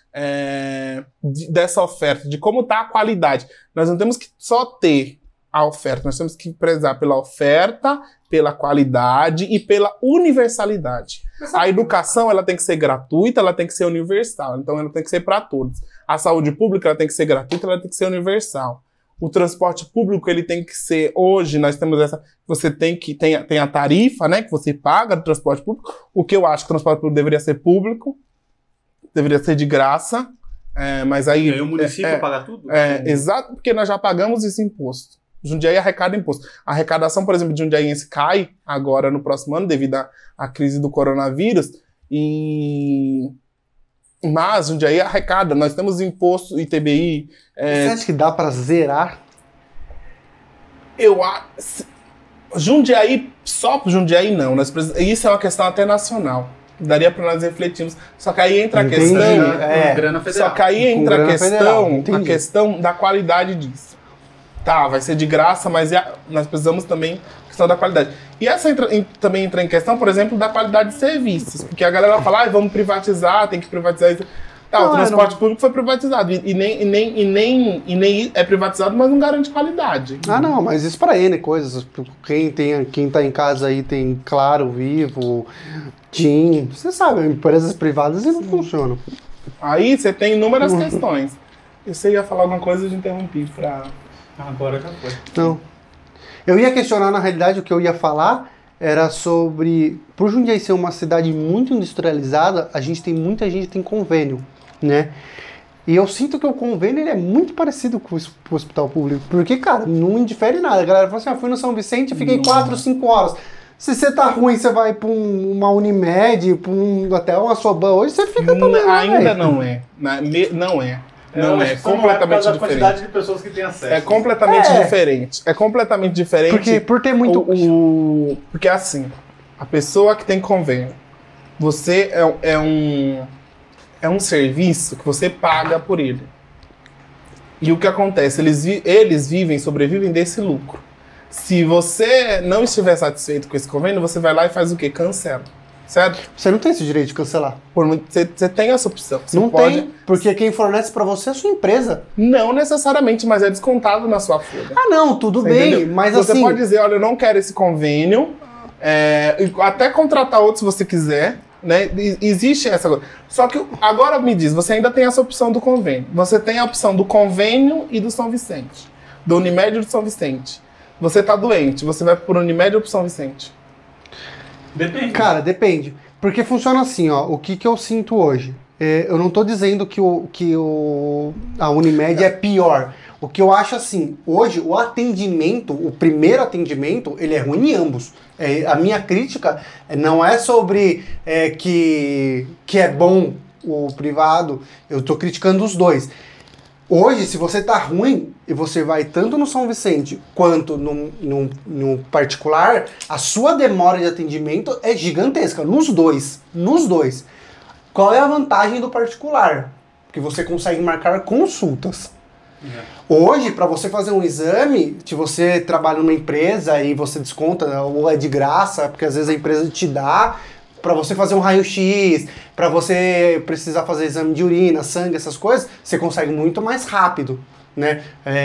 É, de, dessa oferta, de como está a qualidade. Nós não temos que só ter a oferta, nós temos que prezar pela oferta, pela qualidade e pela universalidade. A educação ela tem que ser gratuita, ela tem que ser universal, então ela tem que ser para todos. A saúde pública ela tem que ser gratuita, ela tem que ser universal. O transporte público, ele tem que ser, hoje nós temos essa, você tem que, tem, tem a tarifa, né, que você paga do transporte público, o que eu acho que o transporte público deveria ser público, deveria ser de graça, é, mas aí... E aí o município é, paga tudo? É, é, exato, porque nós já pagamos esse imposto. Jundiaí arrecada imposto. A arrecadação, por exemplo, de Jundiaiense cai agora no próximo ano, devido à, à crise do coronavírus, e... Mas Jundiaí arrecada, nós temos imposto, I T B I... É... Você acha que dá para zerar? Eu acho... Jundiaí, só pro Jundiaí não. Nós precis... Isso é uma questão até nacional. Daria para nós refletirmos. Só que aí entra Entendi. a questão... É. Grana federal. Só que aí entra a questão, a questão da qualidade disso. Tá, vai ser de graça, mas nós precisamos também da questão da qualidade. E essa entra, em, também entra em questão, por exemplo, da qualidade de serviços. Porque a galera fala, ah, vamos privatizar, tem que privatizar isso. Tá, não, o transporte não... público foi privatizado. E, e, nem, e, nem, e, nem, e nem é privatizado, mas não garante qualidade. Ah, não, mas isso para N coisas. Quem, tem, quem tá em casa aí tem Claro, Vivo, Tim. Você sabe, empresas privadas não funcionam. Aí você tem inúmeras questões. Você ia falar alguma coisa e eu interrompi pra... Agora já foi. Não. Eu ia questionar, na realidade, o que eu ia falar era sobre... Por Jundiaí ser uma cidade muito industrializada, a gente tem muita gente que tem convênio, né? E eu sinto que o convênio ele é muito parecido com o hos- com o hospital público. Porque, cara, não indifere nada. A galera fala assim, ah, fui no São Vicente e fiquei quatro, cinco horas. Se você tá ruim, você vai pra um- uma Unimed, pra um, até uma Soban hoje, você fica também lá, Ainda velho. não é. Na- me- Não é. Não Eu é. acho que só não é por Completamente causa da diferente. quantidade de pessoas que têm acesso. É completamente É. diferente. É completamente diferente. Porque por ter muito... O, o- porque assim, a pessoa que tem convênio, você é, é um é um serviço que você paga por ele. E o que acontece? Eles, vi- eles vivem, sobrevivem desse lucro. Se você não estiver satisfeito com esse convênio, você vai lá e faz o quê? Cancela. Certo? Você não tem esse direito de cancelar. Por muito- você, você tem essa opção. Você Não pode, tem, porque quem fornece pra você é a sua empresa. Não necessariamente, mas é descontado na sua folha. Ah, não, tudo Você bem, entendeu? mas você assim... pode dizer, olha, eu não quero esse convênio, é, e até contratar outro se você quiser, né? E- Existe essa coisa. Só que agora me diz, você ainda tem essa opção do convênio. Você tem a opção do convênio e do São Vicente. Do Unimed e do São Vicente. Você tá doente, você vai por Unimed ou pro São Vicente? Depende. Cara, depende. Porque funciona assim, ó. O que, que eu sinto hoje? É, eu não tô dizendo que, o, que o, a Unimed é pior. O que eu acho assim, hoje o atendimento, o primeiro atendimento, ele é ruim em ambos. É, a minha crítica não é sobre é, que, que é bom o privado, eu tô criticando os dois. Hoje, se você tá ruim e você vai tanto no São Vicente quanto no, no, no particular, a sua demora de atendimento é gigantesca. Nos dois. Nos dois. Qual é a vantagem do particular? Que você consegue marcar consultas. Hoje, para você fazer um exame, se você trabalha numa empresa e você desconta, ou é de graça, porque às vezes a empresa te dá, para você fazer um raio-x, para você precisar fazer exame de urina, sangue, essas coisas, você consegue muito mais rápido, né?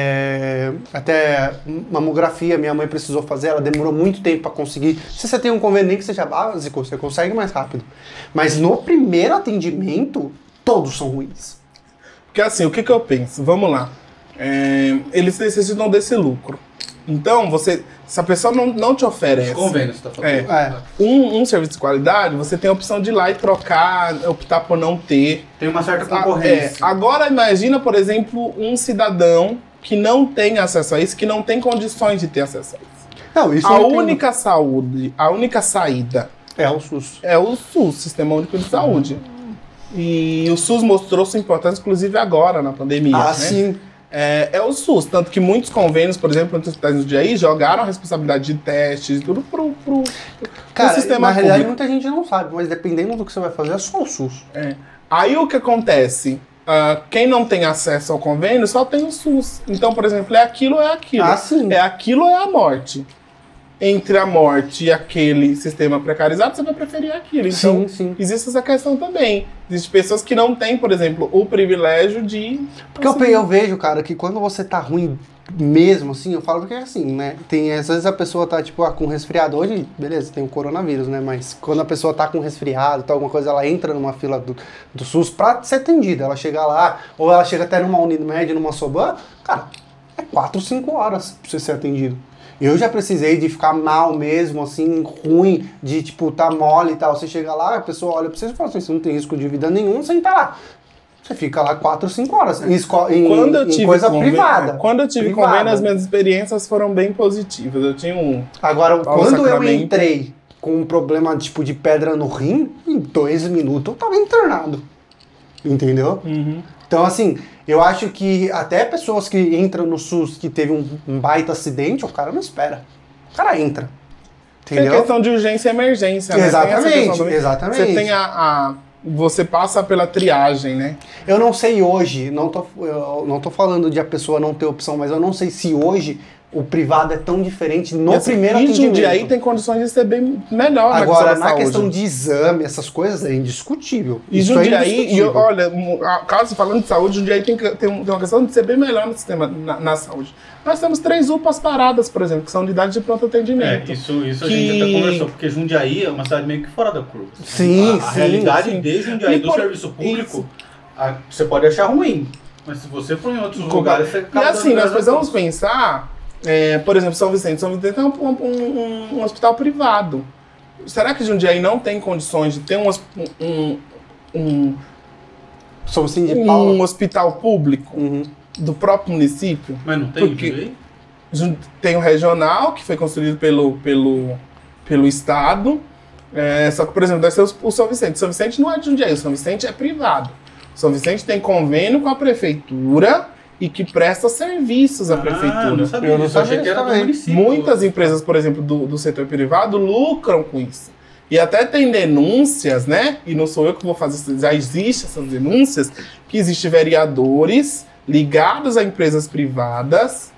É, até mamografia, minha mãe precisou fazer, ela demorou muito tempo para conseguir. Se você tem um convênio nem que seja básico, você consegue mais rápido. Mas no primeiro atendimento, todos são ruins. Porque assim, o que, que eu penso? Vamos lá. É, eles necessitam desse lucro. Então, você, se a pessoa não, não te oferece Os convênios, você tá falando. É. É. um, um serviço de qualidade, você tem a opção de ir lá e trocar, optar por não ter. Tem uma certa Ah, concorrência. é. Agora imagina, por exemplo, um cidadão que não tem acesso a isso, que não tem condições de ter acesso a isso. Não, isso A eu não tenho- única saúde, a única saída é o SUS. é o SUS, Sistema Único de Saúde. E o SUS mostrou sua importância, inclusive agora, na pandemia. Ah, né? sim. É, é o SUS, tanto que muitos convênios, por exemplo, muitos hospitais no Jundiaí jogaram a responsabilidade de testes e tudo pro, pro, pro Cara, sistema na realidade público. muita gente não sabe, mas dependendo do que você vai fazer, é só o SUS. É. Aí o que acontece? Ah, quem não tem acesso ao convênio só tem o SUS. Então, por exemplo, é aquilo ou é aquilo. Ah, sim. É aquilo ou é a morte. Entre a morte e aquele sistema precarizado, você vai preferir aquilo. Então, Sim, sim. existe essa questão também. Existem pessoas que não têm, por exemplo, o privilégio de... Porque eu, pe- eu vejo, cara, que quando você tá ruim mesmo, assim, eu falo porque é assim, né? Tem, às vezes a pessoa tá, tipo, ah, com resfriado. Hoje, beleza, tem o coronavírus, né? Mas quando a pessoa tá com resfriado, tá, alguma coisa, ela entra numa fila do, do SUS pra ser atendida. Ela chega lá, ou ela chega até numa Unimed, numa Soban, cara, é quatro, cinco horas pra você ser atendido. Eu já precisei de ficar mal mesmo, assim, ruim, de, tipo, tá mole e tal. Você chega lá, a pessoa olha pra você e fala assim, você não tem risco de vida nenhum, você tá lá. Você fica lá quatro, cinco horas, em, esco- em, Quando eu em tive coisa convênio- privada. Quando eu tive Privada. convênio, as minhas experiências foram bem positivas. Eu tinha um... Agora, Paulo quando eu Sacramento. entrei com um problema, tipo, de pedra no rim, em dois minutos eu tava internado. Entendeu? Então, assim, eu acho que até pessoas que entram no SUS que teve um, um baita acidente, o cara não espera. O cara entra. É Entendeu? questão de urgência e emergência, né? Tem essa Exatamente, questão também. exatamente. Você tem a, a- Você passa pela triagem, né? Eu não sei hoje, não tô, eu não tô falando de a pessoa não ter opção, mas eu não sei se hoje o privado é tão diferente no E assim, primeiro e atendimento. Jundiaí tem condições de ser bem melhor Agora, na na questão da questão saúde. de exame, essas coisas, é indiscutível. E Isso Jundiaí, é e indiscutível. eu- olha, a- caso falando de saúde, Jundiaí tem, que- tem, um- tem uma questão de ser bem melhor no sistema, na, na saúde. Nós temos três U P As paradas, por exemplo, que são unidades de pronto É, atendimento. isso, isso a Que- gente até conversou, porque Jundiaí é uma cidade meio que fora da curva. Sim, a, a sim, realidade sim. de Jundiaí E do por- serviço público, isso. a- você pode achar ruim. Mas se você for em outros Com- lugares, você E acaba assim, dando nós graças a precisamos Deus. pensar, é, por exemplo, São Vicente. São Vicente é um, um- um- um hospital privado. Será que Jundiaí não tem condições de ter um, hos- um, um, São Vicente de um Paula. hospital público Uhum. do próprio município? Mas não tem Porque- Jundiaí? Jun- Tem o regional, que foi construído pelo, pelo, pelo Estado. É, só que, por exemplo, deve ser o, o São Vicente. O São Vicente não é de Jundiaí, o São Vicente é privado. O São Vicente tem convênio com a prefeitura e que presta serviços à Ah, não prefeitura. sabia Eu não disso, eu achei sabia que era do também. município. Muitas empresas, por exemplo, do, do setor privado, lucram com isso. E até tem denúncias, né? E não sou eu que vou fazer, já existem essas denúncias, que existem vereadores ligados a empresas privadas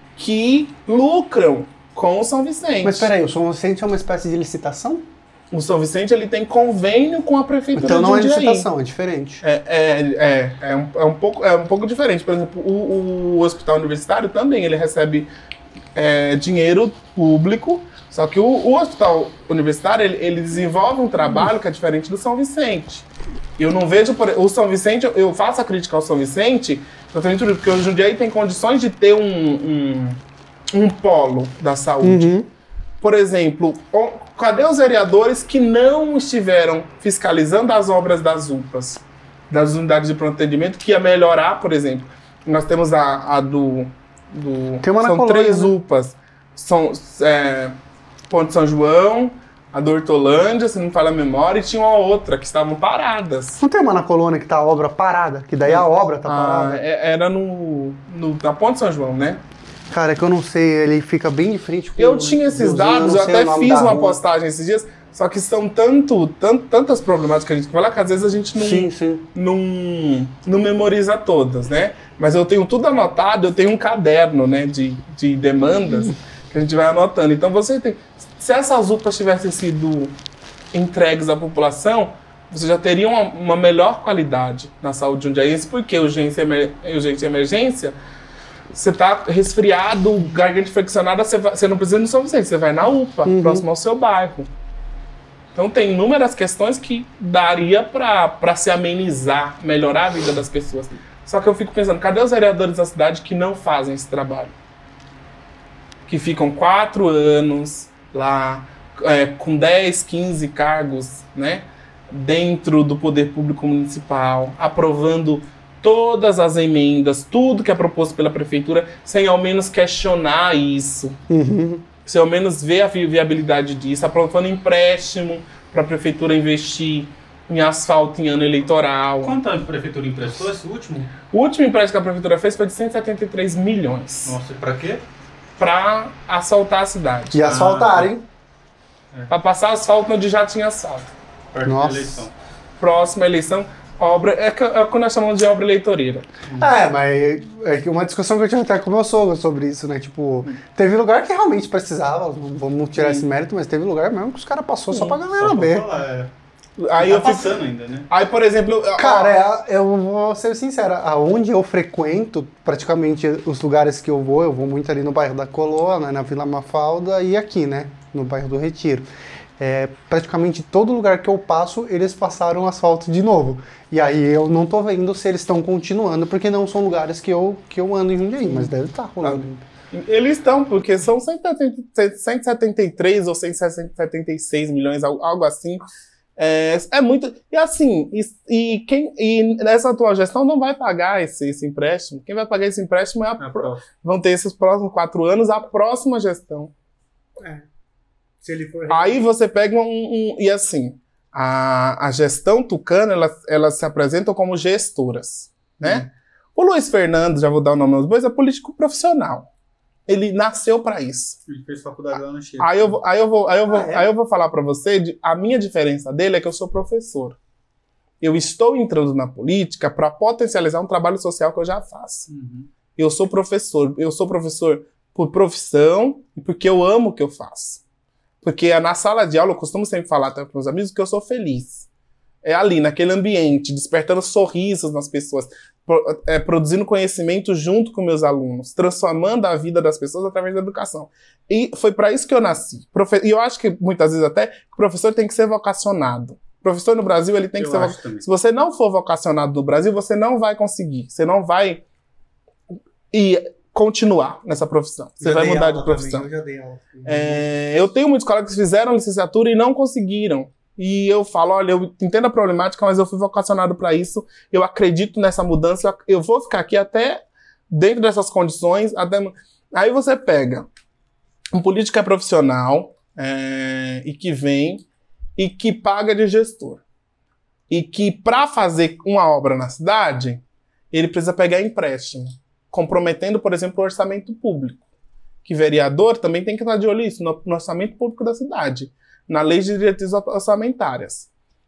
que lucram com o São Vicente. Mas peraí, o São Vicente é uma espécie de licitação? O São Vicente ele tem convênio com a prefeitura Então não é de Jundiaí. licitação, é diferente. É, é, é, é, um, é, um pouco, é um pouco diferente. Por exemplo, o, o hospital universitário também ele recebe é, dinheiro público, só que o, o hospital universitário ele, ele desenvolve um trabalho que é diferente do São Vicente. Eu não vejo, por, o São Vicente, eu, eu faço a crítica ao São Vicente, porque o Jundiaí tem condições de ter um, um, um polo da saúde. Uhum. Por exemplo, o- cadê os vereadores que não estiveram fiscalizando as obras das U P As, das unidades de pronto atendimento, que ia melhorar, por exemplo? Nós temos a, a do, do... Tem uma na São Colônia, três né? U P As. São é, Ponte São João, a do Hortolândia, se não me falha a memória, e tinha uma outra que estavam paradas. Não tem uma na colônia que tá a obra parada? Que daí a obra tá Ah, parada? é- era no, no, na Ponte São João, né? Cara, é que eu não sei, ele fica bem de frente com Eu tinha esses Deusinho, dados, não eu sei o até nome fiz da uma rua. postagem esses dias, só que são tanto, tanto, tantas problemáticas que a gente fala que às vezes a gente não, Sim, sim. não, não memoriza todas, né? Mas eu tenho tudo anotado, eu tenho um caderno, né, de, de demandas que a gente vai anotando. Então você tem... Se essas U P As tivessem sido entregues à população, você já teria uma, uma melhor qualidade na saúde jundiaense, porque urgência, emer- urgência e emergência, você tá resfriado, garganta infeccionada, você, vai- você não precisa ir no São Vicente, você vai na U P A, Uhum. próximo ao seu bairro. Então tem inúmeras questões que daria para se amenizar, melhorar a vida das pessoas. Só que eu fico pensando, cadê os vereadores da cidade que não fazem esse trabalho? Que ficam quatro anos lá, é, com dez, quinze cargos, né, dentro do poder público municipal, aprovando todas as emendas, tudo que é proposto pela prefeitura, sem ao menos questionar isso. Uhum. Se ao menos ver a vi- viabilidade disso, aprovando empréstimo para a prefeitura investir em asfalto em ano eleitoral. Quanto a prefeitura emprestou esse último? O último empréstimo que a prefeitura fez foi de cento e setenta e três milhões Nossa, pra quê? para asfaltar a cidade. E asfaltar, hein? Para passar asfalto onde já tinha asfalto. Perto Nossa. da eleição. Próxima eleição, obra. É, que- é o que nós chamamos de obra eleitoreira. É, mas é que uma discussão que eu tive até com o meu sogro sobre isso, né? Tipo, teve lugar que realmente precisava, não vamos tirar Sim. esse mérito, mas teve lugar mesmo que os caras passou só Sim, pra Só galera pra ver. falar, é. Aí tá eu fico. passando ainda, né? Aí, por exemplo. ó, Cara, é, eu vou ser sincero, aonde eu frequento, praticamente os lugares que eu vou, eu vou muito ali no bairro da Colônia, na Vila Mafalda e aqui, né? No bairro do Retiro. É, praticamente todo lugar que eu passo, eles passaram asfalto de novo. E aí eu não tô vendo se eles estão continuando, porque não são lugares que eu, que eu ando em Jundiaí, mas deve estar rolando. Eles estão, porque são cento e setenta e três ou cento e setenta e seis milhões, al- algo assim. É, é muito. E assim, e, e quem, e nessa atual gestão não vai pagar esse, esse empréstimo. Quem vai pagar esse empréstimo é a, Na pro- próxima. vão ter esses próximos quatro anos, a próxima gestão. Se ele for... Aí você pega um. um- e assim, a, a gestão tucana, ela, elas se apresentam como gestoras, né? O Luiz Fernando, já vou dar o nome aos bois, é político profissional. Ele nasceu para isso. Ele fez faculdade lá no Chile. Aí eu vou, aí eu vou, aí eu vou, Ah, é? aí eu vou falar para você, de, a minha diferença dele é que eu sou professor. Eu estou entrando na política para potencializar um trabalho social que eu já faço. Uhum. Eu sou professor. Eu sou professor por profissão e porque eu amo o que eu faço. Porque na sala de aula, eu costumo sempre falar até para meus amigos que eu sou feliz. É ali, naquele ambiente, despertando sorrisos nas pessoas, pro- é, produzindo conhecimento junto com meus alunos, transformando a vida das pessoas através da educação. E foi para isso que eu nasci. Profe- E eu acho que muitas vezes até que o professor tem que ser vocacionado. Professor no Brasil, ele tem que Eu ser... acho voc- também. Se você não for vocacionado no Brasil, você não vai conseguir. Você não vai ir continuar nessa profissão. Você Já vai dei mudar aula de profissão. também, eu já dei aula. É, eu tenho muitos colegas que fizeram licenciatura e não conseguiram. E eu falo, olha, eu entendo a problemática, mas eu fui vocacionado para isso, eu acredito nessa mudança, eu, ac- eu vou ficar aqui até dentro dessas condições. Até... Aí você pega um político é profissional é, e que vem e que paga de gestor. E que para fazer uma obra na cidade, ele precisa pegar empréstimo, comprometendo, por exemplo, o orçamento público. Que vereador também tem que estar de olho nisso, no, no orçamento público da cidade, na lei de diretrizes orçamentárias,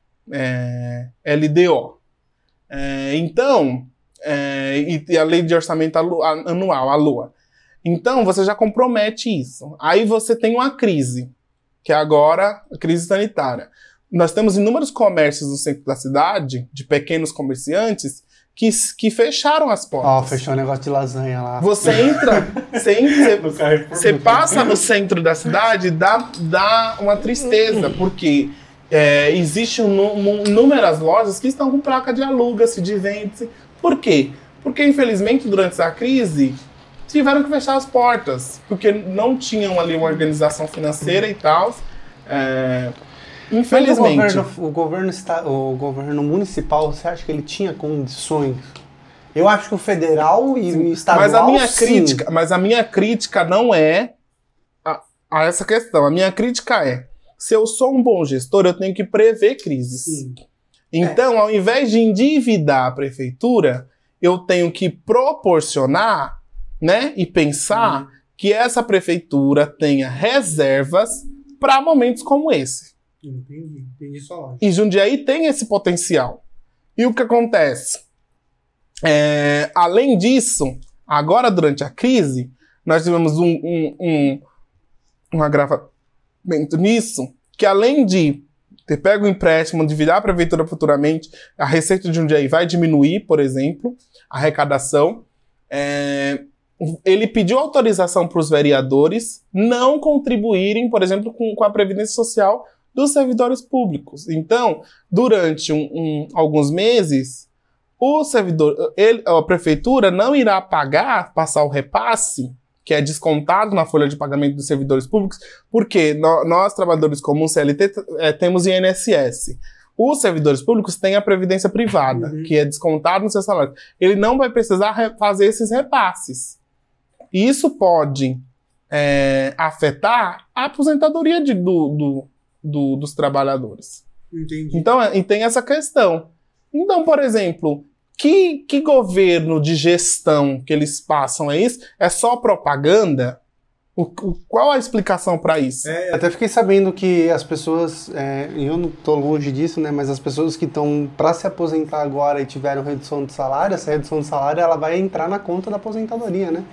é, L D O. É, então, é, e, e a lei de orçamento alu- anual, a LOA. Então, você já compromete isso. Aí você tem uma crise, que é agora a crise sanitária. Nós temos inúmeros comércios no centro da cidade, de pequenos comerciantes, que, que fecharam as portas. Ó, fechou o negócio de lasanha lá. Você entra, você, entra, No Carrefour, você no passa no centro da cidade e dá, dá uma tristeza, porque é, existem nu- nu- inúmeras lojas que estão com placa de aluga-se, de vende-se. Por quê? Porque, infelizmente, durante essa crise, tiveram que fechar as portas, porque não tinham ali uma organização financeira e tal. É, Mas infelizmente. O governo, o, governo está, o governo municipal, você acha que ele tinha condições? Eu acho que o federal e o estadual, Mas a minha sim. crítica, mas a minha crítica não é a, a essa questão. A minha crítica é: se eu sou um bom gestor, eu tenho que prever crises. Sim. Então, ao invés de endividar a prefeitura, eu tenho que proporcionar, né, e pensar que essa prefeitura tenha reservas para momentos como esse. Entendi, entendi sua lógica. E Jundiaí tem esse potencial. E o que acontece? É, além disso, agora durante a crise, nós tivemos um, um, um, um agravamento nisso, que além de ter pego o empréstimo, endividar a prefeitura futuramente, a receita de Jundiaí vai diminuir, por exemplo, a arrecadação. É, ele pediu autorização para os vereadores não contribuírem, por exemplo, com, com a Previdência Social dos servidores públicos. Então, durante um, um, alguns meses, o servidor, ele, a prefeitura não irá pagar, passar o repasse, que é descontado na folha de pagamento dos servidores públicos, porque no, nós, trabalhadores comuns C L T, é, temos I N S S. Os servidores públicos têm a previdência privada, uhum. que é descontado no seu salário. Ele não vai precisar fazer esses repasses. E isso pode é, afetar a aposentadoria de, do, do, do, dos trabalhadores. Entendi. Então, e tem essa questão. Então, por exemplo, que, que governo de gestão que eles passam é isso? É só propaganda? O, o, qual a explicação para isso? É, eu até fiquei sabendo que as pessoas, é, eu não estou longe disso, né? Mas as pessoas que estão para se aposentar agora e tiveram redução de salário, essa redução de salário ela vai entrar na conta da aposentadoria, né?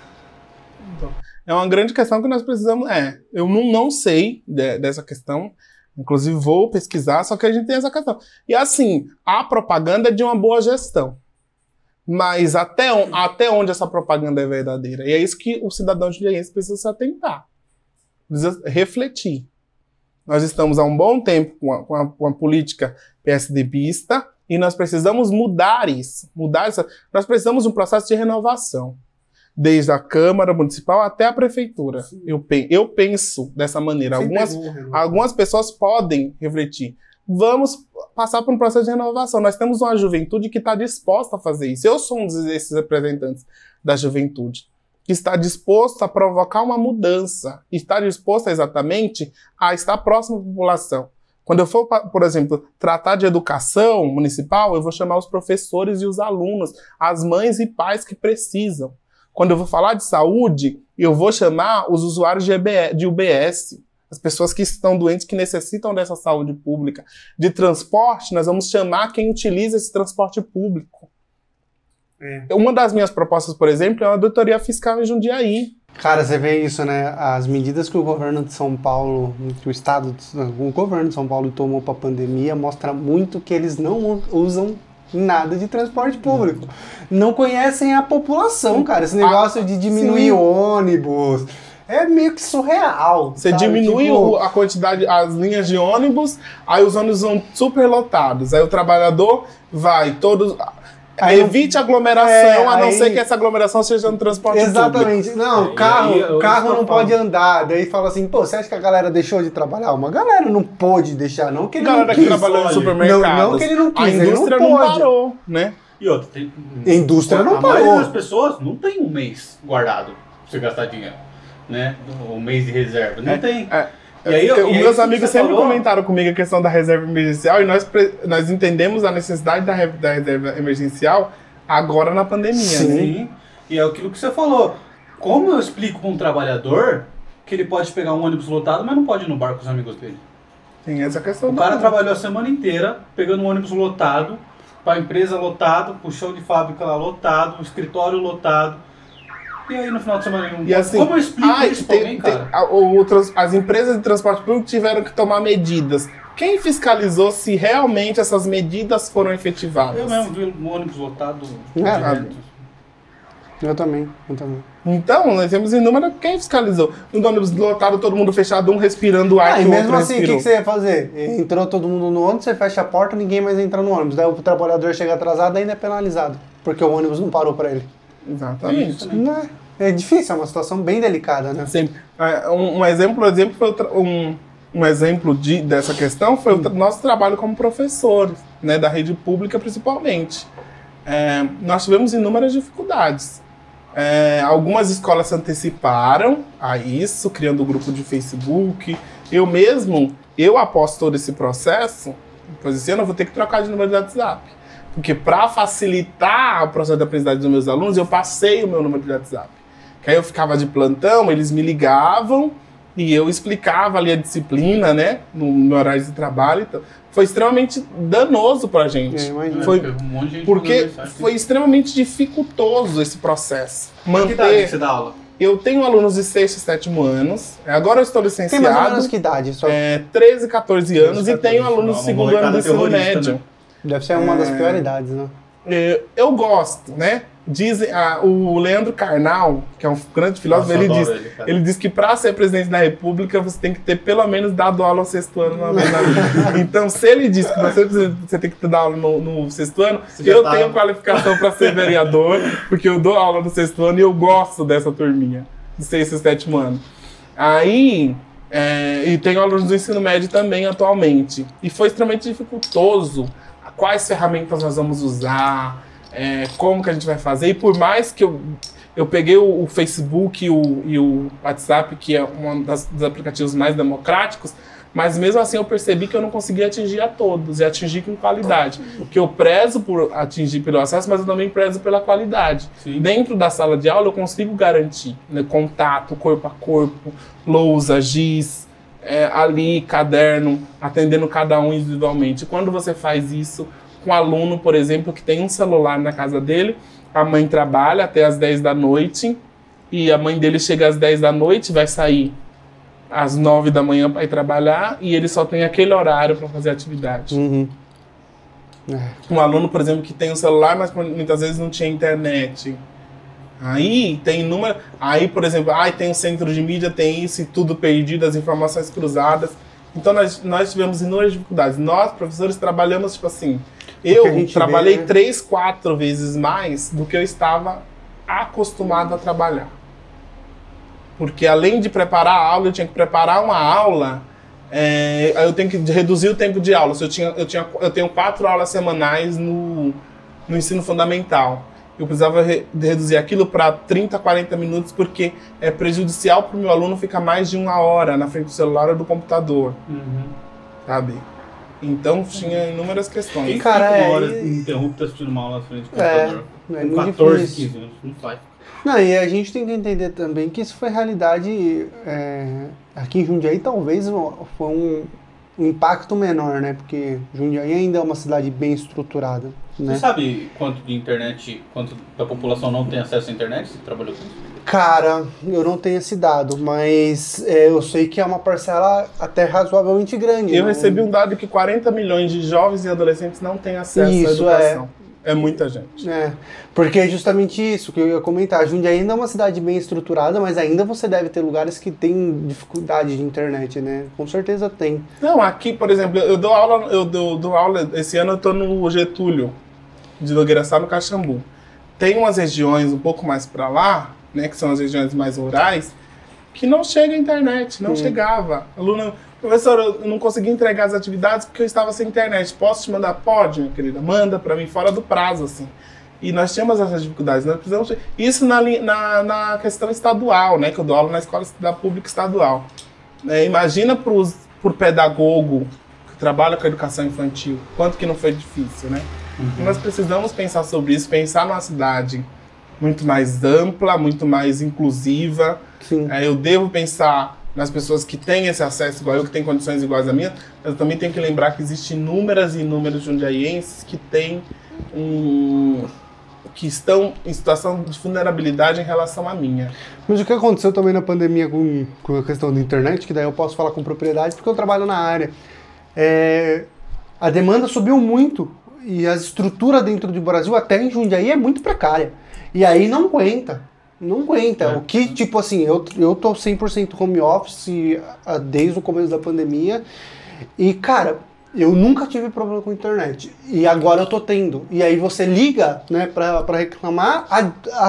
É uma grande questão que nós precisamos... É, eu não, não sei de, dessa questão, inclusive vou pesquisar, só que a gente tem essa questão. E assim, a propaganda é de uma boa gestão. Mas até, on, até onde essa propaganda é verdadeira? E é isso que o cidadão jundiaense precisa se atentar. Precisa refletir. Nós estamos há um bom tempo com a, com a, com a política PSDBista e nós precisamos mudar isso. Mudar isso. Nós precisamos de um processo de renovação. Desde a Câmara Municipal até a Prefeitura. Eu, eu penso dessa maneira. Algumas, algumas pessoas podem refletir. Vamos passar por um processo de renovação. Nós temos uma juventude que está disposta a fazer isso. Eu sou um desses representantes da juventude, que está disposto a provocar uma mudança, está disposto exatamente a estar próximo da população. Quando eu for, por exemplo, tratar de educação municipal, eu vou chamar os professores e os alunos, as mães e pais que precisam. Quando eu vou falar de saúde, eu vou chamar os usuários de U B S, as pessoas que estão doentes, que necessitam dessa saúde pública. De transporte, nós vamos chamar quem utiliza esse transporte público. É. Uma das minhas propostas, por exemplo, é uma auditoria fiscal em Jundiaí. Cara, você vê isso, né? As medidas que o governo de São Paulo, que o estado, o governo de São Paulo tomou para a pandemia, mostra muito que eles não usam nada de transporte público. Não conhecem a população, cara. Esse negócio ah, de diminuir sim. ônibus, É meio que surreal. Você sabe? diminui Tipo, o- a quantidade, as linhas de ônibus, aí os ônibus vão super lotados. Aí o trabalhador vai, todos. Aí evite aglomeração, é, a não aí- ser que essa aglomeração seja no transporte Exatamente. Não, É, o carro, e aí, o eu- carro isso não que eu pode falo. andar. Daí fala assim, pô, você acha que a galera deixou de trabalhar? Uma galera não pôde deixar, não que público. ele Galera não que quis. trabalhou no olha. supermercado. Não, não que ele não quis, A ele não indústria não, pode. parou, né? E outra, tem. A indústria não A maioria parou. das pessoas não tem um mês guardado pra você gastar dinheiro, né? Um mês de reserva. Não tem. É. E aí, eu- Eu- e aí meus isso que amigos você sempre falou- comentaram comigo a questão da reserva emergencial e nós, pre- nós entendemos a necessidade da, re- da reserva emergencial agora na pandemia, Sim. né? Sim. E é aquilo que você falou. Como eu explico para um trabalhador que ele pode pegar um ônibus lotado, mas não pode ir no bar com os amigos dele? Tem essa questão. O cara também. trabalhou a semana inteira pegando um ônibus lotado, para a empresa lotado, pro chão de fábrica lá lotado, o escritório lotado. E aí no final de semana ele não E assim, Como eu explico ai, isso pra tem- alguém, tem- cara? a- o- o trans- as empresas de transporte público tiveram que tomar medidas. Quem fiscalizou se realmente essas medidas foram efetivadas? Eu mesmo vi um ônibus lotado. É, direto. Eu também, eu também. Então, nós temos inúmeras. Quem fiscalizou? No ônibus lotado, todo mundo fechado, um respirando o ar Ah, que e o mesmo outro assim, o que, respirou. que você ia fazer? Entrou todo mundo no ônibus, você fecha a porta, ninguém mais entra no ônibus. Daí o trabalhador chega atrasado, ainda é penalizado, porque o ônibus não parou pra ele. Exatamente. Isso, né? Não é, é difícil, é uma situação bem delicada, né? Sempre. É, Um, um exemplo, por exemplo, foi o tra- um, um exemplo de, dessa questão foi o tra- nosso trabalho como professores, né, da rede pública principalmente. É, nós tivemos inúmeras dificuldades. É, algumas escolas se anteciparam a isso, criando um grupo de Facebook. Eu mesmo, eu após todo esse processo, pois esse ano eu vou ter que trocar de número de WhatsApp. Porque para facilitar o processo de aprendizagem dos meus alunos, eu passei o meu número de WhatsApp. Que aí eu ficava de plantão, eles me ligavam e eu explicava ali a disciplina, né, no meu horário de trabalho. Então, foi extremamente danoso pra gente. É, imagina. Foi- Um monte de gente Porque mandou mensagem. foi extremamente dificultoso esse processo. Que idade que Manter. você dá aula? Eu tenho alunos de sexto e sétimo anos. Agora eu estou Tem mais ou menos licenciado. que idade? Só É, treze, catorze anos e tenho catorze, alunos uma de segundo ano molecada do ensino terrorista, médio. né? deve ser uma das É. piores idades, né? É, eu gosto, né? Dizem, ah, o Leandro Carnal, que é um grande filósofo, Nossa, ele eu diz, adoro ele, cara. ele diz que para ser presidente da República você tem que ter pelo menos dado aula ao sexto ano uma vez na vida. Então, se ele diz que você, você tem que ter dado aula no, no sexto ano, Você já eu tá- tenho qualificação para ser vereador, porque eu dou aula no sexto ano e eu gosto dessa turminha, do sexto e sétimo ano. Aí, é, e tenho alunos do ensino médio também atualmente. E foi extremamente dificultoso quais ferramentas nós vamos usar, é, como que a gente vai fazer. E por mais que eu, eu peguei o, o Facebook e o, e o WhatsApp, que é um das, dos aplicativos mais democráticos, mas mesmo assim eu percebi que eu não conseguia atingir a todos e atingir com qualidade. Que eu prezo por atingir pelo acesso, mas eu também prezo pela qualidade. Sim. Dentro da sala de aula eu consigo garantir, né, contato, corpo a corpo, lousa, giz, é, ali, caderno, atendendo cada um individualmente. Quando você faz isso com um aluno, por exemplo, que tem um celular na casa dele, a mãe trabalha até as dez da noite e a mãe dele chega às dez da noite, vai sair às nove da manhã para ir trabalhar e ele só tem aquele horário para fazer atividade. Uhum. Um aluno, por exemplo, que tem um celular, mas muitas vezes não tinha internet. Aí tem inúmeras. Aí, por exemplo, ai, tem um centro de mídia, tem isso e tudo perdido, as informações cruzadas. Então nós, nós tivemos inúmeras dificuldades. Nós, professores, trabalhamos, tipo assim. Eu a gente trabalhei vê, né? três, quatro vezes mais do que eu estava acostumado a trabalhar. Porque além de preparar a aula, eu tinha que preparar uma aula. É, aí eu tenho que reduzir o tempo de aula. Se eu, tinha, eu, tinha, eu tenho quatro aulas semanais no, no ensino fundamental. Eu precisava re, de reduzir aquilo para trinta, quarenta minutos, porque é prejudicial para o meu aluno ficar mais de uma hora na frente do celular ou do computador, Uhum. sabe? Então tinha inúmeras questões. Quem Cara, fica é- uma hora ininterrupta assistindo uma aula na frente do É, computador? é Com muito quatorze, difícil. quinze anos, não faz. Não, e a gente tem que entender também que isso foi realidade é, aqui em Jundiaí, talvez foi um, um impacto menor, né? Porque Jundiaí ainda é uma cidade bem estruturada, né? Você sabe quanto de internet, quanto da população não tem acesso à internet? Você trabalhou com isso? Cara, eu não tenho esse dado, mas é, eu sei que é uma parcela até razoavelmente grande. Eu não- recebi um dado que quarenta milhões de jovens e adolescentes não têm acesso à Isso, educação. É muita gente. É, porque é justamente isso que eu ia comentar. Jundiaí ainda é uma cidade bem estruturada, mas ainda você deve ter lugares que tem dificuldade de internet, né? Com certeza tem. Não, aqui, por exemplo, eu dou aula, eu dou, dou aula, esse ano eu tô no Getúlio, de Nogueiraçá, no Caxambu. Tem umas regiões um pouco mais para lá, né, que são as regiões mais rurais, que não chega a internet, não hum. chegava. Aluno, professor, eu não consegui entregar as atividades porque eu estava sem internet. Posso te mandar? Pode, minha querida. Manda para mim fora do prazo, assim. E nós tínhamos essas dificuldades. Nós precisamos... Isso na, na, na questão estadual, né? Que eu dou aula na escola da pública estadual. É, imagina para o pedagogo que trabalha com a educação infantil, quanto que não foi difícil, né? Uhum. Nós precisamos pensar sobre isso, pensar numa cidade muito mais ampla, muito mais inclusiva. Sim. É, eu devo pensar nas pessoas que têm esse acesso igual eu, que têm condições iguais a minha, mas eu também tenho que lembrar que existem inúmeras e inúmeros jundiaienses que têm um, que estão em situação de vulnerabilidade em relação à minha. Mas o que aconteceu também na pandemia com, com a questão da internet, que daí eu posso falar com propriedade porque eu trabalho na área, é, a demanda subiu muito e a estrutura dentro do Brasil, até em Jundiaí, é muito precária. E aí não aguenta. Não aguenta. É. O que, tipo assim, eu, eu tô cem por cento home office desde o começo da pandemia e, cara, eu nunca tive problema com internet. E agora eu tô tendo. E aí você liga, né, pra, pra reclamar, a, a,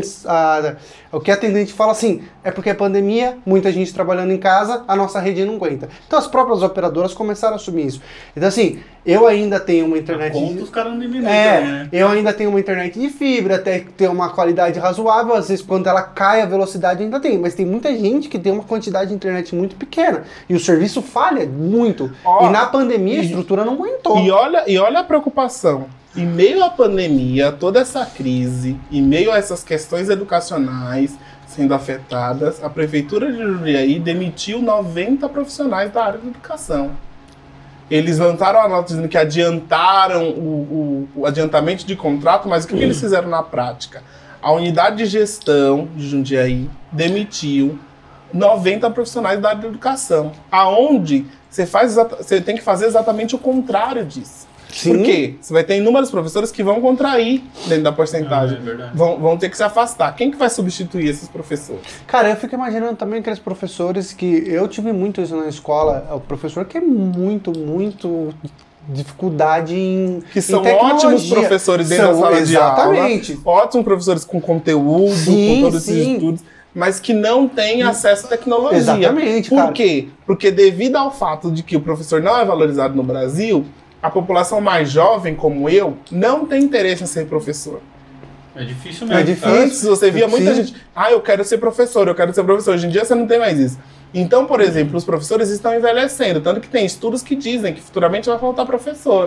a, o que a atendente fala assim, é porque é pandemia, muita gente trabalhando em casa, a nossa rede não aguenta. Então as próprias operadoras começaram a assumir isso. Então assim, eu ainda tenho uma internet... Conta, de... os caras não diminuem, é, né? Eu ainda tenho uma internet de fibra, até ter uma qualidade razoável, às vezes quando ela cai a velocidade ainda tem, mas tem muita gente que tem uma quantidade de internet muito pequena, e o serviço falha muito. Oh, e na pandemia a estrutura não aguentou. E olha, e olha a preocupação. Em meio à pandemia, toda essa crise, em meio a essas questões educacionais sendo afetadas, a Prefeitura de Jundiaí demitiu noventa profissionais da área da educação. Eles levantaram a nota dizendo que adiantaram o, o, o adiantamento de contrato, mas o que, que eles fizeram na prática? A unidade de gestão de Jundiaí demitiu noventa profissionais da área da educação, aonde você, faz, você tem que fazer exatamente o contrário disso. Sim. Por quê? Você vai ter inúmeros professores que vão contrair dentro da porcentagem. Ah, é vão, vão ter que se afastar. Quem que vai substituir esses professores? Cara, eu fico imaginando também aqueles professores que... Eu tive muito isso na escola. O professor que é muito, muito... dificuldade em Que são em ótimos professores dentro são, da sala exatamente. de aula. Ótimos professores com conteúdo, sim, com todos sim. esses estudos, mas que não têm acesso à tecnologia. Exatamente, Por cara. quê? Porque devido ao fato de que o professor não é valorizado no Brasil, a população mais jovem, como eu, não tem interesse em ser professor. É difícil mesmo. É difícil. Antes você via muita Sim. gente, ah, eu quero ser professor, eu quero ser professor. Hoje em dia você não tem mais isso. Então, por exemplo, os professores estão envelhecendo, tanto que tem estudos que dizem que futuramente vai faltar professor.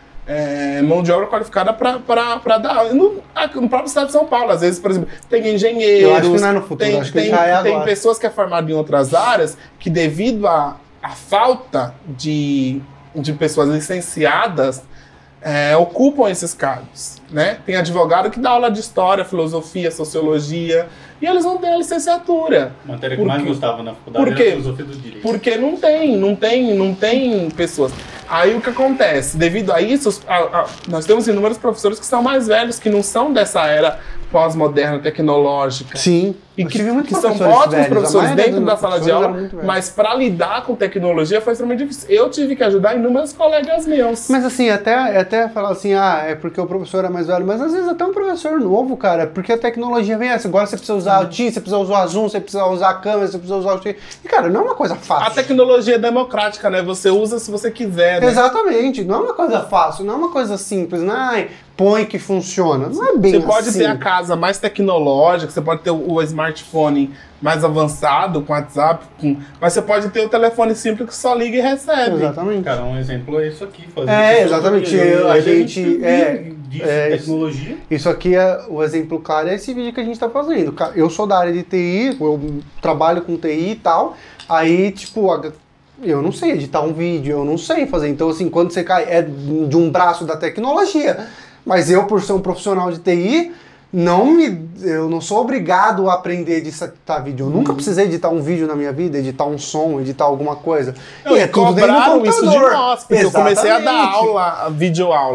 É, mão de obra qualificada para dar aula. No, no próprio estado de São Paulo, às vezes, por exemplo, tem engenheiros, Eu acho que não é no futuro, tem, acho que tem, já é tem agora. pessoas que é formado em outras áreas que, devido à à falta de, de pessoas licenciadas, é, ocupam esses cargos, né? Tem advogado que dá aula de história, filosofia, sociologia, e eles não têm a licenciatura. A matéria que Por mais quê? gostava na faculdade Por era quê? a filosofia do direito. Porque não tem, não tem, não tem pessoas. Aí o que acontece? Devido a isso, os- a- a- nós temos inúmeros professores que são mais velhos, que não são dessa era pós-moderna, tecnológica. Sim. E Eu que, tive muitos que são professores ótimos velhos, a professores maioria dentro dos da sala de professores aula, eram muito velhos. mas para lidar com tecnologia foi extremamente difícil. Eu tive que ajudar inúmeros colegas meus. Mas assim, até, até falar assim, ah, é porque o professor é mais velho, mas às vezes até um professor novo, cara, porque a tecnologia vem essa. Agora você precisa usar o Teams, você precisa usar o Zoom, você precisa usar a câmera, você precisa usar o... E, cara, não é uma coisa fácil. A tecnologia é democrática, né? Você usa se você quiser, né? Exatamente, não é uma coisa fácil, não é uma coisa simples, não é põe que funciona, não é bem Você pode assim. ter a casa mais tecnológica, você pode ter o, o smartphone mais avançado, com WhatsApp, com... mas você pode ter o telefone simples que só liga e recebe. Exatamente. Cara, um exemplo é isso aqui. Fazer É, isso exatamente, todo dia. eu- a Aí gente- é, vive disso, é, tecnologia. Isso aqui é o exemplo claro, é esse vídeo que a gente tá fazendo. Ca- Eu sou da área de T I, eu trabalho com T I e tal, aí, tipo, a- eu não sei editar um vídeo, eu não sei fazer. Então, assim, quando você cai, é de um braço da tecnologia. Mas eu, por ser um profissional de T I, não me, eu não sou obrigado a aprender a editar vídeo. Eu nunca precisei editar um vídeo na minha vida, editar um som, editar alguma coisa. Não, e é tudo dentro do cobraram isso de computador. nós, porque eu comecei a dar Exatamente. aula, a videoaula.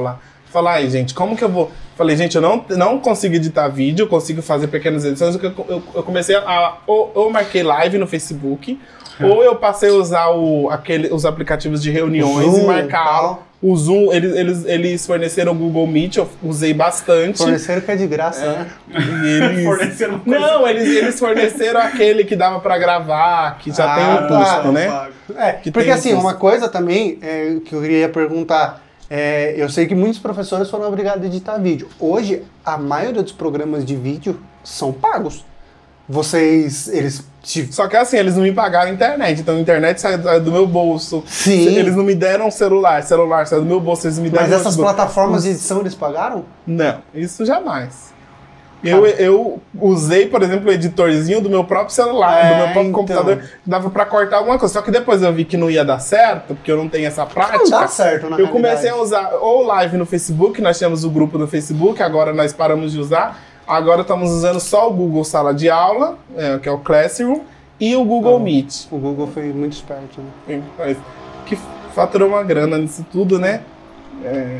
Falar, ai, gente, como que eu vou... Falei, gente, eu não, não consigo editar vídeo, eu consigo fazer pequenas edições. Eu, eu, eu comecei a... Ou eu marquei live no Facebook, hum. ou eu passei a usar o, aquele, os aplicativos de reuniões Zoom, e marcar tal. O Zoom. Eles, eles, eles forneceram o Google Meet, eu usei bastante. Forneceram que é de graça, é. né? E eles... forneceram coisa. Não, eles, eles forneceram aquele que dava pra gravar, que já ah, tem um custo, tá, né? É, que porque assim, uma coisa também é, que eu queria perguntar... É, eu sei que muitos professores foram obrigados a editar vídeo. Hoje, a maioria dos programas de vídeo são pagos. Vocês, eles... Só que assim, eles não me pagaram a internet. Então a internet sai do meu bolso. Sim. Eles não me deram um celular. Celular sai do meu bolso, eles me deram... Mas essas plataformas de edição, eles pagaram? Não, isso jamais. Eu, eu usei, por exemplo, o editorzinho do meu próprio celular, é, do meu próprio então. computador, dava pra cortar alguma coisa. Só que depois eu vi que não ia dar certo, porque eu não tenho essa prática. Não dá certo, na Eu comecei a usar ou live no Facebook, nós tínhamos o grupo no Facebook, agora nós paramos de usar. Agora estamos usando só o Google Sala de Aula, é, que é o Classroom, e o Google oh, Meet. O Google foi muito esperto, né? É, que faturou uma grana nisso tudo, né? É,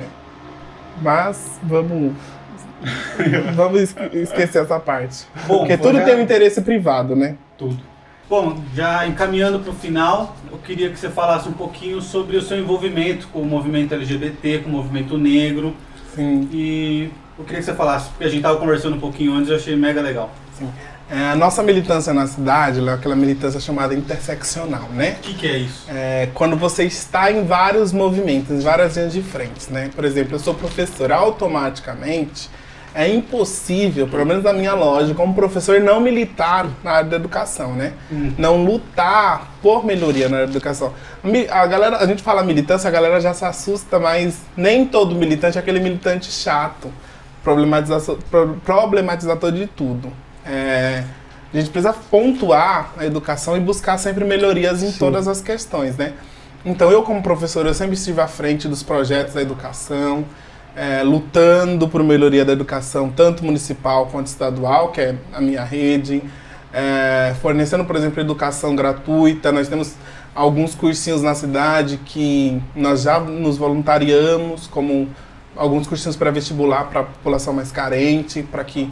mas vamos... Vamos esquecer essa parte. Bom, porque tudo já... tem um interesse privado, né? Tudo. Bom, já encaminhando para o final, eu queria que você falasse um pouquinho sobre o seu envolvimento com o movimento L G B T, com o movimento negro. Sim. E eu queria que você falasse, porque a gente estava conversando um pouquinho antes e eu achei mega legal. Sim. É, a nossa militância na cidade é aquela militância chamada interseccional, né? O que, que é isso? É quando você está em vários movimentos, em várias linhas de frente, né? Por exemplo, eu sou professor, automaticamente... É impossível, pelo menos na minha lógica, como professor, não militar na área da educação, né? Hum. Não lutar por melhoria na área da educação. A, galera, a gente fala militância, a galera já se assusta, mas nem todo militante é aquele militante chato, problematizador, problematizador de tudo. É, a gente precisa pontuar a educação e buscar sempre melhorias em Sim. todas as questões, né? Então, eu como professor, eu sempre estive à frente dos projetos da educação, É, lutando por melhoria da educação, tanto municipal quanto estadual, que é a minha rede, é, fornecendo, por exemplo, educação gratuita. Nós temos alguns cursinhos na cidade que nós já nos voluntariamos, como alguns cursinhos pré-vestibular para a população mais carente, para que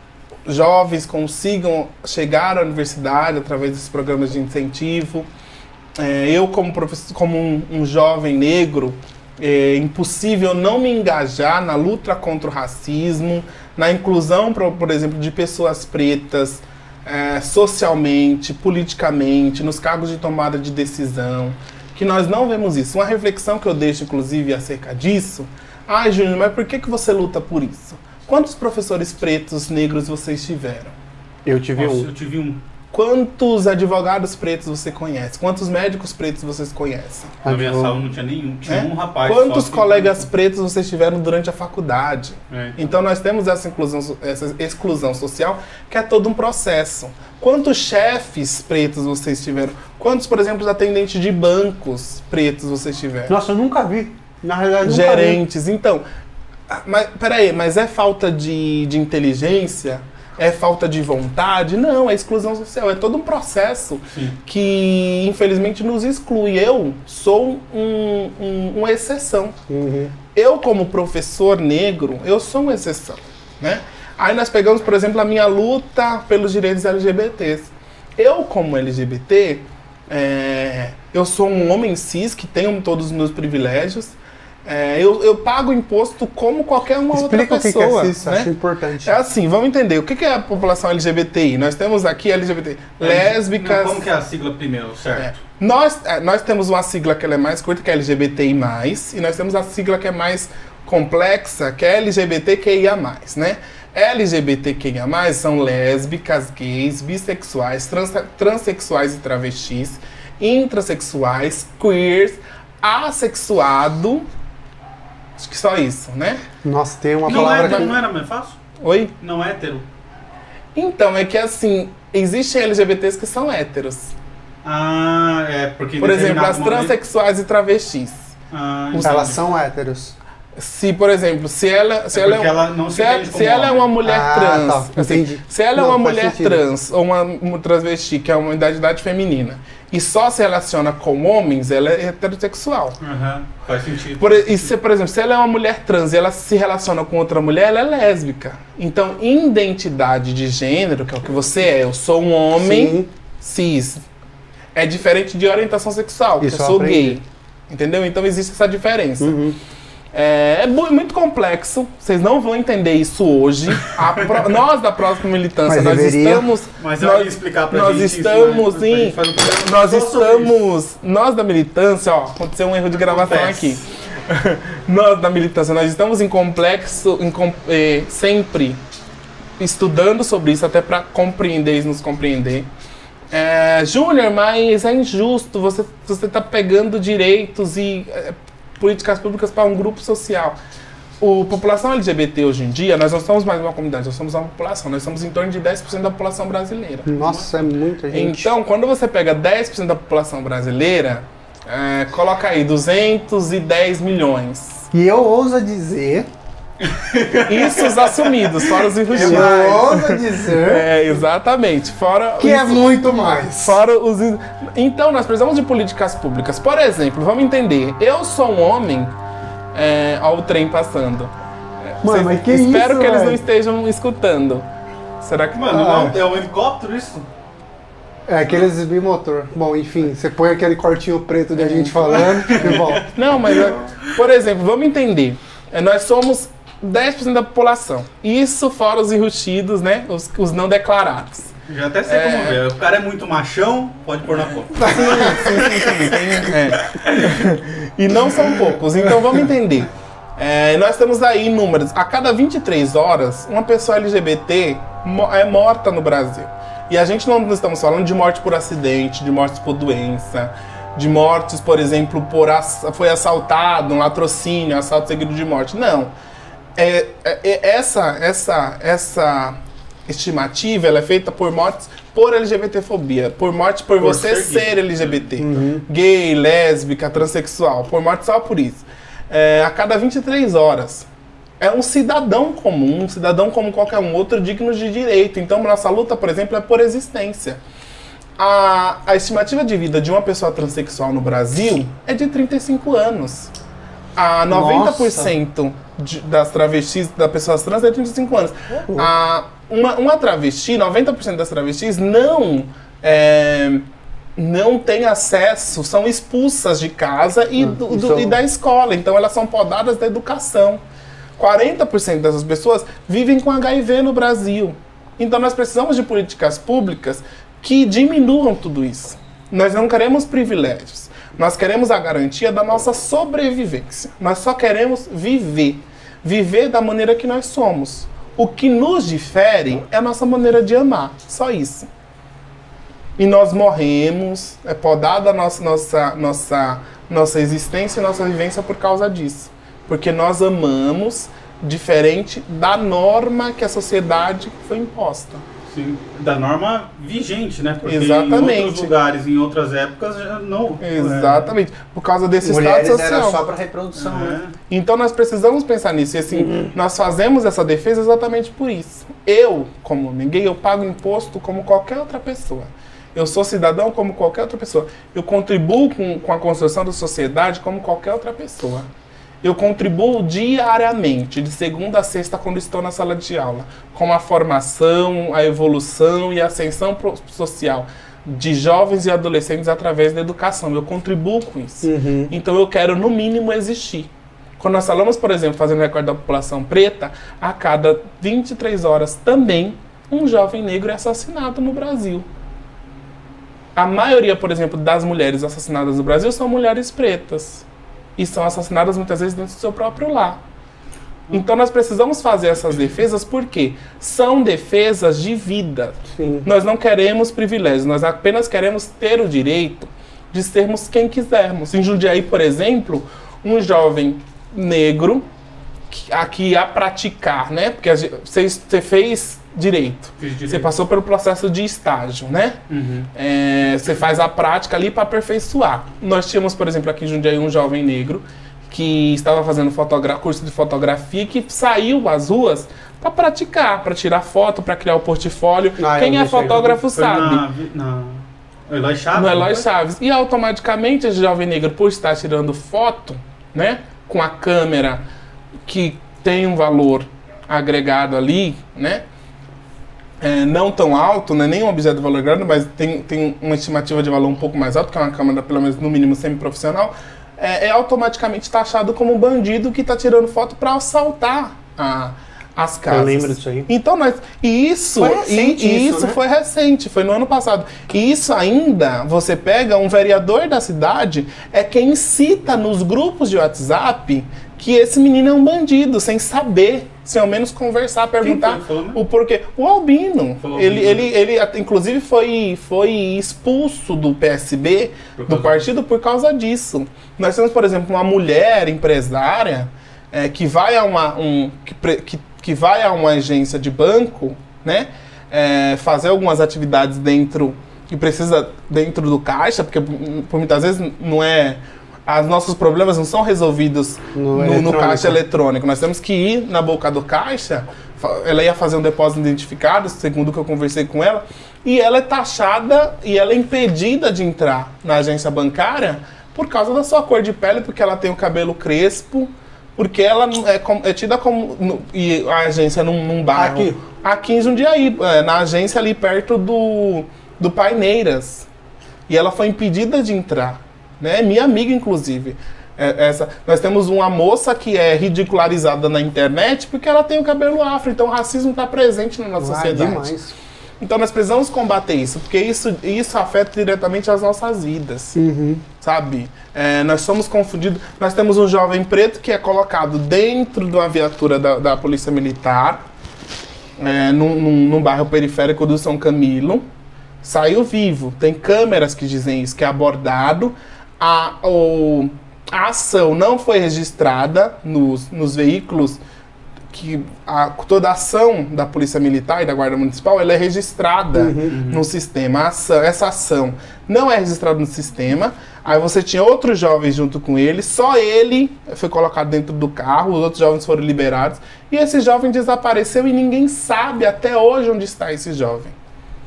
jovens consigam chegar à universidade através desses programas de incentivo. É, eu, como, professor, como um, um jovem negro, é impossível não me engajar na luta contra o racismo, na inclusão, por, por exemplo, de pessoas pretas, é, socialmente, politicamente, nos cargos de tomada de decisão, que nós não vemos isso. Uma reflexão que eu deixo, inclusive, acerca disso: ai, Júnior, mas por que, que você luta por isso? Quantos professores pretos, negros vocês tiveram? Eu tive Nossa, um. Eu tive um. Quantos advogados pretos você conhece? Quantos médicos pretos vocês conhecem? Na minha sala não tinha nenhum, tinha é? um rapaz. Quantos só colegas que... pretos vocês tiveram durante a faculdade? É. Então nós temos essa inclusão, essa exclusão social, que é todo um processo. Quantos chefes pretos vocês tiveram? Quantos, por exemplo, atendentes de bancos pretos vocês tiveram? Nossa, eu nunca vi. Na realidade, nunca Gerentes. vi. Então, mas, peraí, mas é falta de, de inteligência? É falta de vontade? Não, é exclusão social. É todo um processo Sim. que, infelizmente, nos exclui. Eu sou um, um, uma exceção. Uhum. Eu, como professor negro, eu sou uma exceção, né? Aí nós pegamos, por exemplo, a minha luta pelos direitos L G B Ts. Eu, como L G B T, é, eu sou um homem cis que tenho todos os meus privilégios. É, eu, eu pago imposto como qualquer uma Explica outra pessoa. O que é cis, né? acho importante. É assim, vamos entender. O que é a população L G B T I? Nós temos aqui L G B T, é, lésbicas... Como que é a sigla primeiro, certo? É. Nós, é, nós temos uma sigla que ela é mais curta, que é L G B T I mais, e nós temos a sigla que é mais complexa, que é L G B T Q I A mais, né? L G B T Q I A mais, são lésbicas, gays, bissexuais, trans, transexuais e travestis, intrasexuais, queers, assexuado... Acho que só isso, né? Nossa, tem uma não palavra é, que... Não era mais fácil? Oi? Não é hétero? Então, é que assim, existem L G B Ts que são héteros. Ah, é, porque... Por exemplo, as transexuais e travestis. Ah, Os, elas são héteros. Se, por exemplo, se ela, se é ela, é, um, ela não se, se ela, se ela é uma mulher ah, trans, tá, assim, se ela não, é uma mulher sentido. trans ou uma, uma travesti, que é uma identidade feminina, e só se relaciona com homens, ela é heterossexual. Uhum, faz sentido. Por, e se, por exemplo, se ela é uma mulher trans e ela se relaciona com outra mulher, ela é lésbica. Então, identidade de gênero, que é o que você é, eu sou um homem cis, é diferente de orientação sexual, que eu Isso eu sou aprendi. gay. Entendeu? Então existe essa diferença. Uhum. É, é mu- muito complexo, vocês não vão entender isso hoje. A pro- nós da próxima militância, Mas nós deveria. estamos. Mas eu nós, ia explicar pra nós gente isso, estamos né? Pra em. gente fazer um programa Nós só sobre estamos. Nós da militância, ó, aconteceu um erro de gravação Acontece. aqui. Nós da militância, nós estamos em complexo, em com- eh, sempre estudando sobre isso, até para compreender e nos compreender. É, Júnior, mas é injusto, você você está pegando direitos e é, políticas públicas para um grupo social. A população L G B T hoje em dia, nós não somos mais uma comunidade, nós somos uma população, nós somos em torno de dez por cento da população brasileira. Nossa, é muita gente. Então, quando você pega dez por cento da população brasileira, é, coloca aí duzentos e dez milhões. E eu ouso dizer, Isso os assumidos, fora os eu irrugidos. ouso dizer É, exatamente. Fora que os, é muito mais. fora os. Então, nós precisamos de políticas públicas. Por exemplo, vamos entender. Eu sou um homem. É, ó, o trem passando. Mano, mas que Espero isso, que eles não velho? estejam escutando. Será que. Mano, Ah. não, é um helicóptero isso? É aqueles bimotor. Bom, enfim, você põe aquele cortinho preto da gente falando e volta. Não, mas, é, por exemplo, vamos entender. É, nós somos dez por cento da população. Isso fora os enrustidos, né? Os, os não declarados. Já até sei É. como ver. O cara é muito machão, pode pôr na conta. É. E não são poucos, então vamos entender. É, nós temos aí números. A cada vinte e três horas, uma pessoa L G B T mo- é morta no Brasil. E a gente não estamos falando de morte por acidente, de mortes por doença, de mortes, por exemplo, por ass- foi assaltado, um latrocínio, assalto seguido de morte. Não. É, é- é- essa, essa, essa estimativa ela é feita por mortes por LGBTfobia, por morte por, Por você ser ser L G B T, gay, lésbica, transexual, por morte só por isso. É, a cada vinte e três horas. É um cidadão comum, um cidadão como qualquer um outro, digno de direito. Então, nossa luta, por exemplo, é por existência. A, a estimativa de vida de uma pessoa transexual no Brasil é de trinta e cinco anos. A noventa por cento de, das travestis, das pessoas trans, é trinta e cinco anos. A, uma, uma travesti, noventa por cento das travestis não, é, não tem acesso, são expulsas de casa e, do- do- são- e da escola. Então, elas são podadas da educação. quarenta por cento dessas pessoas vivem com H I V no Brasil. Então nós precisamos de políticas públicas que diminuam tudo isso. Nós não queremos privilégios. Nós queremos a garantia da nossa sobrevivência. Nós só queremos viver. Viver da maneira que nós somos. O que nos difere é a nossa maneira de amar. Só isso. E nós morremos, é podada a nossa, nossa, nossa, nossa existência e nossa vivência por causa disso. Porque nós amamos diferente da norma que a sociedade foi imposta. Sim. Da norma vigente, né? Porque em Exatamente. outros lugares, em outras épocas, já não. Exatamente. Por causa desse Mulheres estado era social. só pra reprodução, né? É. Então nós precisamos pensar nisso. E assim, nós fazemos essa defesa exatamente por isso. Eu, como ninguém, eu pago imposto como qualquer outra pessoa. Eu sou cidadão como qualquer outra pessoa. Eu contribuo com, com a construção da sociedade como qualquer outra pessoa. Eu contribuo diariamente, de segunda a sexta, quando estou na sala de aula, com a formação, a evolução e a ascensão pro- social de jovens e adolescentes através da educação. Eu contribuo com isso. Então eu quero, no mínimo, existir. Quando nós falamos, por exemplo, fazendo recorde da população preta, a cada vinte e três horas também um jovem negro é assassinado no Brasil. A maioria, por exemplo, das mulheres assassinadas no Brasil são mulheres pretas. E são assassinadas muitas vezes dentro do seu próprio lar. Então nós precisamos fazer essas defesas porque são defesas de vida. Sim. Nós não queremos privilégios, nós apenas queremos ter o direito de sermos quem quisermos. Em Jundiaí, por exemplo, um jovem negro que, aqui a praticar, né? Porque a gente- você, você fez direito, Fiz direito. você passou pelo processo de estágio, né? Uhum. É, você faz a prática ali para aperfeiçoar. Nós tínhamos, por exemplo, aqui em Jundiaí um jovem negro que estava fazendo fotogra- curso de fotografia que saiu às ruas para praticar, para tirar foto, para criar o portfólio. Ah, eu Quem vi é isso aí, fotógrafo Foi sabe. na, vi- na O Eloy Chaves? No Eloy não foi? Chaves. E automaticamente esse jovem negro, por estar tirando foto, né, com a câmera que tem um valor agregado ali, né, é, não tão alto, né, nem um objeto de valor grande, mas tem, tem uma estimativa de valor um pouco mais alto, que é uma câmera pelo menos no mínimo semi-profissional, é, é automaticamente taxado como um bandido que está tirando foto para assaltar a, as casas. Eu lembro disso aí. Então nós, e isso, Foi recente e, e isso, isso né? foi recente, foi no ano passado. E isso ainda, você pega um vereador da cidade, é quem cita nos grupos de WhatsApp que esse menino é um bandido, sem saber, sem ao menos conversar, perguntar foi? Falou, né? o porquê. O Albino, Falou ele, Albino. ele, ele até, inclusive foi, foi expulso do P S B, Por do causa partido, por causa disso. Nós temos, por exemplo, uma mulher empresária é, que vai a uma um, que, pre- que, que vai a uma agência de banco, né, é, fazer algumas atividades dentro que precisa dentro do caixa, porque por, por muitas vezes não é os nossos problemas não são resolvidos No no, no eletrônico. caixa eletrônico. Nós temos que ir na boca do caixa. fa- Ela ia fazer um depósito identificado, segundo o que eu conversei com ela, e ela é taxada e ela é impedida de entrar na agência bancária por causa da sua cor de pele, porque ela tem o cabelo crespo, porque ela não- é, com- é tida como. no- e a agência num, num bairro. Aqui. Aqui em Jundiaí, é, na agência ali perto do, do Paineiras. E ela foi impedida de entrar. Né? Minha amiga, inclusive. É, essa, nós temos uma moça que é ridicularizada na internet porque ela tem o cabelo afro. Então o racismo está presente na nossa Ah, sociedade. demais. Então nós precisamos combater isso, porque isso, isso afeta diretamente as nossas vidas. Uhum. Sabe? É, nós somos confundidos. Nós temos um jovem preto que é colocado dentro de uma viatura da, da Polícia Militar, é, num, num, num bairro periférico do São Camilo. Saiu vivo. Tem câmeras que dizem isso, que é abordado. A, o, a ação não foi registrada nos, nos veículos. Que a, toda a ação da Polícia Militar e da Guarda Municipal ela é registrada no sistema. A ação, essa ação não é registrada no sistema. Aí você tinha outros jovens junto com ele, só ele foi colocado dentro do carro, os outros jovens foram liberados. E esse jovem desapareceu e ninguém sabe até hoje onde está esse jovem.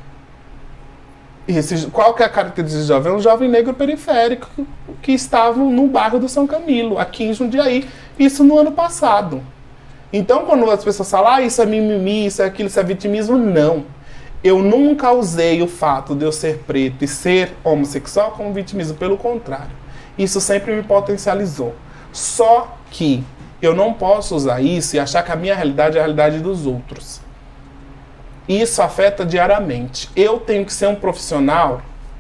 E esse, qual que é a característica desse jovem? É um jovem negro periférico que, que estava no bairro do São Camilo, aqui em Jundiaí. Isso no ano passado. Então, quando as pessoas falam, ah, isso é mimimi, isso é aquilo, isso é vitimismo, não. Eu nunca usei o fato de eu ser preto e ser homossexual como vitimismo, pelo contrário. Isso sempre me potencializou. Só que eu não posso usar isso e achar que a minha realidade é a realidade dos outros. Isso afeta diariamente. Eu tenho que ser um profissional,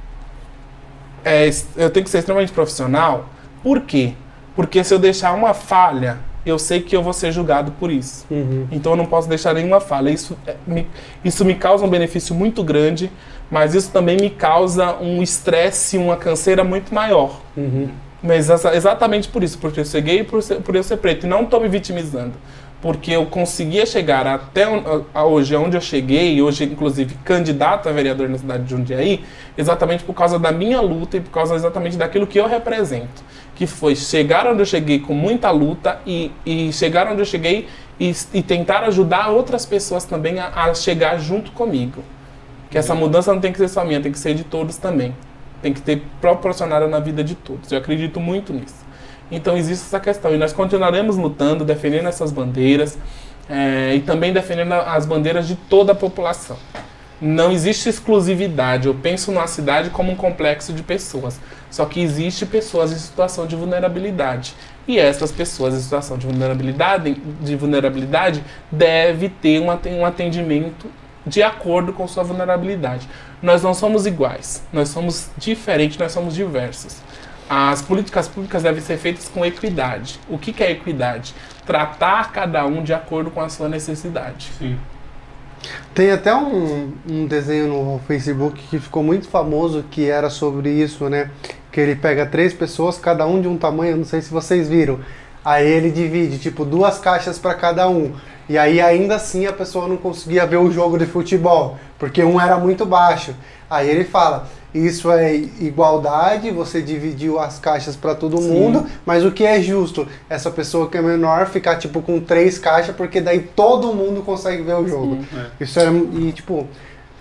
é, eu tenho que ser extremamente profissional. Por quê? Porque se eu deixar uma falha, eu sei que eu vou ser julgado por isso. Uhum. Então eu não posso deixar nenhuma falha. Isso, é, me, isso me causa um benefício muito grande, mas isso também me causa um estresse, uma canseira muito maior. Uhum. Mas exa- exatamente por isso, porque eu ser gay e por, ser- por eu ser preto. E não estou me vitimizando. Porque eu conseguia chegar até on- a- hoje, onde eu cheguei, hoje inclusive candidato a vereador na cidade de Jundiaí, exatamente por causa da minha luta e por causa exatamente daquilo que eu represento. Que foi chegar onde eu cheguei com muita luta e, e chegar onde eu cheguei e, e tentar ajudar outras pessoas também a, a chegar junto comigo. Que essa mudança não tem que ser só minha, tem que ser de todos também. Tem que ter proporcionada na vida de todos. Eu acredito muito nisso. Então existe essa questão. E nós continuaremos lutando, defendendo essas bandeiras é, e também defendendo as bandeiras de toda a população. Não existe exclusividade. Eu penso numa cidade como um complexo de pessoas. Só que existe pessoas em situação de vulnerabilidade. E essas pessoas em situação de vulnerabilidade, de vulnerabilidade deve ter um aten- um atendimento de acordo com sua vulnerabilidade. Nós não somos iguais. Nós somos diferentes, nós somos diversos. As políticas públicas devem ser feitas com equidade. O que que é equidade? Tratar cada um de acordo com a sua necessidade. Sim. Tem até um, um desenho no Facebook que ficou muito famoso, que era sobre isso, né? Que ele pega três pessoas, cada um de um tamanho, não sei se vocês viram. Aí ele divide, tipo, duas caixas para cada um. E aí ainda assim a pessoa não conseguia ver o jogo de futebol, porque um era muito baixo. Aí ele fala, isso é igualdade, você dividiu as caixas para todo Sim. mundo, mas o que é justo? Essa pessoa que é menor ficar tipo com três caixas, porque daí todo mundo consegue ver o jogo. É. Isso era, e tipo,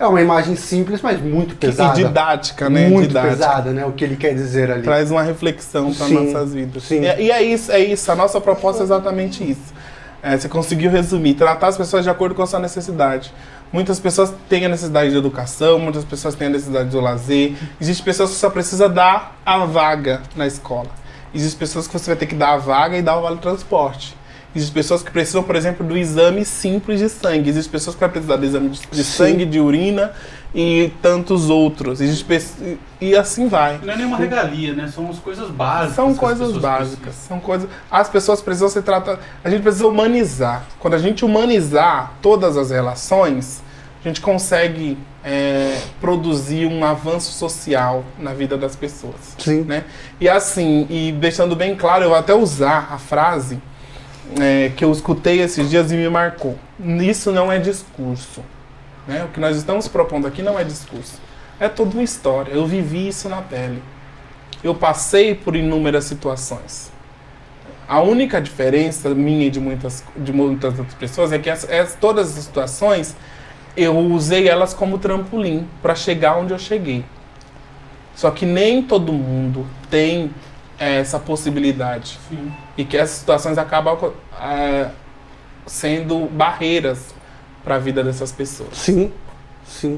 É uma imagem simples, mas muito pesada. E didática, né? Muito didática. pesada, né? O que ele quer dizer ali. Traz uma reflexão para Sim, nossas vidas. sim. E, e é isso, é isso. A nossa proposta é exatamente isso. É, você conseguiu resumir, tratar as pessoas de acordo com a sua necessidade. Muitas pessoas têm a necessidade de educação, muitas pessoas têm a necessidade do lazer. Existem pessoas que só precisa dar a vaga na escola. Existem pessoas que você vai ter que dar a vaga e dar o vale-transporte. Existem pessoas que precisam, por exemplo, do exame simples de sangue. Existem pessoas que vão precisar do exame de, de sangue, de urina e tantos outros. Existe pe- e assim vai. Não é nenhuma regalia, né? São as coisas básicas. São que as coisas pessoas básicas. precisam. São coisas. As pessoas precisam se tratar. A gente precisa humanizar. Quando a gente humanizar todas as relações, a gente consegue é, produzir um avanço social na vida das pessoas. Sim. Né? E assim, e deixando bem claro, eu vou até usar a frase é, que eu escutei esses dias e me marcou. Isso não é discurso. Né? O que nós estamos propondo aqui não é discurso. É toda uma história. Eu vivi isso na pele. Eu passei por inúmeras situações. A única diferença minha e de muitas, de muitas outras pessoas é que as, as, todas as situações eu usei elas como trampolim para chegar onde eu cheguei. Só que nem todo mundo tem é, essa possibilidade. Sim. E que essas situações acabam é, sendo barreiras para a vida dessas pessoas. Sim, sim.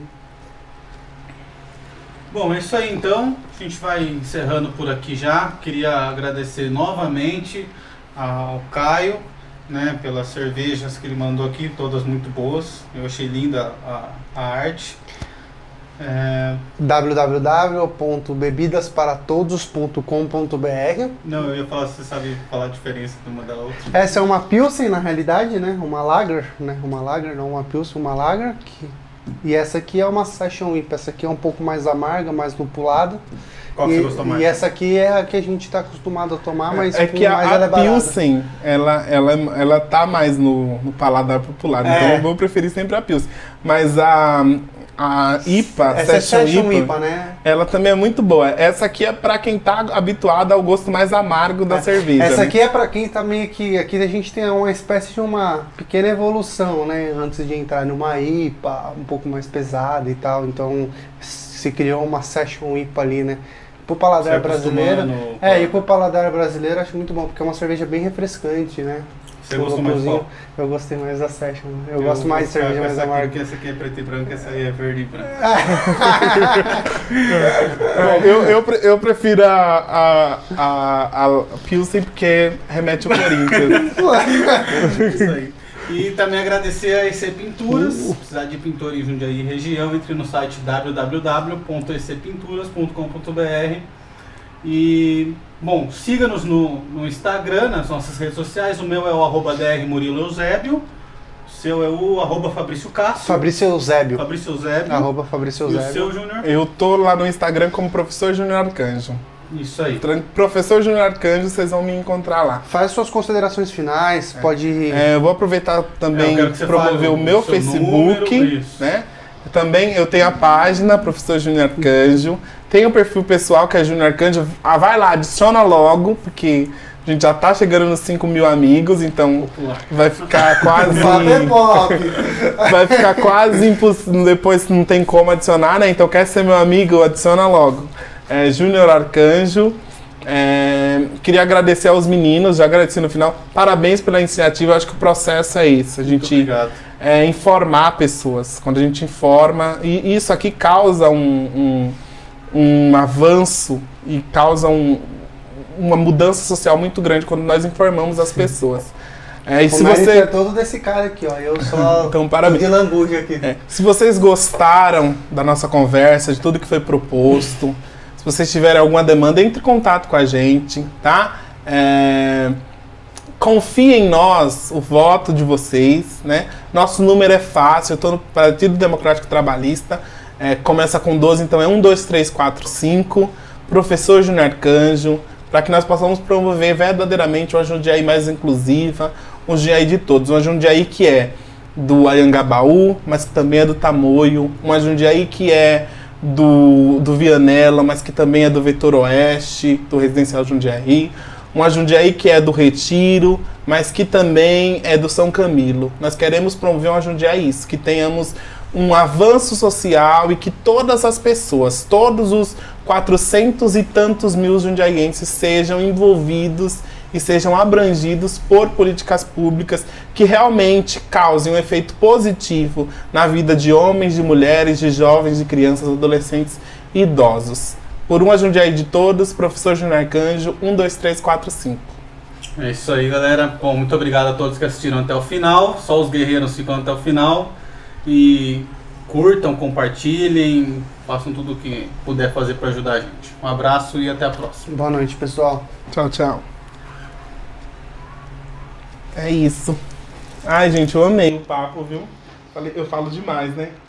Bom, é isso aí então. A gente vai encerrando por aqui já. Queria agradecer novamente ao Caio, né, pelas cervejas que ele mandou aqui, todas muito boas. Eu achei linda a, a arte. É... w w w ponto bebidas para todos ponto com ponto b r. Não, eu ia falar se você sabe falar a diferença de uma da outra. Essa é uma Pilsen, na realidade, né? Uma Lager, né? Uma Lager, não uma Pilsen, uma Lager. Que... E essa aqui é uma Session I P A. Essa aqui é um pouco mais amarga, mais lupulada. Qual que e, você gostou mais? E essa aqui é a que a gente está acostumado a tomar, mas é com que a, mais a ela é barata. Pilsen, ela, ela, ela tá mais no, no paladar popular, É. então eu vou preferir sempre a Pilsen. Mas a, a I P A, Essa é Session Session I P A, I P A, né? ela também é muito boa. Essa aqui é pra quem tá habituado ao gosto mais amargo da cerveja. Essa né? aqui é pra quem tá meio que... Aqui a gente tem uma espécie de uma pequena evolução, né? Antes de entrar numa I P A um pouco mais pesada e tal. Então se criou uma Session I P A ali, né? Pro paladar Se brasileiro... acostumando- É, e pro paladar brasileiro acho muito bom, porque é uma cerveja bem refrescante, né? Você gostou mais de qual? Eu gostei mais da Session. Eu, gosto mais de vou ficar cerveja com mais essa aqui, amarga. porque essa aqui é preta e branca, essa aí é verde e branca. É, eu, eu, pre- eu prefiro a, a, a, a Pilsen porque remete ao Corinthians. Isso aí. E também agradecer a E C Pinturas. Se precisar de pintura em Jundiaí e região, entre no site w w w ponto e c pinturas ponto com ponto b r. E, bom, siga-nos no, no Instagram, nas nossas redes sociais. O meu é o arroba dr Murilo Eusébio. O seu é o arroba Fabrício Castro. Fabrício Eusébio. Fabrício Eusébio. Arroba Fabrício E o Eusébio. seu, Júnior? Eu tô lá no Instagram como Professor Júnior Arcanjo. Isso aí. Tran- Professor Júnior Arcanjo, vocês vão me encontrar lá. Faz suas considerações finais, pode... É, eu vou aproveitar também É, eu quero que você promover fale o o meu seu Facebook, número, isso. né? Também eu tenho a página Professor Júnior Arcanjo, tem o perfil pessoal que é Júnior Arcanjo. Ah, vai lá, adiciona logo, porque a gente já tá chegando nos cinco mil amigos, então Popular. vai ficar quase Bater pop! vai ficar quase impossível, depois não tem como adicionar, né? Então quer ser meu amigo, adiciona logo. É, Júnior Arcanjo. É, queria agradecer aos meninos, já agradeci no final. Parabéns pela iniciativa, eu acho que o processo é esse. A Muito gente obrigado. é, informar pessoas. Quando a gente informa, e isso aqui causa um, um, um avanço e causa um, uma mudança social muito grande quando nós informamos as pessoas. É, e O se mérito você é todo desse cara aqui, ó. Eu só Então, parabéns. de lambuja aqui. É, se vocês gostaram da nossa conversa, de tudo que foi proposto, se vocês tiverem alguma demanda, entre em contato com a gente, tá? É, confie em nós, o voto de vocês, né? Nosso número é fácil, eu estou no Partido Democrático Trabalhista, é, começa com doze, então é um, dois, três, quatro, cinco, Professor Júnior Arcanjo, para que nós possamos promover verdadeiramente uma Jundiaí mais inclusiva, um Jundiaí de todos, uma Jundiaí que é do Anhangabaú, mas que também é do Tamoio, uma Jundiaí que é do, do Vianella, mas que também é do Vetor Oeste, do Residencial Jundiaí, uma Jundiaí que é do Retiro, mas que também é do São Camilo. Nós queremos promover uma Jundiaí isso, que tenhamos um avanço social e que todas as pessoas, todos os quatrocentos e tantos mil jundiaienses sejam envolvidos e sejam abrangidos por políticas públicas que realmente causem um efeito positivo na vida de homens, de mulheres, de jovens, de crianças, adolescentes e idosos. Por uma Jundiaí de todos, professor Júnior Arcanjo, um, dois, três, quatro, cinco. É isso aí, galera. Bom, muito obrigado a todos que assistiram até o final. Só os guerreiros ficam até o final. E curtam, compartilhem, façam tudo o que puder fazer para ajudar a gente. Um abraço e até a próxima. Boa noite, pessoal. Tchau, tchau. É isso. Ai, gente, eu amei o papo, viu? Falei- Eu falo demais, né?